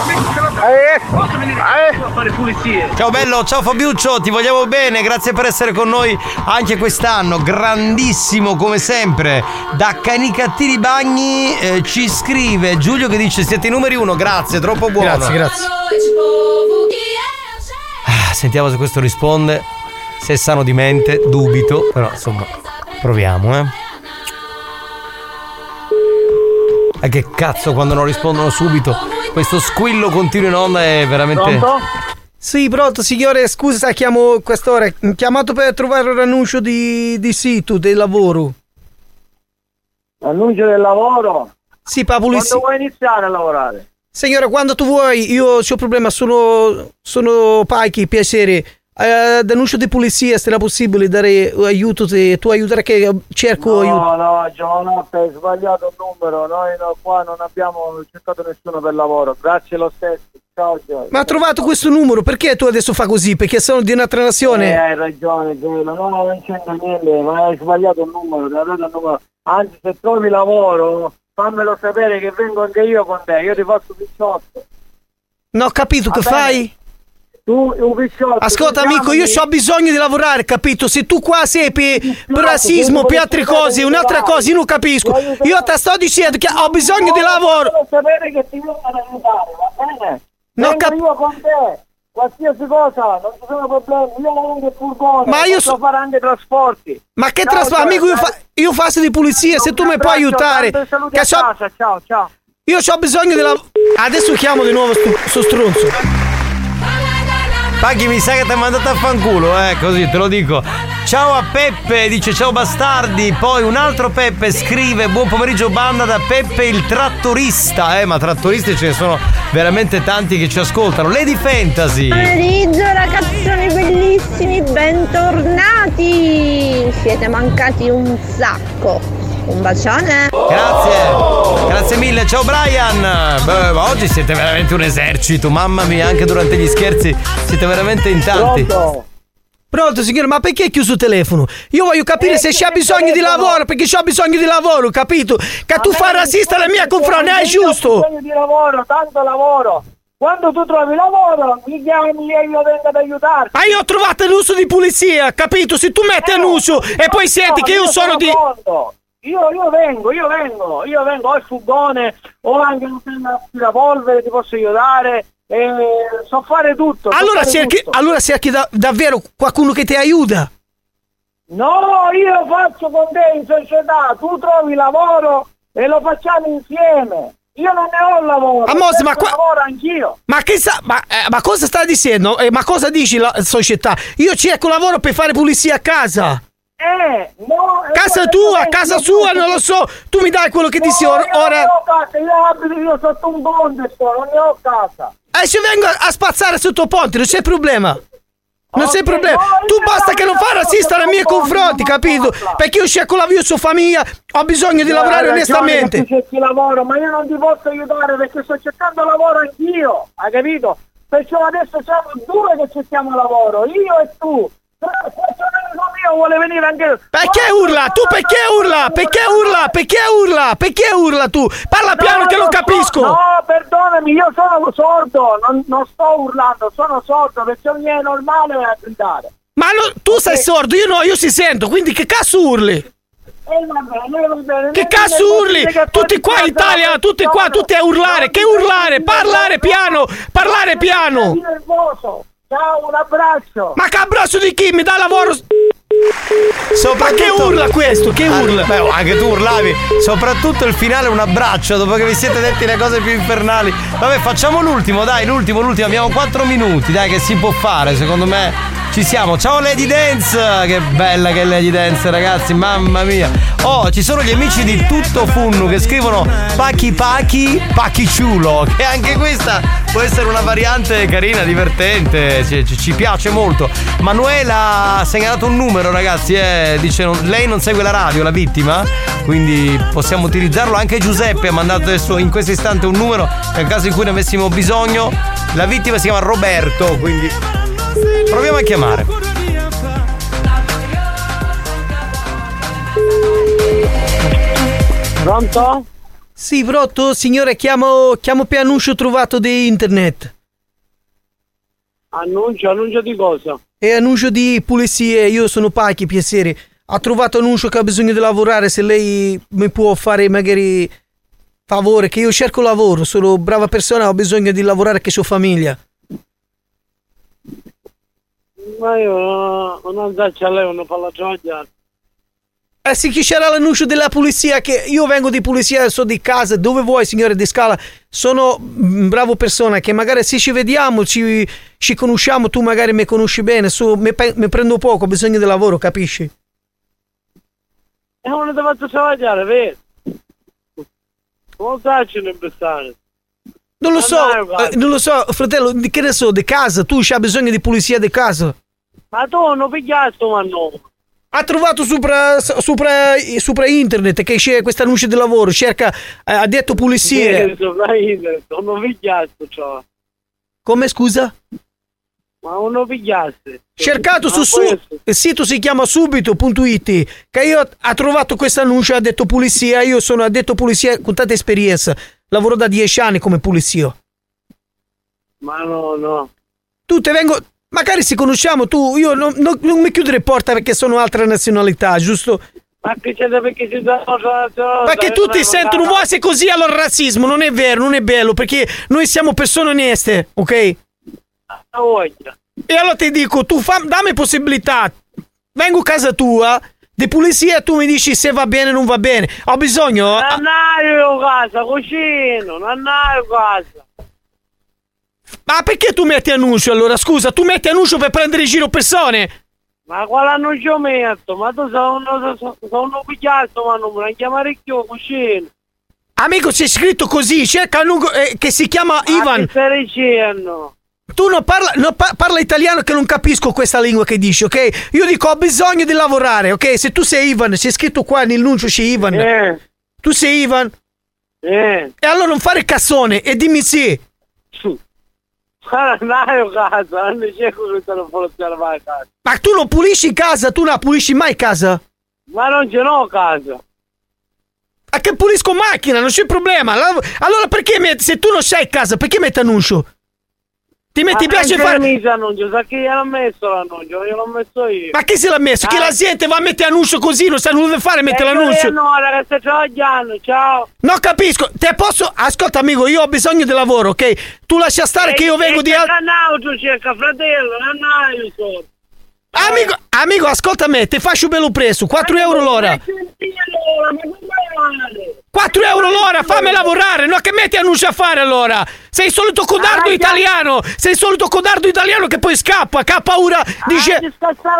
Ciao bello, ciao Fabiuccio, ti vogliamo bene, grazie per essere con noi anche quest'anno, grandissimo come sempre. Da Canicattiri Bagni ci scrive Giulio che dice siete i numeri 1, grazie, troppo buono.
Grazie.
Sentiamo se questo risponde. Se è sano di mente, dubito, però insomma, proviamo, E che cazzo quando non rispondono subito. Questo squillo continuo in onda è veramente.
Pronto?
Sì, pronto signore, scusa, chiamo quest'ora. Chiamato per trovare l'annuncio di sito del lavoro.
Annuncio del lavoro?
Sì, per la pulizia.
Quando vuoi iniziare a lavorare?
Signora, quando tu vuoi, io c'ho problema, sono Paichi, piacere. D'annuncio di pulizia, se era possibile dare aiuto, tu aiutare che cerco aiuto.
No, Giovanotto, hai sbagliato il numero, noi qua non abbiamo cercato nessuno per lavoro, grazie lo stesso, ciao Gio.
Ma ha trovato questo numero, perché tu adesso fa così? Perché sono di un'altra nazione?
Hai ragione Gio, non c'entra niente, ma hai sbagliato il numero, anzi se trovi lavoro fammelo sapere che vengo anche io con te, io ti faccio 18.
No, ho capito, che fai?
Tu un picciotto.
Ascolta amico, io ho bisogno di lavorare, capito? Se tu qua sei per razzismo, per altre cose, un'altra cosa, io non capisco. Io ti sto dicendo che ho bisogno di lavoro.
Devo sapere che ti vengo ad aiutare, va bene?
No,
io con te, qualsiasi cosa, non ci sono problemi, io lavoro anche furgone,
ma io
posso fare anche trasporti.
Ma che trasporti? Amico, io faccio di pulizia, se tu mi puoi aiutare.
Ciao.
Io ho bisogno di lavoro. Adesso chiamo di nuovo sto stronzo.
Paghi, mi sa che ti ha mandato a fanculo, così te lo dico. Ciao a Peppe, dice ciao bastardi. Poi un altro Peppe scrive buon pomeriggio banda da Peppe il trattorista. Ma trattoristi ce ne sono veramente tanti che ci ascoltano. Lady Fantasy.
Pomeriggio ragazzoni bellissimi, bentornati. Siete mancati un sacco. Un bacione.
Grazie mille, ciao Brian. Ma oggi siete veramente un esercito, mamma mia, anche durante gli scherzi siete veramente in tanti.
Pronto signore, ma perché hai chiuso il telefono? Io voglio capire se c'è bisogno di lavoro, perché c'ho bisogno di lavoro, capito? Che tu fai razzista alla mia confronti, è giusto?
Ho bisogno di lavoro, tanto lavoro. Quando tu trovi lavoro, mi chiami e io vengo ad aiutarti.
Ma io ho trovato l'uso di pulizia, capito? Se tu metti annuncio e poi senti che io sono di...
Io vengo, ho il furgone, ho anche un aspirapolvere, ti posso aiutare, so fare tutto.
Allora cerchi davvero qualcuno che ti aiuta.
No, io faccio con te in società, tu trovi lavoro e lo facciamo insieme. Io non ne ho lavoro, lavoro anch'io.
Ma cosa stai dicendo? Ma cosa dici la società? Io cerco lavoro per fare pulizia a casa.
No,
casa tua, casa sua, non lo so. Tu mi dai quello che dici ora.
Io abito sotto un ponte, non ne ho casa.
Se vengo a spazzare sotto ponte, non c'è problema. Non c'è problema. Tu basta che non fai razzista nei miei confronti, capito? Perché io cerco la mia sua famiglia, ho bisogno di lavorare onestamente.
Tu cerchi lavoro, ma io non ti posso aiutare perché sto cercando lavoro anch'io, hai capito? Perciò adesso siamo due che cerchiamo lavoro, io e tu. Mio vuole venire anche.
Perché urla? Tu perché urla? Perché urla tu? Parla piano che lo capisco.
No, perdonami, io sono sordo, non sto urlando, sono sordo, perché mi è normale gridare.
Ma tu sei sordo, io si sento, quindi che cazzo urli?
Va bene.
Che cazzo urli? Tutti qua in Italia, tutti a urlare, che urlare? Parlare piano.
Nervoso. Ciao, un abbraccio.
Ma che abbraccio di chi? Mi dà lavoro? Ma che urla questo? Che urla?
Beh, anche tu urlavi. Soprattutto il finale, un abbraccio. Dopo che vi siete detti le cose più infernali. Vabbè, facciamo l'ultimo, dai, l'ultimo. Abbiamo 4 minuti, dai, che si può fare, secondo me. Ci siamo. Ciao Lady Dance. Che bella che è Lady Dance, ragazzi, mamma mia. Oh, ci sono gli amici di Tutto Funnu che scrivono Pachi ciulo, che anche questa può essere una variante carina, divertente, ci piace molto. Manuela ha segnalato un numero, ragazzi, dice lei non segue la radio, la vittima, quindi possiamo utilizzarlo. Anche Giuseppe ha mandato adesso in questo istante un numero nel caso in cui ne avessimo bisogno. La vittima si chiama Roberto, quindi proviamo a chiamare.
Pronto?
Sì, pronto, signore, chiamo per annuncio trovato di internet.
Annuncio di cosa?
È annuncio di pulizie, io sono Pachi, piacere. Ha trovato annuncio che ha bisogno di lavorare, se lei mi può fare magari favore, che io cerco lavoro, sono brava persona, ho bisogno di lavorare che ho famiglia.
Ma io non so, lei non fa la gioia.
Sì, che c'era l'annuncio della pulizia, che io vengo di pulizia, so di casa, dove vuoi signore di Scala, sono bravo persona, che magari se ci vediamo, ci conosciamo, tu magari mi conosci bene, mi prendo poco, ho bisogno di lavoro, capisci?
E non ti faccio travagliare, vero? Non faccio in bestare.
Non lo so, fratello, che ne so, di casa, tu c'hai bisogno di pulizia di casa.
Ma tu non pigliato, ma no.
Ha trovato sopra internet che c'è questo annuncio di lavoro, cerca, ha detto pulizie.
Sopra internet, non pigliato, ciò.
Come, scusa?
Ma non pigliasse.
Cercato il sito si chiama subito.it, che io ha trovato questo annuncio, ha detto pulizia, io sono addetto pulizia con tanta esperienza, lavoro da 10 anni come pulizio.
Ma no.
Tu te vengo, magari se conosciamo, io non mi chiudere porta perché sono altra nazionalità, giusto?
Ma che c'è perché si dà
perché tutti sentono voi sei così, allora razzismo, non è vero, non è bello, perché noi siamo persone oneste, ok? E allora ti dico, dammi possibilità, vengo a casa tua di pulizia e tu mi dici se va bene o non va bene, ho bisogno.
Non andaio casa, cucino, non andaio casa.
Ma perché tu metti annuncio allora, scusa, tu metti annuncio per prendere in giro persone?
Ma quale annuncio metto? Ma tu sono pigliato, ma non mi chiamare più, cucino.
Amico, c'è scritto così, cerca annuncio che si chiama Ivan.
Che stai dicendo?
Tu non parla italiano, che non capisco questa lingua che dici, ok? Io dico ho bisogno di lavorare, ok? Se tu sei Ivan, c'è scritto qua nell'annuncio c'è Ivan. Tu sei Ivan? E allora non fare cazzone e dimmi sì.
Ma non casa, non c'è questa non pulisare mai casa.
Ma tu non pulisci casa, tu non pulisci mai casa?
Ma non ce l'ho casa.
A che pulisco macchina, non c'è problema. Allora perché se tu non sei a casa, perché metti annuncio? Ti piace fare
annuncio, sa che io l'ho messo l'annuncio, io l'ho messo io.
Ma chi se l'ha messo? Che la gente va a mettere annuncio così, non sa nulla fare, mette l'annuncio.
No, ragazzi, ciao.
No, capisco. Ascolta amico, io ho bisogno di lavoro, ok? Tu lascia stare che io vengo di
tu cerca fratello, non
Amico, ascolta me, ti faccio bello preso, 4 euro l'ora. 4 euro l'ora, fammi lavorare, no che metti annuncio a fare allora. Sei il solito codardo italiano, che poi scappa, che ha paura, dice.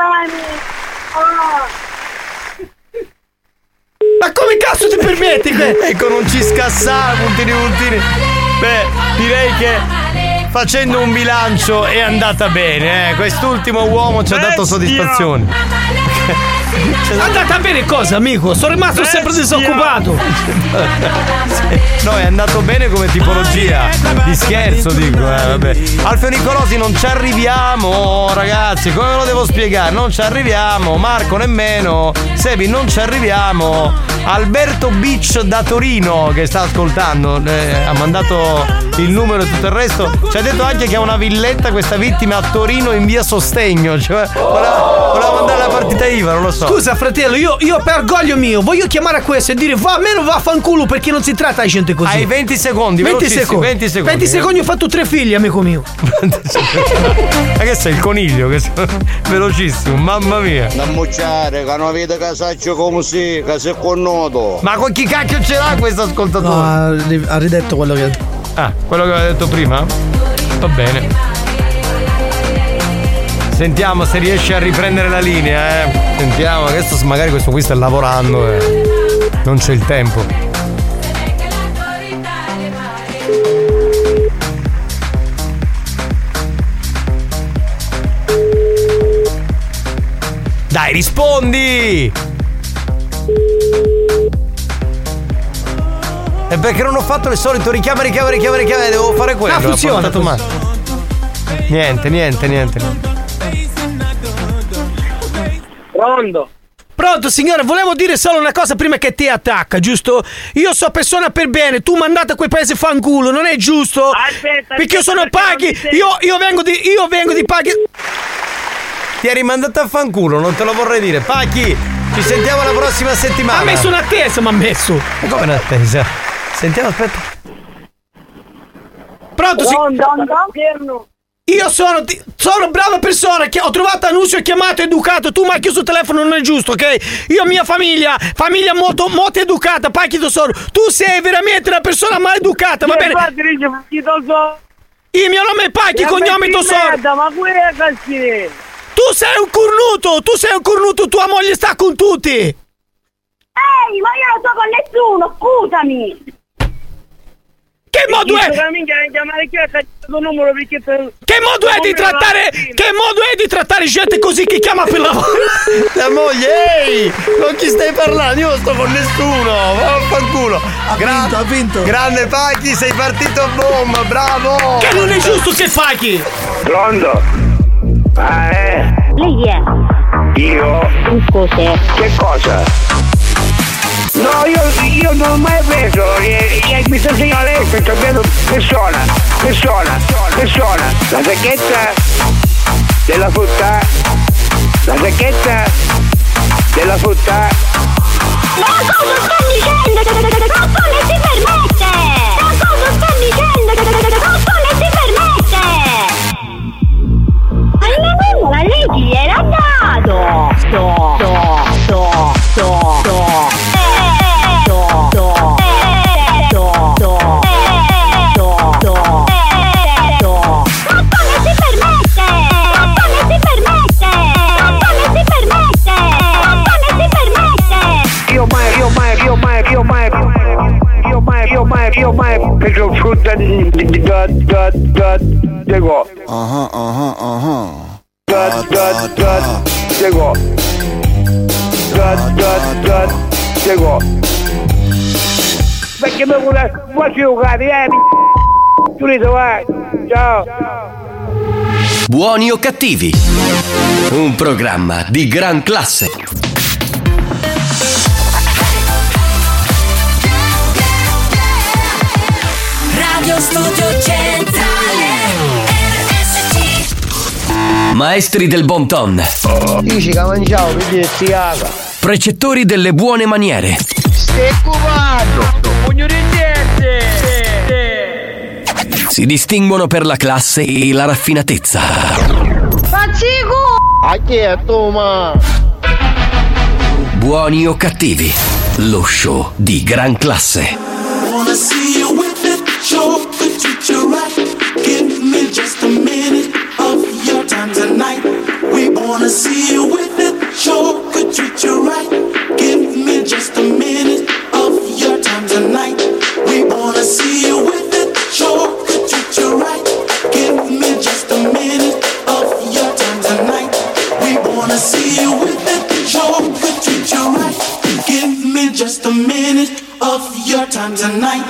Ma come cazzo ti permetti?
Ecco, non ci scassare, puntini. Beh, direi che facendo un bilancio è andata bene, Quest'ultimo uomo ci ha dato soddisfazioni.
È andata bene cosa, amico? Sono rimasto sempre disoccupato.
No, è andato bene come tipologia di scherzo, dico, vabbè. Alfio Nicolosi, non ci arriviamo, ragazzi, come ve lo devo spiegare? Non ci arriviamo, Marco nemmeno, Sebi non ci arriviamo. Alberto Beach da Torino, che sta ascoltando, ha mandato il numero e tutto il resto, ci ha detto anche che ha una villetta questa vittima a Torino in via Sostegno, cioè voleva mandare la partita IVA, non lo so.
Scusa fratello, io per orgoglio mio voglio chiamare a questo e dire va, almeno vaffanculo, perché non si tratta di gente così.
Hai 20 secondi,
20 secondi, ho fatto 3 figli, amico mio.
Ma che sei il coniglio? Velocissimo, mamma mia.
Da mucciare, che non vede casaccio come si, che sei connoto.
Ma con chi cacchio ce l'ha questo ascoltatore?
No, ha ridetto quello che.
Quello che aveva detto prima? Va bene. Sentiamo se riesce a riprendere la linea, Sentiamo, magari questo qui sta lavorando e non c'è il tempo. Dai, rispondi! E perché non ho fatto il solito richiama, devo fare quello.
Funziona.
Niente.
Pronto signore, volevo dire solo una cosa prima che ti attacca, giusto? Io so persona per bene, tu mandate a quei paesi fanculo, non è giusto?
Aspetta,
perché io sono paghi, io vengo di paghi.
Ti hai rimandato a fanculo, non te lo vorrei dire. Pacchi, ci sentiamo la prossima settimana.
Ha messo un'attesa, m'ha messo.
Ma come un'attesa? Sentiamo, aspetta.
Pronto Io sono brava persona che ho trovato annuncio e chiamato educato. Tu mi hai chiuso il telefono, non è giusto, ok? Io mia famiglia molto educata, Pacchi tesoro. Tu sei veramente una persona maleducata, va bene? Il mio nome è Pacchi, cognome tesoro.
Ma qui è così.
Tu sei un cornuto, tua moglie sta con tutti.
Ehi, ma io non sto con nessuno, scusami.
Che modo è? Che modo è di trattare gente così che chiama per lavoro?
La moglie, ehi! Con chi stai parlando? Io non sto con nessuno! Vaffanculo!
Ha vinto!
Grande Pacchi, sei partito a bomba, bravo!
Che non è giusto che Pacchi!
Pronto?
Lei è?
Io?
Cos'è?
Che cosa? No, io non ho mai preso, mi sta segnando lei, sto cambiando persona. La sacchetta della frutta. Ma
cosa sta dicendo? Non si permette! Ma lei chi era dato?
Io mai preso frutta di Diego. Diego. Perché mi vuole giocare, Giulito, vai. Ciao.
Buoni o cattivi? Un programma di gran classe.
Radio Studio Centrale RSC.
Maestri del bon ton.
Dici che mangiavo,
Precettori delle buone maniere. Si distinguono per la classe e la raffinatezza. Buoni o cattivi? Lo show di gran classe.
Wanna see you with it, show could treat you right. Give me just a minute of your time tonight. We wanna see you with it, show could treat you right. Give me just a minute of your time tonight. We wanna see you with it, show could treat you right. Give me just a minute of your time tonight. We wanna see you with it, show could treat you right. Give me just a minute of your time tonight.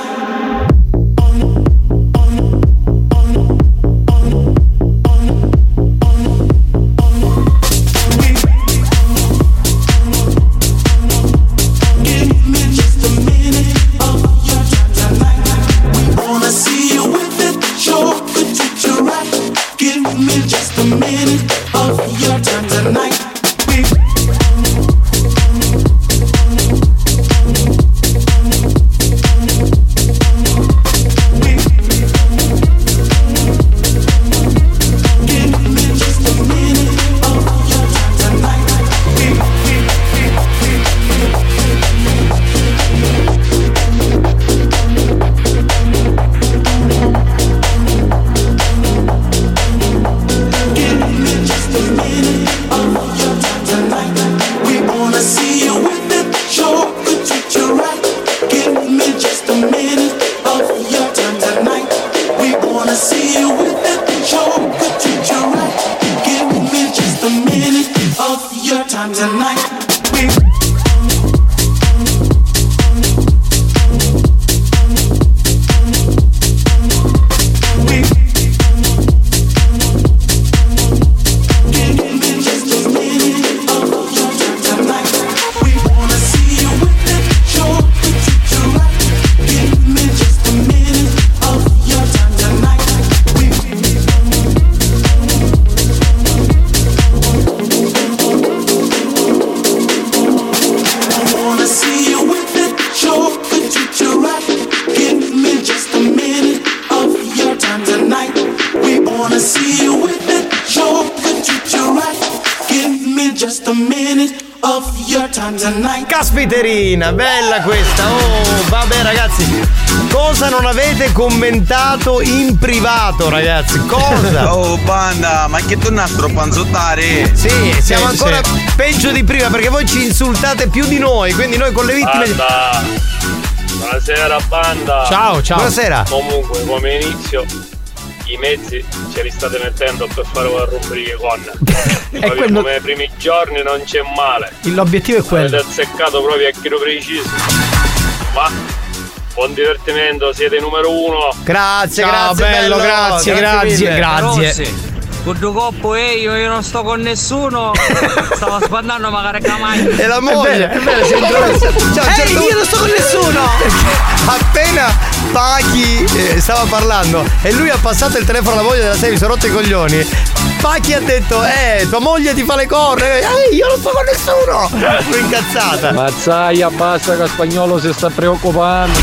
Caspiterina, bella questa. Oh, vabbè ragazzi, cosa non avete commentato in privato, ragazzi? Cosa?
Oh banda, ma che tu nastro panzottare?
Sì, siamo ancora peggio di prima perché voi ci insultate più di noi, quindi noi con le vittime.
Banda. Buonasera banda.
Ciao.
Buonasera. Comunque, come inizio, i mezzi ce li state mettendo per fare una rubrica con.
quello...
Come i primi giorni non c'è male.
L'obiettivo è quello.
Avete azzeccato proprio a chilo preciso. Ma buon divertimento, siete numero uno.
Grazie,
ciao,
grazie
bello, grazie.
Con due coppo io non sto con nessuno. Stavo spandando magari Camai.
E la moglie.
È vero, si è introdotta.
Certo,
io non sto con nessuno.
Appena Pachi stava parlando e lui ha passato il telefono alla moglie della serie, mi sono rotto i coglioni. Pachi ha detto, tua moglie ti fa le corna. Io non sto con nessuno. Sono incazzata.
Mazzaia, basta che Spagnolo si sta preoccupando.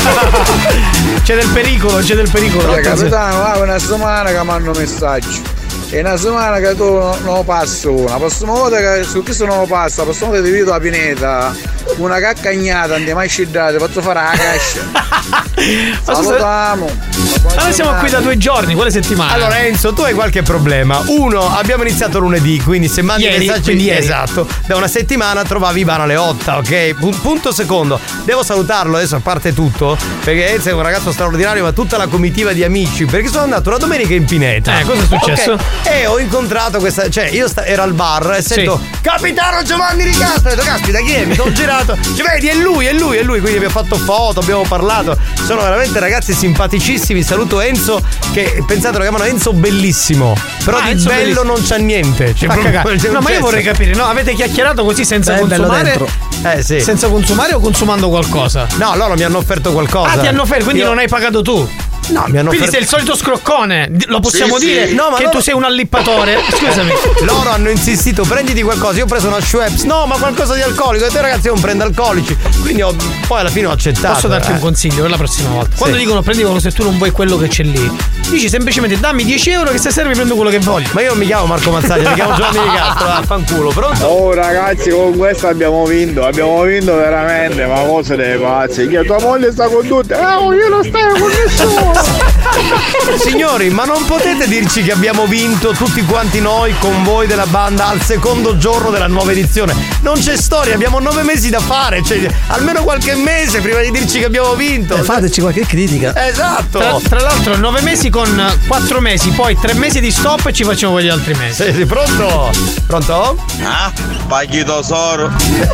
C'è del pericolo.
Capitano, va una settimana che mi hanno messaggio. E una settimana che tu non passo una. La prossima volta che su questo non lo passa, la prossima volta ti vedo la pineta. Una caccagnata, andiamo a sciddare, posso fare la cascia. Salutiamo.
Noi siamo qui da 2 giorni, quale settimana?
Allora Enzo, tu hai qualche problema. Uno, abbiamo iniziato lunedì, quindi se mandi messaggi
ieri.
Esatto, da una settimana trovavi Ivano alle 8, ok? Punto secondo. Devo salutarlo adesso, a parte tutto, perché Enzo è un ragazzo straordinario, ma tutta la comitiva di amici, perché sono andato una domenica in pineta.
Cosa è successo?
Okay. E ho incontrato questa, cioè io ero al bar e sento Capitano Giovanni Di Castro. Ho detto, caspita, chi è? Mi sono girato, cioè vedi, è lui, quindi abbiamo fatto foto, abbiamo parlato. Sono veramente ragazzi simpaticissimi. Saluto Enzo, che pensate lo chiamano Enzo Bellissimo, però di
Enzo
bello
bellissimo.
non c'ha niente, cioè,
no, ma io vorrei capire, no? Avete chiacchierato così senza consumare?
Sì.
Senza consumare o consumando qualcosa?
No, loro mi hanno offerto qualcosa.
Ti hanno offerto, quindi non hai pagato tu?
No, mi hanno
Quindi sei il solito scroccone, lo possiamo dire?
No, ma
che tu sei un allippatore? Scusami.
Loro hanno insistito, prenditi qualcosa. Io ho preso una Schweppes. No, ma qualcosa di alcolico. E te ragazzi, io non prendo alcolici. Quindi poi alla fine ho accettato.
Posso darti un consiglio per la prossima volta? Quando dicono prendi qualcosa se tu non vuoi quello che c'è lì, dici semplicemente dammi 10 euro che se serve prendo quello che voglio.
Ma io non mi chiamo Marco Mazzaglia, mi chiamo Giovanni Di Castro. Vaffanculo, pronto?
Oh ragazzi, con questo abbiamo vinto veramente, ma cosa dei pazzi? Che tua moglie sta con tutti. Io non sto con nessuno.
Signori, ma non potete dirci che abbiamo vinto tutti quanti noi con voi della banda al secondo giorno della nuova edizione? Non c'è storia, abbiamo 9 mesi da fare, cioè almeno qualche mese prima di dirci che abbiamo vinto.
Fateci qualche critica.
Esatto.
Tra l'altro 9 mesi con 4 mesi, poi 3 mesi di stop e ci facciamo gli altri mesi.
Sì, pronto? Pronto?
Paghi tesoro.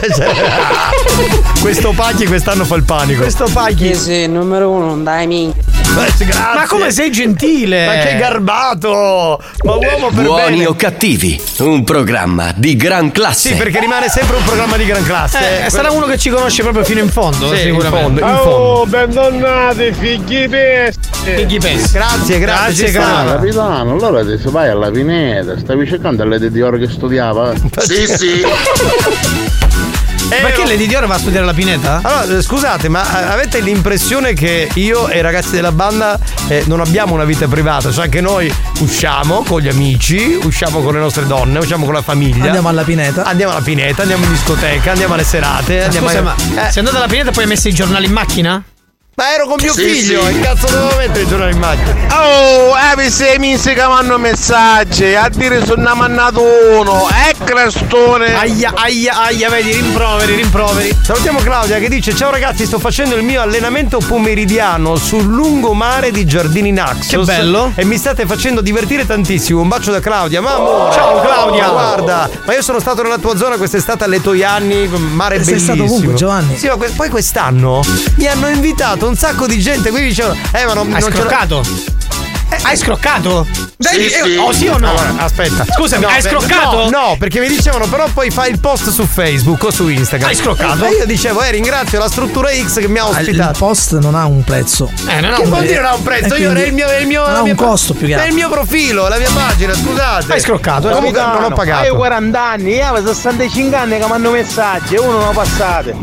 Questo Paghi quest'anno fa il panico.
Questo Paghi.
Sì, numero 1, dai minchia.
Grazie.
Ma come sei gentile?
Ma che garbato! Ma uomo per
Buoni
bene.
o cattivi, un programma di gran classe.
Sì, perché rimane sempre un programma di gran classe.
Sarà uno che ci conosce proprio fino in fondo,
sì,
sicuramente.
In fondo.
Bentornati, figli pesci.
Grazie.
Capitano, allora adesso vai alla pineta. Stavi cercando le di ore che studiava?
Sì.
Perché Lady Dior va a studiare la pineta?
Allora, scusate, ma avete l'impressione che io e i ragazzi della banda non abbiamo una vita privata? Cioè anche noi usciamo con gli amici, usciamo con le nostre donne, usciamo con la famiglia.
Andiamo alla pineta,
andiamo in discoteca, andiamo alle serate.
Scusa, ma sei andata alla pineta e poi hai messo i giornali in macchina?
Ma ero con mio
Sì,
figlio,
sì.
che cazzo dovevo mettere il giornale in macchina?
Oh, vi sei mesi che mandano messaggi, a dire sono mandato uno, crestone.
Aia, vedi, rimproveri. Salutiamo Claudia che dice: ciao ragazzi, sto facendo il mio allenamento pomeridiano sul lungomare di Giardini Naxos.
Che bello.
E mi state facendo divertire tantissimo. Un bacio da Claudia, mamma.
Ciao Claudia.
Guarda, ma io sono stato nella tua zona quest'estate alle Toianni, mare
Sei
bellissimo.
stato ovunque, Giovanni.
Sì, ma poi quest'anno mi hanno invitato un sacco di gente, qui dicevano ma non
Hai
ce l'ho-
scroccato? Hai scroccato? Dai,
Sì.
oh sì o no?
Allora, aspetta.
Scusami, hai scroccato?
No, perché mi dicevano però poi fai il post su Facebook o su Instagram.
Hai scroccato?
E io dicevo, ringrazio la struttura X che mi ha
Il
ospitato.
post non ha un prezzo.
Non
Che vuol dire non ha un prezzo?
E
Io era
quindi
il mio
non
la
ha
mia
un costo più che
È
altro.
il mio profilo, la mia pagina, scusate.
Hai scroccato,
Comunque non ho pagato.
Io 40 anni, io avevo 65 anni che mi hanno messaggi e uno non passate.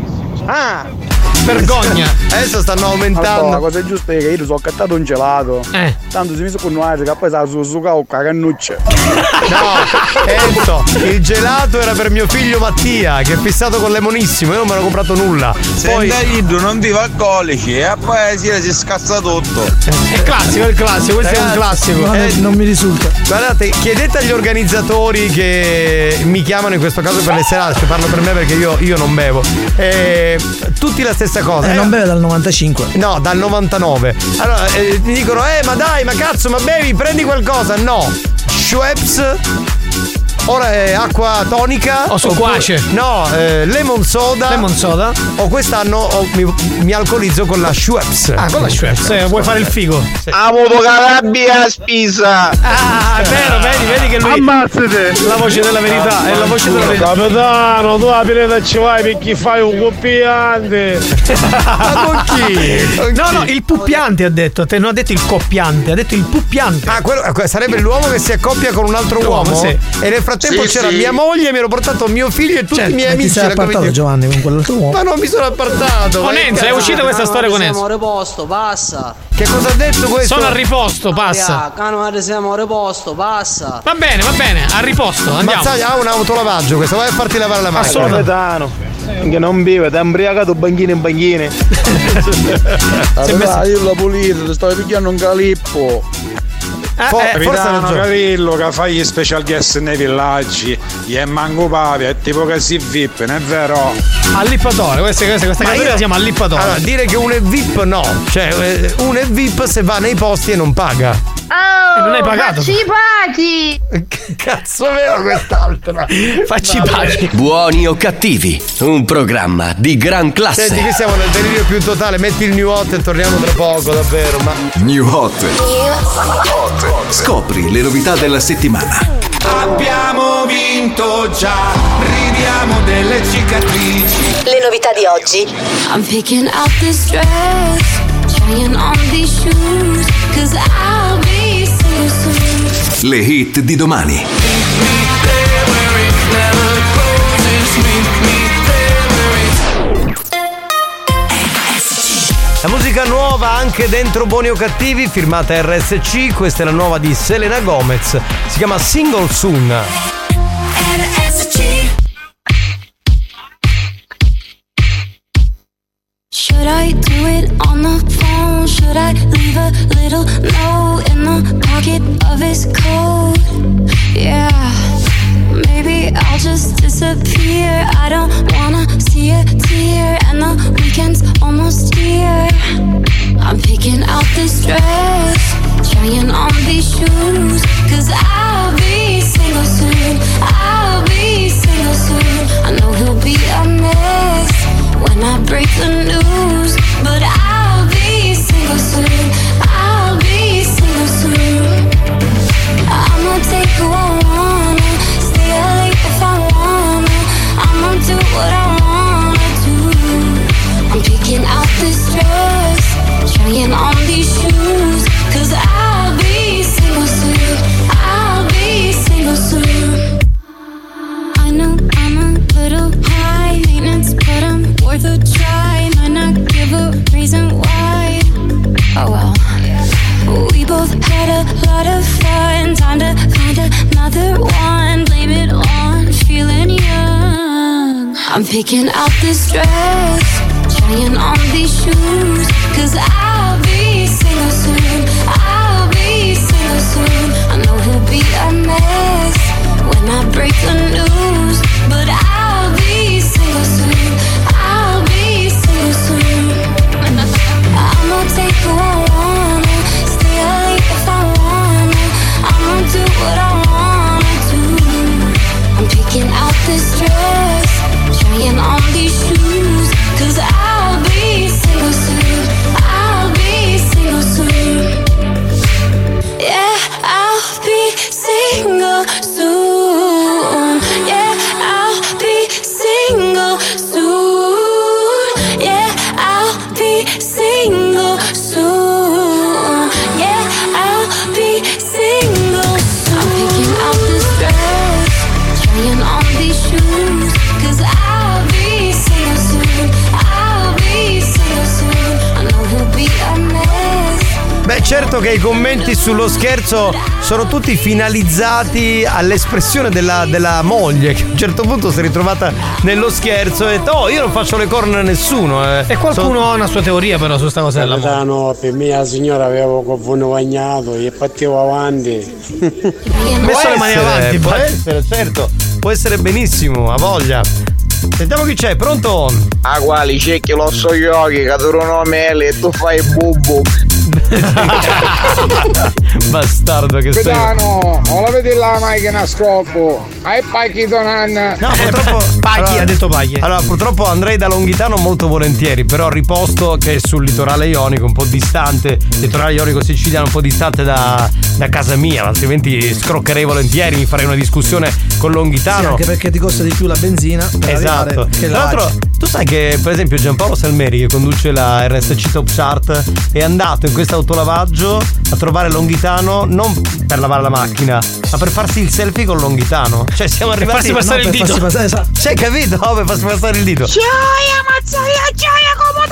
Vergogna. Adesso stanno aumentando.
La cosa giusta è che io sono accattato un gelato. Tanto si mi sono con noi che poi sta su con la cannuccia.
No, Enzo, il gelato era per mio figlio Mattia, che è fissato con lemonissimo, io non me ne ho comprato nulla.
Poi non ti va alcolici e poi si scazza tutto.
È classico, questo è un classico.
Non mi risulta.
Guardate, chiedete agli organizzatori che mi chiamano in questo caso per le serate, parlo per me perché io non bevo. Tutti la stessa cosa.
Non beve dal 95.
No, dal 99. Allora, mi dicono, ma dai, ma cazzo, ma bevi, prendi qualcosa. No. Schweppes. Ora è acqua tonica.
O Soquace.
No, lemon soda. O quest'anno mi alcolizzo con la Schweppes.
Con la Schweppes. Vuoi fare il figo?
Avuto Calabria spisa.
È vero, vedi che lui.
Ammazzate.
La voce della verità, è la voce della verità.
Capitano, tu la pirata ci vai perché fai un coppiante.
Ma con chi?
No, il puppiante ha detto, a te non ha detto il coppiante, ha detto il puppiante.
Quello sarebbe l'uomo che si accoppia con un altro uomo?
Sì.
E nel frattempo c'era mia moglie, mi ero portato mio figlio e tutti i miei amici.
Ti sei appartato, Giovanni, con quell'altro uomo?
Ma non mi sono appartato.
Con Enzo, è uscita questa storia con Enzo.
Siamo a riposto, passa.
Che cosa ha detto questo?
Sono a riposto, passa.
Siamo a riposto, passa.
Va bene, a riposto, andiamo.
Ma sai, ha un autolavaggio questo, vai a farti lavare la macchina.
Capitano, che non beve, ti ha imbriagato banchine in banchine.
Allora,
io la pulita, ti stavo picchiando un calippo.
Capitano Carillo che fai gli special guest nei villaggi e manco pavi, è tipo che si VIP, non è vero?
Allippatore, questa categoria si chiama allippatore.
Allora, dire che uno è VIP no, cioè uno è VIP se va nei posti e non paga.
Non hai pagato?
Facci paghi!
Che cazzo vero quest'altra?
Facci paghi.
Buoni o cattivi, un programma di gran classe.
Senti che siamo nel delirio più totale, metti il New Hot e torniamo tra poco, davvero. Ma
New Hot. Scopri le novità della settimana.
Abbiamo vinto già, ridiamo delle cicatrici.
Le novità di oggi.
I'm picking out this dress, trying on these shoes, 'cause I'll be single soon.
Le hit di domani.
la musica nuova anche dentro Buoni o Cattivi, firmata RSC, questa è la nuova di Selena Gomez, si chiama Single Soon.
Should I do it on the phone? Should I leave a little note in the pocket of his coat? Yeah, maybe I'll just disappear. I don't wanna see a tear, and the weekend's almost here. I'm picking out this dress, trying on these shoes, 'cause I'll be single soon. I'll be single soon. I know he'll be a mess when I break the news, but I'll be single soon. I'll be single soon. I'ma take who I wanna, stay up late if I wanna. I'ma do what I wanna do. I'm picking out this dress, trying on these shoes, 'cause I'll be single soon. I'll be single soon. I know I'm a little high maintenance, but I'm worth a try. Might not give a reason why. Oh well. We both had a lot of fun. Time to find another one. Blame it on feeling young. I'm picking out this dress, trying on these shoes, 'cause I'll be single soon. I'll be single soon. I know he'll be a mess when I break the news, but I'll be single soon. I'll be single soon. I'ma take who I wanna, stay late if I wanna. I'ma do what I wanna do. I'm picking out this dress, trying on these shoes, 'cause I'll be single soon. I'll be single soon. Yeah, I'll be single soon. Yeah, I'll be single soon. Yeah, I'll be single soon. Yeah, I'll be single soon. I'm picking out this dress, trying on these shoes, 'cause I'll be single soon. I'll be single soon. I know he'll be a mess.
Beh, certo che i commenti sullo scherzo sono tutti finalizzati all'espressione della moglie, che a un certo punto si è ritrovata nello scherzo e ha detto: oh, io non faccio le corna a nessuno.
E qualcuno ha una sua teoria però su sta cosa della moglie.
No, per me la signora avevo confuso bagnato e partivo avanti.
Messo le mani avanti, può essere, certo, può essere benissimo, ha voglia. Sentiamo chi c'è, pronto?
A quali cerchi lo so io che durano mele e tu fai bubu.
Bastardo che sei.
Capitano, non la vedi la macchina scoppo. Hai pacchi donanna.
No, purtroppo Paghi, ha detto Paghi. Allora, purtroppo andrei da Longhitano molto volentieri, però riposto che è sul litorale ionico, un po' distante, litorale ionico siciliano, un po' distante da casa mia, altrimenti scroccherei volentieri, mi farei una discussione con Longhitano.
Sì, anche perché ti costa di più la benzina.
Esatto. Tra l'altro, tu sai che per esempio Giampaolo Salmeri, che conduce la RSC Top Chart, è andato in questo autolavaggio a trovare Longhitano non per lavare la macchina, ma per farsi il selfie con Longhitano. Cioè siamo arrivati
farsi passare il dito.
Cioè, capito? No, per farsi passare il dito.
Gioia, mazzaia, gioia, come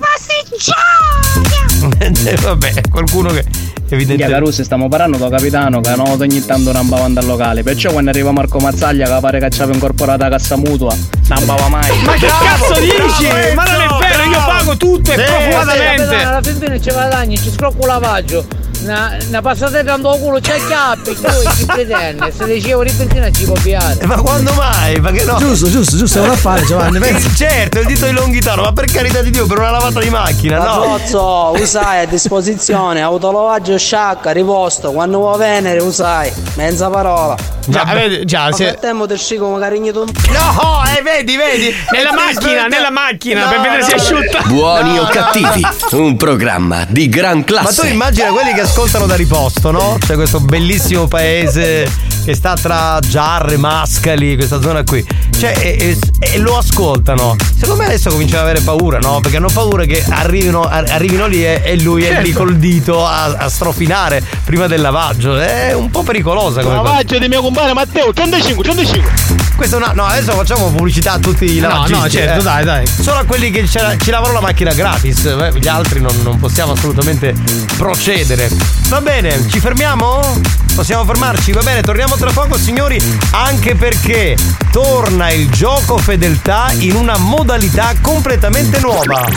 da capassi, gioia!
Vabbè, qualcuno che evidentemente.
Caruso, stiamo parlando con capitano che no, ogni tanto non andava al locale. Perciò quando arriva Marco Mazzaglia che pare che ci aveva incorporata la cassa mutua, non andava mai.
Ma che cazzo dici? Ma non è vero, io pago tutto e profumatamente.
Alla fine ci guadagni, ci scrocco un lavaggio. Una passata tanto al culo c'è chiappi, tu ci pretende. Se dicevo di benzina ci può piare.
Ma quando mai? Ma che no?
Giusto, è un affare, Giovanni.
Certo, il dito di Longhitano, ma per carità di Dio, per una lavata di macchina, no?
Pozzo, usai a disposizione, autolavaggio sciacca, riposto, quando vuoi venere usai, mezza parola.
Già,
se tempo te scico magari ogni tu.
No, vedi.
Nella macchina, per vedere se è asciutta.
Buoni o cattivi, un programma di gran classe.
Ma tu immagina quelli che ascoltano da riposto, no? C'è questo bellissimo paese che sta tra Giarre, Mascali, questa zona qui. Cioè, e lo ascoltano. Secondo me adesso cominciano ad avere paura, no? Perché hanno paura che arrivino lì e lui è lì col dito a strofinare prima del lavaggio. È un po' pericolosa come cosa.
Lavaggio di mio compare Matteo, 35.
Questo no, adesso facciamo pubblicità a tutti i lavaggisti.
No, certo, dai.
Solo a quelli che ci lavorano la macchina gratis. Gli altri non possiamo assolutamente procedere. Va bene, ci fermiamo? Possiamo fermarci? Va bene, torniamo tra poco, signori, anche perché torna il gioco fedeltà in una modalità completamente nuova.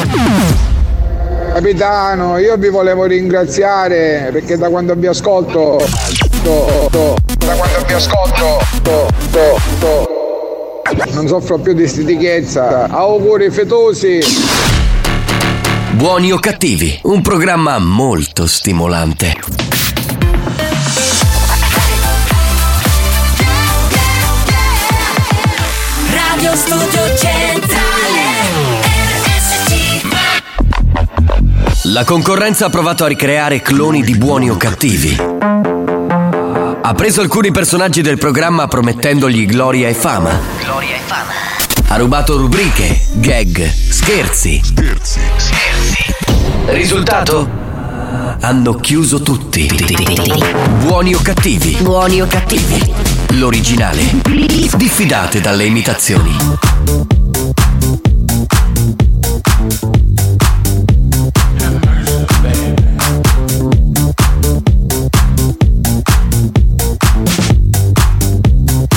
Capitano, io vi volevo ringraziare perché da quando vi ascolto non soffro più di stitichezza. Auguri fetosi.
Buoni o cattivi, un programma molto stimolante.
Radio Studio Centrale RSC.
La concorrenza ha provato a ricreare cloni di Buoni o cattivi. Ha preso alcuni personaggi del programma promettendogli gloria e fama. Ha rubato rubriche, gag, scherzi. Risultato? Hanno chiuso tutti. Buoni o cattivi? L'originale. Diffidate dalle imitazioni.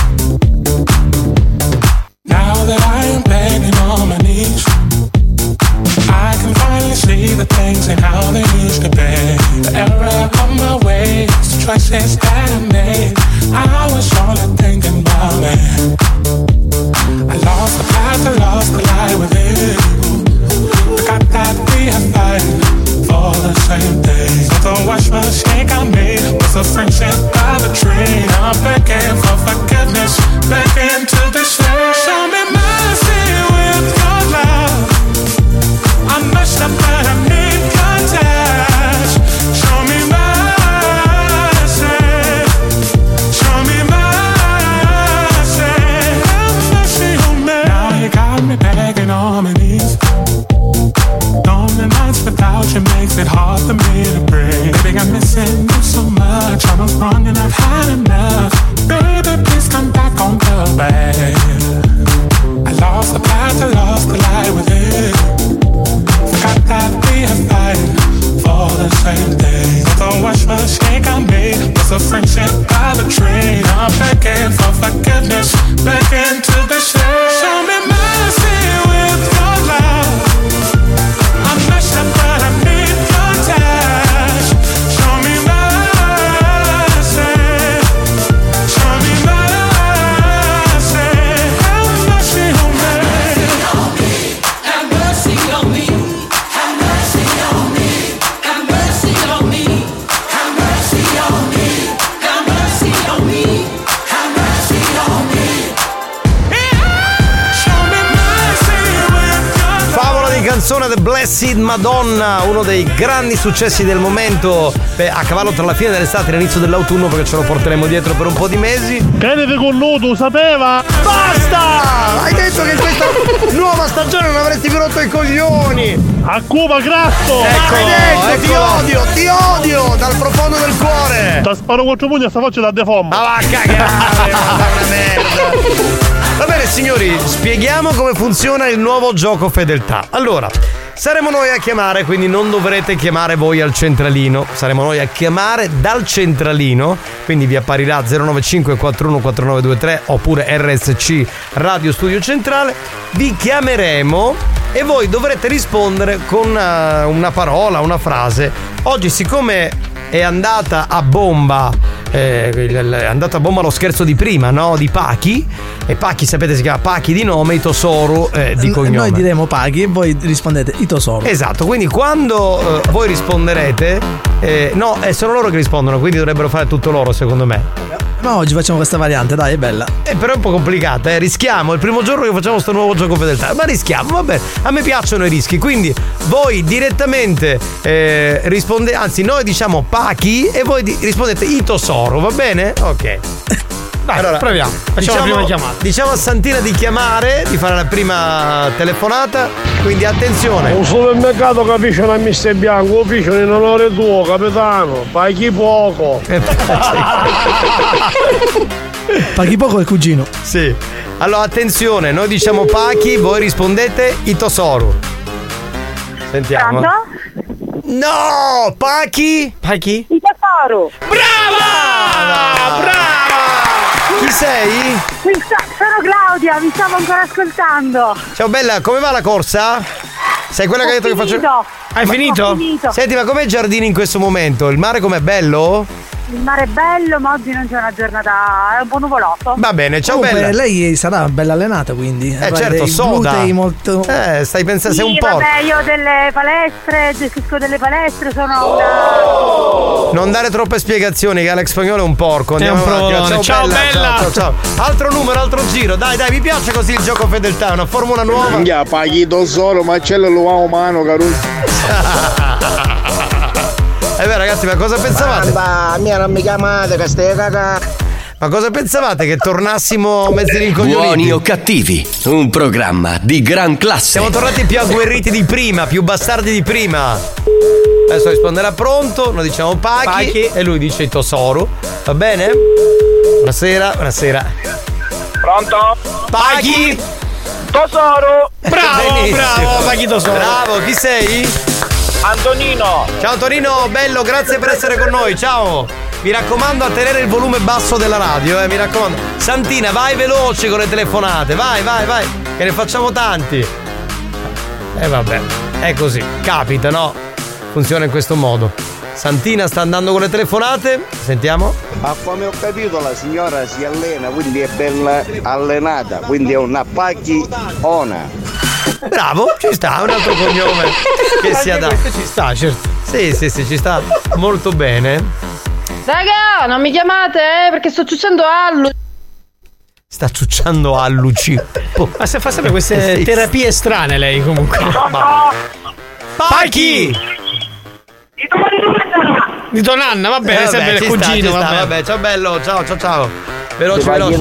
Now that I am begging on my knees, things ain't how they used to be. The error of my ways, the choices that I made, I was only thinking about me. I lost the path, I lost the light with you. Forgot that we had fighting for the same thing. So the wash mistake I made was a friendship by the tree. I'm begging for forgiveness, begging to be saved. Show me mercy with your love. I messed up but I need your touch. Show me mercy. Show me mercy. Have mercy on me. Now you got me begging on my knees. Lonely nights without you makes it hard for me to breathe. Baby, I'm missing you so much. I'm a wrong and I've had enough. Baby, please come back on the way. I lost the path, I lost the light with you. Forgot that we are fighting for the same thing. The wash mistake I made was a friendship by the tree. I'm begging for forgiveness, begging to be saved. Show me mercy with your love. I'm messed up but I need your touch. Show me mercy. Show me mercy. Have mercy on me. Have mercy on me. Have mercy on me. Have mercy on me. Have mercy on me. Have mercy on me. Have mercy on me. Show me mercy with your
Favola di canzone The Blessed Madonna, uno dei grandi successi del momento, a cavallo tra la fine dell'estate e l'inizio dell'autunno, perché ce lo porteremo dietro per un po' di mesi.
Credete con nudo, sapeva?
Basta! Hai detto che in questa nuova stagione non avresti più rotto i coglioni!
A Cuba grasso!
Ti odio dal profondo del cuore!
Ti sparo 4 pugni a sta faccia da defomba!
Ma va a cagare, una merda! Va bene signori, spieghiamo come funziona il nuovo gioco fedeltà. Allora, saremo noi a chiamare, quindi non dovrete chiamare voi al centralino. Saremo noi a chiamare dal centralino, quindi vi apparirà 095 41 4923 oppure RSC Radio Studio Centrale. Vi chiameremo e voi dovrete rispondere con una parola, una frase. Oggi, siccome è andata a bomba, è andato a bomba lo scherzo di prima, no? Di Pachi. E Pachi, sapete, si chiama Pachi di nome, Itosoru di cognome.
Noi diremo Pachi e voi rispondete Itosoru.
Esatto, quindi quando voi risponderete, sono loro che rispondono, quindi dovrebbero fare tutto loro, secondo me.
Ma oggi facciamo questa variante, dai, è bella.
Però è un po' complicata, rischiamo, è il primo giorno che facciamo questo nuovo gioco fedeltà, ma rischiamo, va bene, a me piacciono i rischi, quindi voi direttamente rispondete, anzi noi diciamo Pachi e voi rispondete Itosoru, va bene? Ok.
Dai, allora, proviamo. Facciamo la prima chiamata.
Diciamo a Santina di chiamare, di fare la prima telefonata. Quindi attenzione.
Un supermercato capisce una mista bianco, capisce in onore tuo, capitano. Paghi poco.
Paghi poco il cugino.
Sì. Allora attenzione, noi diciamo Pachi, voi rispondete Itosoru. Sentiamo.
Pronto?
No! Pachi? Pachi?
Itosoru.
Brava! Brava! Chi sei?
Sono Claudia, vi stavo ancora ascoltando.
Ciao bella, come va la corsa? Sei quella che ha detto che faccio. Hai finito?
Ho finito.
Senti, ma com'è Giardini in questo momento? Il mare com'è, bello?
Il mare è bello, ma oggi non c'è una giornata, è un po' nuvoloso.
Va bene, ciao
comunque,
bella.
Lei sarà bella allenata, quindi.
Certo, soda.
Glutei molto.
Stai pensando,
sì,
sei un po'.
Vabbè, io ho delle palestre, gestisco delle palestre, sono una.
Non dare troppe spiegazioni, che Alex Spagnolo è un porco. Andiamo
avanti. Ciao bella.
Ciao. Altro numero, altro giro. Dai, mi piace così il gioco fedeltà, una formula nuova.
Paghi Itosoru, ma c'è l'uomo umano, caro.
Ragazzi, ma cosa pensavate?
A me non mi chiamate, che stai cagando.
Ma cosa pensavate? Che tornassimo mezzi rincoglioniti?
Buoni o cattivi, un programma di gran classe.
Siamo tornati più agguerriti di prima, più bastardi di prima. Adesso risponderà pronto, noi diciamo Pachi e lui dice Itosoru. Va bene? Buonasera.
Pronto?
Pachi?
Itosoru.
Bravo, Pachi Itosoru. Bravo, chi sei?
Antonino.
Ciao Antonino, bello, grazie per essere con noi, ciao. Mi raccomando a tenere il volume basso della radio, mi raccomando. Santina, vai veloce con le telefonate, vai, che ne facciamo tanti. Vabbè, è così, capita, no? funziona in questo modo. Santina sta andando con le telefonate, sentiamo.
Ma come ho capito la signora si allena, quindi è bella allenata, quindi è una pacchiona.
Bravo, ci sta, un altro cognome che si adatta. Ci sta, certo. Sì, ci sta molto bene.
Raga, non mi chiamate, perché sto ciucciando alluci.
Sta ciucciando alluci.
Ma se fa sempre queste terapie strane lei comunque.
Pacchi!
Di Donanna, va bene, sempre il cugino,
sta, vabbè, ciao bello, ciao. Veloce.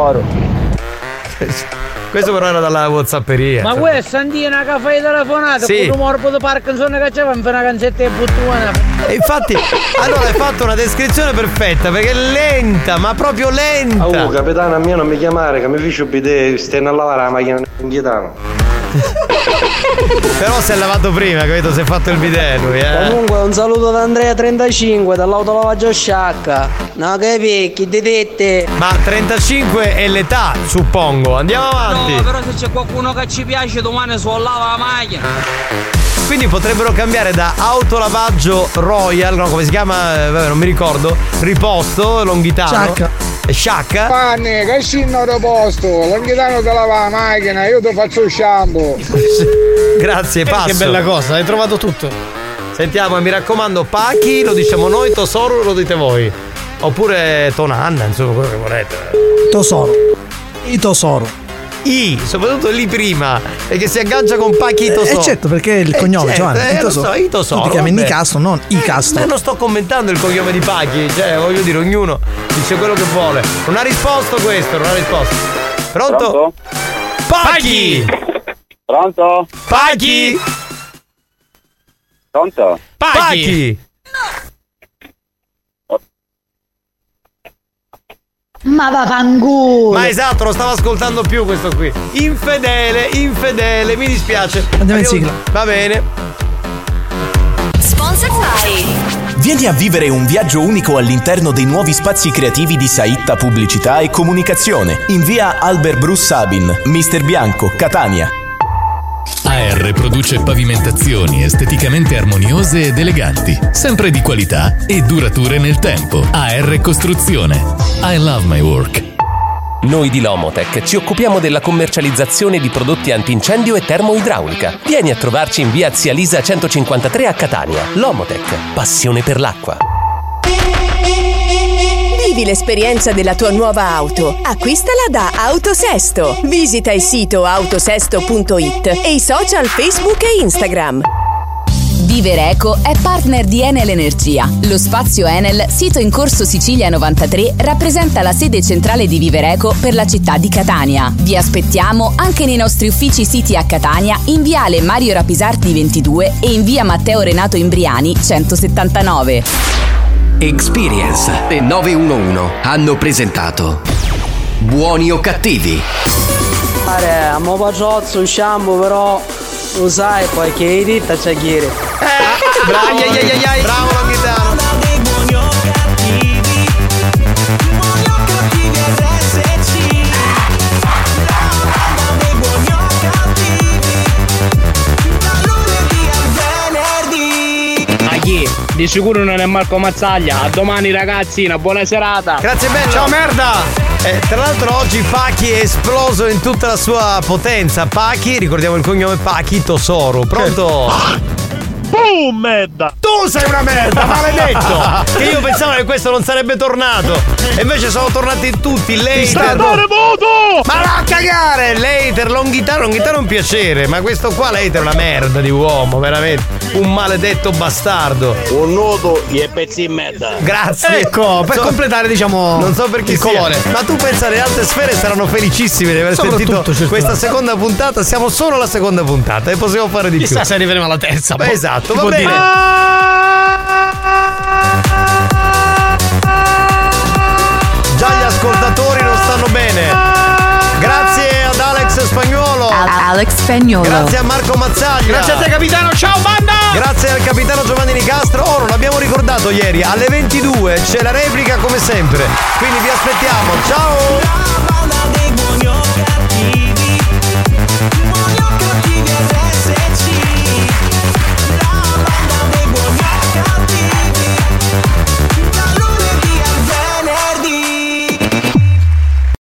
Questo però era dalla WhatsApperia.
Ma questa Santina che fai telefonata con un morbo di Parkinson che c'era una canzetta e buttona.
E infatti, allora hai fatto una descrizione perfetta perché è lenta, ma proprio lenta.
Oh, capitano, a me non mi chiamare, che mi faccio bidet, stai a lavare la macchina in Gaetano.
Però si è lavato prima, capito? Si è fatto il bidet lui,
Comunque un saluto da Andrea 35 dall'autolavaggio Sciacca. No, che vecchi, dite.
Ma 35 è l'età, suppongo. Andiamo avanti.
No, però se c'è qualcuno che ci piace domani lava la macchina.
Quindi potrebbero cambiare da autolavaggio Royal, no, come si chiama? Non mi ricordo. Riposto, Longhitano. Sciacca.
Panni, che scinno da posto, Longhitano te lava la macchina, io ti faccio il shampoo.
Grazie, passo.
Che bella cosa, hai trovato tutto.
Sentiamo, mi raccomando, Pacchi, lo diciamo noi, Tosoro lo dite voi. Oppure Tonanna, insomma, quello che volete.
Tosoro. I Tosoro.
Soprattutto lì prima, perché si aggancia con Pacchi Tosoro.
Certo, perché il cognome,
certo,
Giovanni.
I Tosoro.
Tu ti chiami Nicastro, non Icastro.
Non sto commentando il cognome di Pacchi, cioè voglio dire, ognuno dice quello che vuole. Non ha risposto questo, non ha risposto. Pronto? Pacchi!
Pronto?
Pacchi!
Pronto?
Pacchi!
Ma vaffanculo.
Ma esatto, lo stavo ascoltando più questo qui. Infedele, mi dispiace.
Andiamo in sigla.
Va bene.
Sponsor
Vieni a vivere un viaggio unico all'interno dei nuovi spazi creativi di Saitta Pubblicità e Comunicazione in via Albert Bruce Sabin, Mister Bianco, Catania.
AR produce pavimentazioni esteticamente armoniose ed eleganti, sempre di qualità e durature nel tempo. AR Costruzione. I love my work.
Noi di Lomotec ci occupiamo della commercializzazione di prodotti antincendio e termoidraulica. Vieni a trovarci in via Zia Lisa 153 a Catania. Lomotec, passione per l'acqua.
Vivi l'esperienza della tua nuova auto. Acquistala da Autosesto. Visita il sito autosesto.it e i social Facebook e Instagram.
Vivereco è partner di Enel Energia. Lo spazio Enel, sito in Corso Sicilia 93, rappresenta la sede centrale di Vivereco per la città di Catania. Vi aspettiamo anche nei nostri uffici siti a Catania, in viale Mario Rapisardi 22 e in via Matteo Renato Imbriani 179.
Experience e 911 hanno presentato Buoni o Cattivi.
A mo paciozzo, usciamo però, lo sai, poi che hai detto c'è chi era.
Bravo Longhitano.
Di sicuro non è Marco Mazzaglia. A domani ragazzi, una buona serata.
Grazie bello.
Ciao merda.
Tra l'altro oggi Pacchi è esploso in tutta la sua potenza. Pacchi, ricordiamo il cognome Pacchi Tosoro. Pronto?
Boom, merda!
Tu sei una merda, maledetto! Che io pensavo che questo non sarebbe tornato. E invece sono tornati tutti. Leiter. Ma va a cagare! Leiter, Longhitano è un piacere. Ma questo qua Leiter è una merda di uomo, veramente. Un maledetto bastardo.
Un nodo e pezzi in merda.
Grazie.
Ecco, per completare, diciamo,
non so per chi
il colore.
Ma tu pensa, le altre sfere saranno felicissime di aver sentito questa seconda puntata. Siamo solo alla seconda puntata e possiamo fare di più.
Chissà se arriveremo alla terza.
Beh, esatto, va bene. Già gli ascoltatori non stanno bene. Grazie ad Alex Spagnuolo.
Alex Spagnuolo.
Grazie a Marco Mazzaglia.
Grazie a te capitano, ciao banda.
Grazie al capitano Giovanni Nicastro. Oh, non l'abbiamo ricordato ieri, alle 22 c'è la replica come sempre. Quindi vi aspettiamo. Ciao.